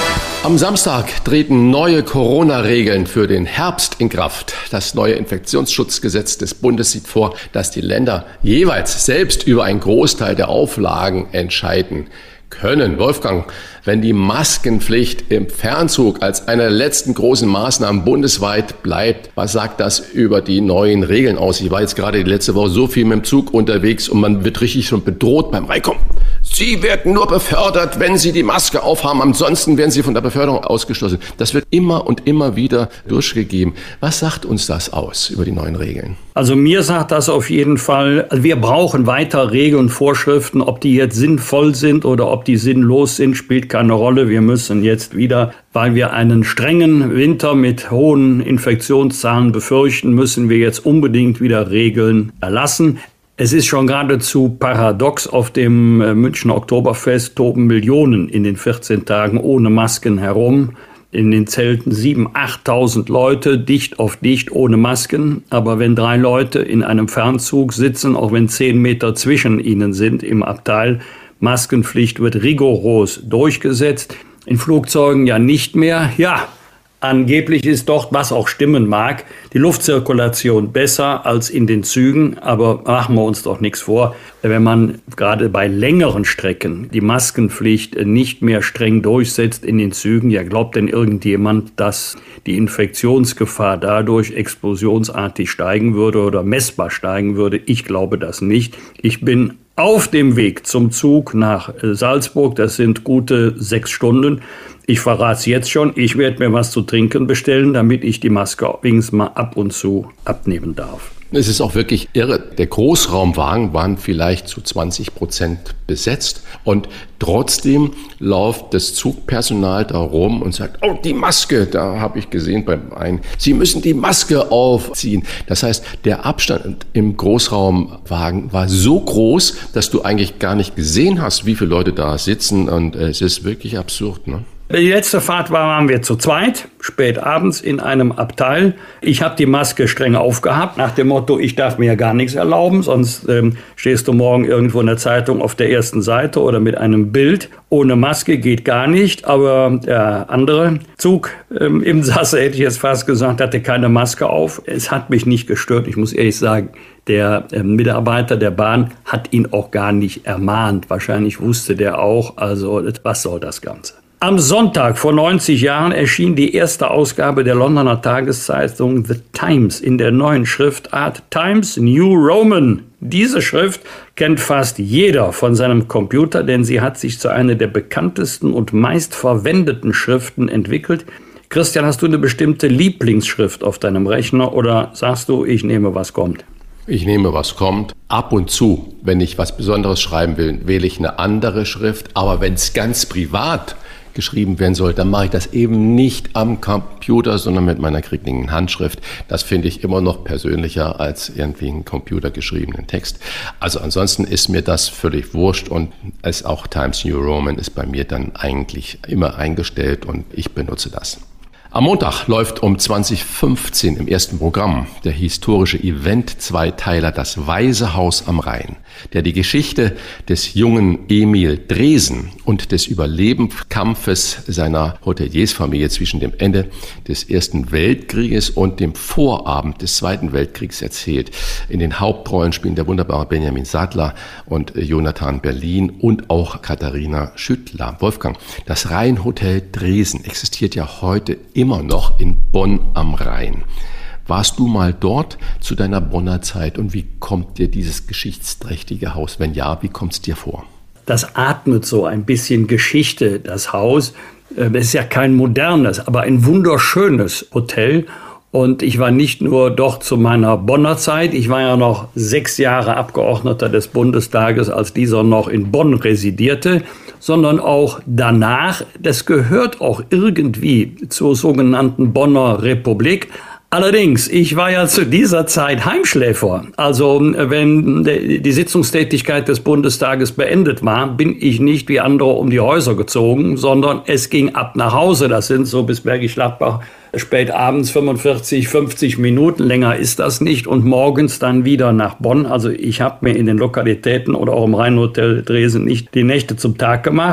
Am Samstag treten neue Corona-Regeln für den Herbst in Kraft. Das neue Infektionsschutzgesetz des Bundes sieht vor, dass die Länder jeweils selbst über einen Großteil der Auflagen entscheiden können. Wolfgang, wenn die Maskenpflicht im Fernzug als eine der letzten großen Maßnahmen bundesweit bleibt, was sagt das über die neuen Regeln aus? Ich war jetzt gerade die letzte Woche so viel mit dem Zug unterwegs und man wird richtig schon bedroht beim Reinkommen. Sie werden nur befördert, wenn Sie die Maske aufhaben. Ansonsten werden Sie von der Beförderung ausgeschlossen. Das wird immer und immer wieder durchgegeben. Was sagt uns das aus über die neuen Regeln? Also mir sagt das auf jeden Fall, wir brauchen weiter Regeln und Vorschriften. Ob die jetzt sinnvoll sind oder ob die sinnlos sind, spielt keine Rolle. Wir müssen jetzt wieder, weil wir einen strengen Winter mit hohen Infektionszahlen befürchten, müssen wir jetzt unbedingt wieder Regeln erlassen. Es ist schon geradezu paradox, auf dem Münchner Oktoberfest toben Millionen in den vierzehn Tagen ohne Masken herum. In den Zelten siebentausend, achttausend Leute, dicht auf dicht, ohne Masken. Aber wenn drei Leute in einem Fernzug sitzen, auch wenn zehn Meter zwischen ihnen sind im Abteil, Maskenpflicht wird rigoros durchgesetzt. In Flugzeugen ja nicht mehr. Ja, angeblich ist dort, was auch stimmen mag, die Luftzirkulation besser als in den Zügen. Aber machen wir uns doch nichts vor. Wenn man gerade bei längeren Strecken die Maskenpflicht nicht mehr streng durchsetzt in den Zügen, ja, glaubt denn irgendjemand, dass die Infektionsgefahr dadurch explosionsartig steigen würde oder messbar steigen würde? Ich glaube das nicht. Ich bin auf dem Weg zum Zug nach Salzburg. Das sind gute sechs Stunden. Ich verrate es jetzt schon, ich werde mir was zu trinken bestellen, damit ich die Maske wenigstens mal ab und zu abnehmen darf. Es ist auch wirklich irre. Der Großraumwagen waren vielleicht zu zwanzig Prozent besetzt und trotzdem läuft das Zugpersonal da rum und sagt, oh, die Maske, da habe ich gesehen beim einen, Sie müssen die Maske aufziehen. Das heißt, der Abstand im Großraumwagen war so groß, dass du eigentlich gar nicht gesehen hast, wie viele Leute da sitzen und es ist wirklich absurd, ne? Die letzte Fahrt war, waren wir zu zweit, spät abends in einem Abteil. Ich habe die Maske streng aufgehabt, nach dem Motto, ich darf mir ja gar nichts erlauben, sonst ähm, stehst du morgen irgendwo in der Zeitung auf der ersten Seite oder mit einem Bild. Ohne Maske geht gar nicht, aber der andere Zug ähm, im Sasse, hätte ich jetzt fast gesagt, hatte keine Maske auf. Es hat mich nicht gestört, ich muss ehrlich sagen. Der äh, Mitarbeiter der Bahn hat ihn auch gar nicht ermahnt. Wahrscheinlich wusste der auch, also was soll das Ganze? Am Sonntag vor neunzig Jahren erschien die erste Ausgabe der Londoner Tageszeitung The Times in der neuen Schriftart Times New Roman. Diese Schrift kennt fast jeder von seinem Computer, denn sie hat sich zu einer der bekanntesten und meistverwendeten Schriften entwickelt. Christian, hast du eine bestimmte Lieblingsschrift auf deinem Rechner oder sagst du, ich nehme, was kommt? Ich nehme, was kommt. Ab und zu, wenn ich was Besonderes schreiben will, wähle ich eine andere Schrift. Aber wenn es ganz privat geschrieben werden soll, dann mache ich das eben nicht am Computer, sondern mit meiner krieglichen Handschrift. Das finde ich immer noch persönlicher als irgendwie einen computergeschriebenen Text. Also ansonsten ist mir das völlig wurscht und es auch Times New Roman ist bei mir dann eigentlich immer eingestellt und ich benutze das. Am Montag läuft um zwanzig fünfzehn im ersten Programm der historische Event-Zweiteiler Das Weiße Haus am Rhein, der die Geschichte des jungen Emil Dresen und des Überlebenskampfes seiner Hoteliersfamilie zwischen dem Ende des Ersten Weltkrieges und dem Vorabend des Zweiten Weltkriegs erzählt. In den Hauptrollen spielen der wunderbare Benjamin Sattler und Jonathan Berlin und auch Katharina Schüttler. Wolfgang, das Rheinhotel Dresen existiert ja heute immer noch in Bonn am Rhein. Warst du mal dort zu deiner Bonner Zeit und wie kommt dir dieses geschichtsträchtige Haus? Wenn ja, wie kommt es dir vor? Das atmet so ein bisschen Geschichte, das Haus. Es ist ja kein modernes, aber ein wunderschönes Hotel. Und ich war nicht nur dort zu meiner Bonner Zeit, ich war ja noch sechs Jahre Abgeordneter des Bundestages, als dieser noch in Bonn residierte, sondern auch danach. Das gehört auch irgendwie zur sogenannten Bonner Republik. Allerdings, ich war ja zu dieser Zeit Heimschläfer. Also wenn die Sitzungstätigkeit des Bundestages beendet war, bin ich nicht wie andere um die Häuser gezogen, sondern es ging ab nach Hause. Das sind so bis Bergisch Gladbach spät abends fünfundvierzig, fünfzig Minuten, länger ist das nicht. Und morgens dann wieder nach Bonn. Also ich habe mir in den Lokalitäten oder auch im Rheinhotel Dresen nicht die Nächte zum Tag gemacht.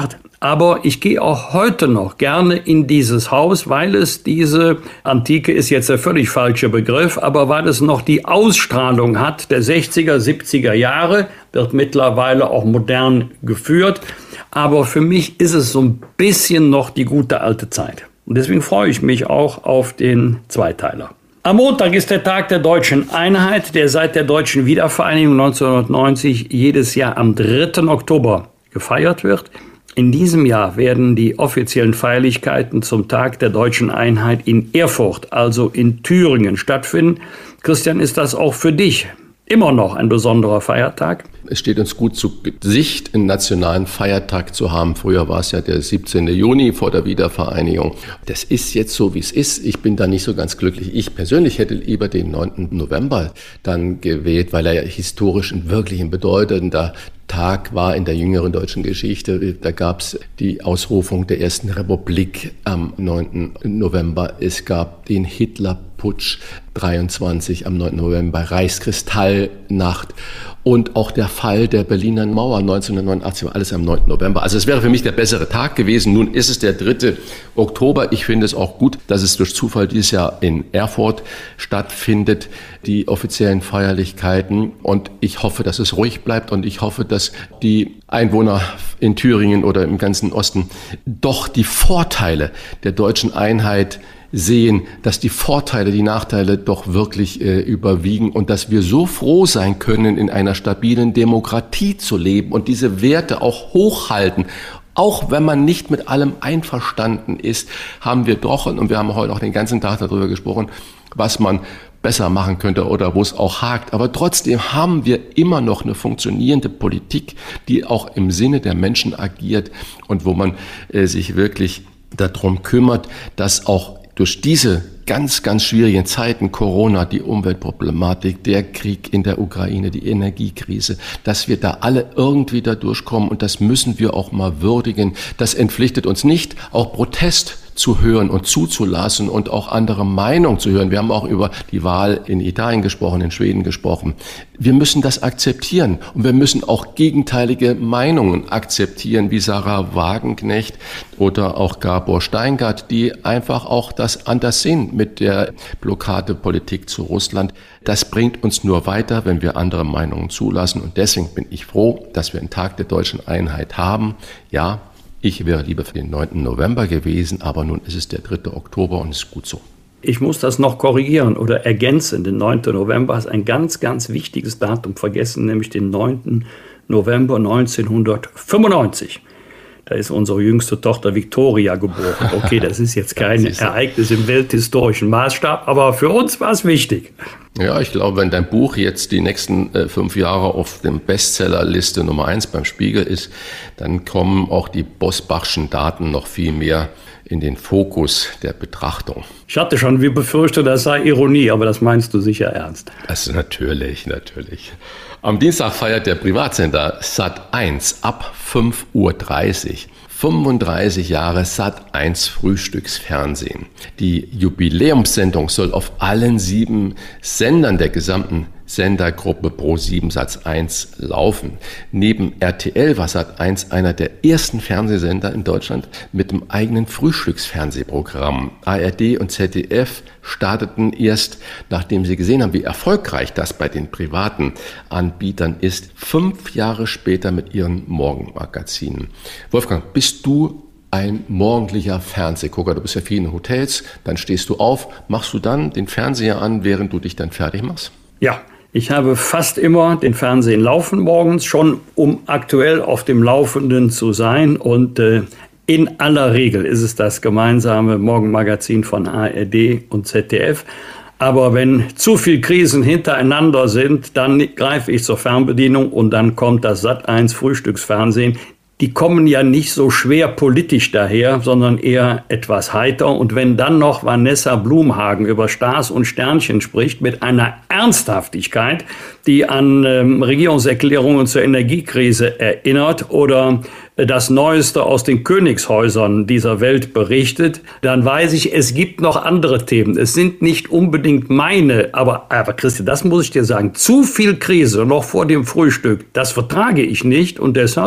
Aber ich gehe auch heute noch gerne in dieses Haus, weil es diese, Antike ist jetzt der völlig falsche Begriff, aber weil es noch die Ausstrahlung hat der sechziger, siebziger Jahre, wird mittlerweile auch modern geführt. Aber für mich ist es so ein bisschen noch die gute alte Zeit. Und deswegen freue ich mich auch auf den Zweiteiler. Am Montag ist der Tag der Deutschen Einheit, der seit der deutschen Wiedervereinigung neunzehnhundertneunzig jedes Jahr am dritten Oktober gefeiert wird. In diesem Jahr werden die offiziellen Feierlichkeiten zum Tag der Deutschen Einheit in Erfurt, also in Thüringen, stattfinden. Christian, ist das auch für dich immer noch ein besonderer Feiertag? Es steht uns gut zu Gesicht, einen nationalen Feiertag zu haben. Früher war es ja der siebzehnten Juni vor der Wiedervereinigung. Das ist jetzt so, wie es ist. Ich bin da nicht so ganz glücklich. Ich persönlich hätte lieber den neunten November dann gewählt, weil er ja historisch ein wirklich ein bedeutender Tag war in der jüngeren deutschen Geschichte. Da gab es die Ausrufung der ersten Republik am neunten November. Es gab den Hitlerputsch dreiundzwanzig am neunten November, Reichskristallnacht und auch der Fall der Berliner Mauer neunzehnhundertneunundachtzig war alles am neunten November. Also es wäre für mich der bessere Tag gewesen. Nun ist es der dritte Oktober. Ich finde es auch gut, dass es durch Zufall dieses Jahr in Erfurt stattfindet, die offiziellen Feierlichkeiten. Und ich hoffe, dass es ruhig bleibt und ich hoffe, dass die Einwohner in Thüringen oder im ganzen Osten doch die Vorteile der deutschen Einheit sehen, dass die Vorteile, die Nachteile doch wirklich äh, überwiegen und dass wir so froh sein können, in einer stabilen Demokratie zu leben und diese Werte auch hochhalten. Auch wenn man nicht mit allem einverstanden ist, haben wir doch, und wir haben heute auch den ganzen Tag darüber gesprochen, was man besser machen könnte oder wo es auch hakt. Aber trotzdem haben wir immer noch eine funktionierende Politik, die auch im Sinne der Menschen agiert und wo man äh, sich wirklich darum kümmert, dass auch durch diese ganz, ganz schwierigen Zeiten, Corona, die Umweltproblematik, der Krieg in der Ukraine, die Energiekrise, dass wir da alle irgendwie da durchkommen und das müssen wir auch mal würdigen. Das entpflichtet uns nicht, auch Protest zu hören und zuzulassen und auch andere Meinungen zu hören. Wir haben auch über die Wahl in Italien gesprochen, in Schweden gesprochen. Wir müssen das akzeptieren und wir müssen auch gegenteilige Meinungen akzeptieren, wie Sarah Wagenknecht oder auch Gabor Steingart, die einfach auch das anders sehen mit der Blockadepolitik zu Russland. Das bringt uns nur weiter, wenn wir andere Meinungen zulassen und deswegen bin ich froh, dass wir einen Tag der deutschen Einheit haben. Ja, ich wäre lieber für den neunten November gewesen, aber nun ist es der dritte Oktober und ist gut so. Ich muss das noch korrigieren oder ergänzen. Der neunte November ist ein ganz, ganz wichtiges Datum vergessen, nämlich den neunten November neunzehnhundertfünfundneunzig. Da ist unsere jüngste Tochter Victoria geboren. Okay, das ist jetzt kein Ereignis im welthistorischen Maßstab, aber für uns war es wichtig. Ja, ich glaube, wenn dein Buch jetzt die nächsten äh, fünf Jahre auf dem Bestsellerliste Nummer eins beim Spiegel ist, dann kommen auch die Bosbachschen Daten noch viel mehr in den Fokus der Betrachtung. Ich hatte schon wie befürchtet, das sei Ironie, aber das meinst du sicher ernst. Also natürlich, natürlich. Am Dienstag feiert der Privatsender Sat eins ab fünf Uhr dreißig. fünfunddreißig Jahre Sat eins Frühstücksfernsehen. Die Jubiläumssendung soll auf allen sieben Sendern der gesamten Sendergruppe Pro sieben Sat eins laufen. Neben R T L war Sat eins einer der ersten Fernsehsender in Deutschland mit einem eigenen Frühstücksfernsehprogramm. A R D und Z D F starteten erst, nachdem sie gesehen haben, wie erfolgreich das bei den privaten Anbietern ist, fünf Jahre später mit ihren Morgenmagazinen. Wolfgang, bist du ein morgendlicher Fernsehgucker? Du bist ja viel in Hotels, dann stehst du auf, machst du dann den Fernseher an, während du dich dann fertig machst? Ja. Ich habe fast immer den Fernsehen laufen morgens, schon um aktuell auf dem Laufenden zu sein. Und äh, in aller Regel ist es das gemeinsame Morgenmagazin von A R D und Z D F. Aber wenn zu viele Krisen hintereinander sind, dann greife ich zur Fernbedienung und dann kommt das Sat eins Frühstücksfernsehen. Die kommen ja nicht so schwer politisch daher, sondern eher etwas heiter. Und wenn dann noch Vanessa Blumhagen über Stars und Sternchen spricht, mit einer Ernsthaftigkeit, die an ähm, Regierungserklärungen zur Energiekrise erinnert oder das Neueste aus den Königshäusern dieser Welt berichtet, dann weiß ich, es gibt noch andere Themen. Es sind nicht unbedingt meine, aber, aber Christi, das muss ich dir sagen, zu viel Krise noch vor dem Frühstück, das vertrage ich nicht und deshalb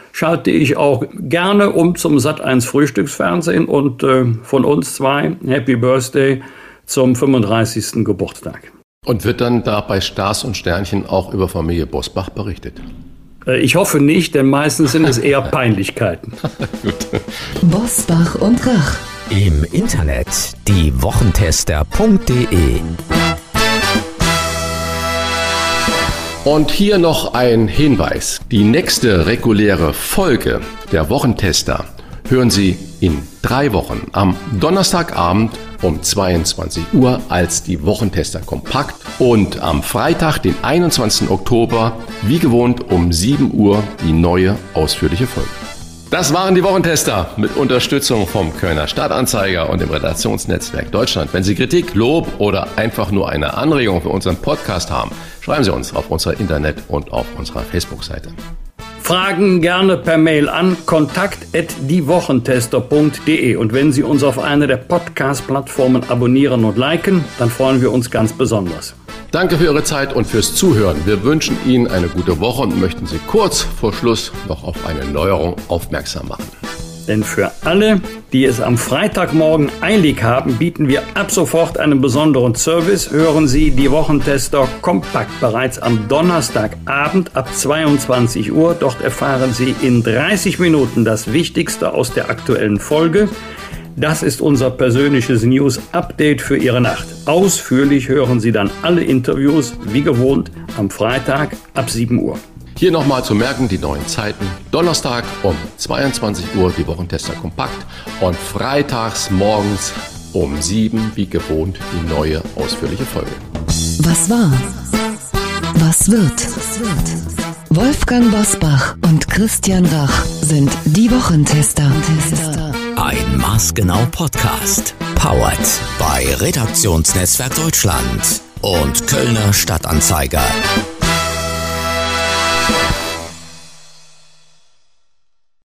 schalte ich auch gerne um zum Sat eins Frühstücksfernsehen und äh, von uns zwei Happy Birthday zum fünfunddreißigsten Geburtstag. Und wird dann da bei Stars und Sternchen auch über Familie Bosbach berichtet? Äh, ich hoffe nicht, denn meistens sind es eher Peinlichkeiten. Gut. Bosbach und Rach. Im Internet die wochentester punkt de. Und hier noch ein Hinweis. Die nächste reguläre Folge der Wochentester hören Sie in drei Wochen am Donnerstagabend um zweiundzwanzig Uhr als die Wochentester Kompakt und am Freitag, den einundzwanzigsten Oktober, wie gewohnt um sieben Uhr die neue ausführliche Folge. Das waren die Wochentester mit Unterstützung vom Kölner Stadtanzeiger und dem Redaktionsnetzwerk Deutschland. Wenn Sie Kritik, Lob oder einfach nur eine Anregung für unseren Podcast haben, schreiben Sie uns auf unserer Internet- und auf unserer Facebook-Seite. Fragen gerne per Mail an kontakt at diewochentester punkt de. Und wenn Sie uns auf einer der Podcast-Plattformen abonnieren und liken, dann freuen wir uns ganz besonders. Danke für Ihre Zeit und fürs Zuhören. Wir wünschen Ihnen eine gute Woche und möchten Sie kurz vor Schluss noch auf eine Neuerung aufmerksam machen. Denn für alle, die es am Freitagmorgen eilig haben, bieten wir ab sofort einen besonderen Service. Hören Sie die Wochentester Kompakt bereits am Donnerstagabend ab zweiundzwanzig Uhr. Dort erfahren Sie in dreißig Minuten das Wichtigste aus der aktuellen Folge. Das ist unser persönliches News-Update für Ihre Nacht. Ausführlich hören Sie dann alle Interviews, wie gewohnt, am Freitag ab sieben Uhr. Hier nochmal zu merken, die neuen Zeiten. Donnerstag um zweiundzwanzig Uhr die Wochentester Kompakt und freitags morgens um sieben, wie gewohnt, die neue ausführliche Folge. Was war? Was wird? Wolfgang Bosbach und Christian Rach sind die Wochentester. Ein maßgenau Podcast. Powered bei Redaktionsnetzwerk Deutschland und Kölner Stadtanzeiger.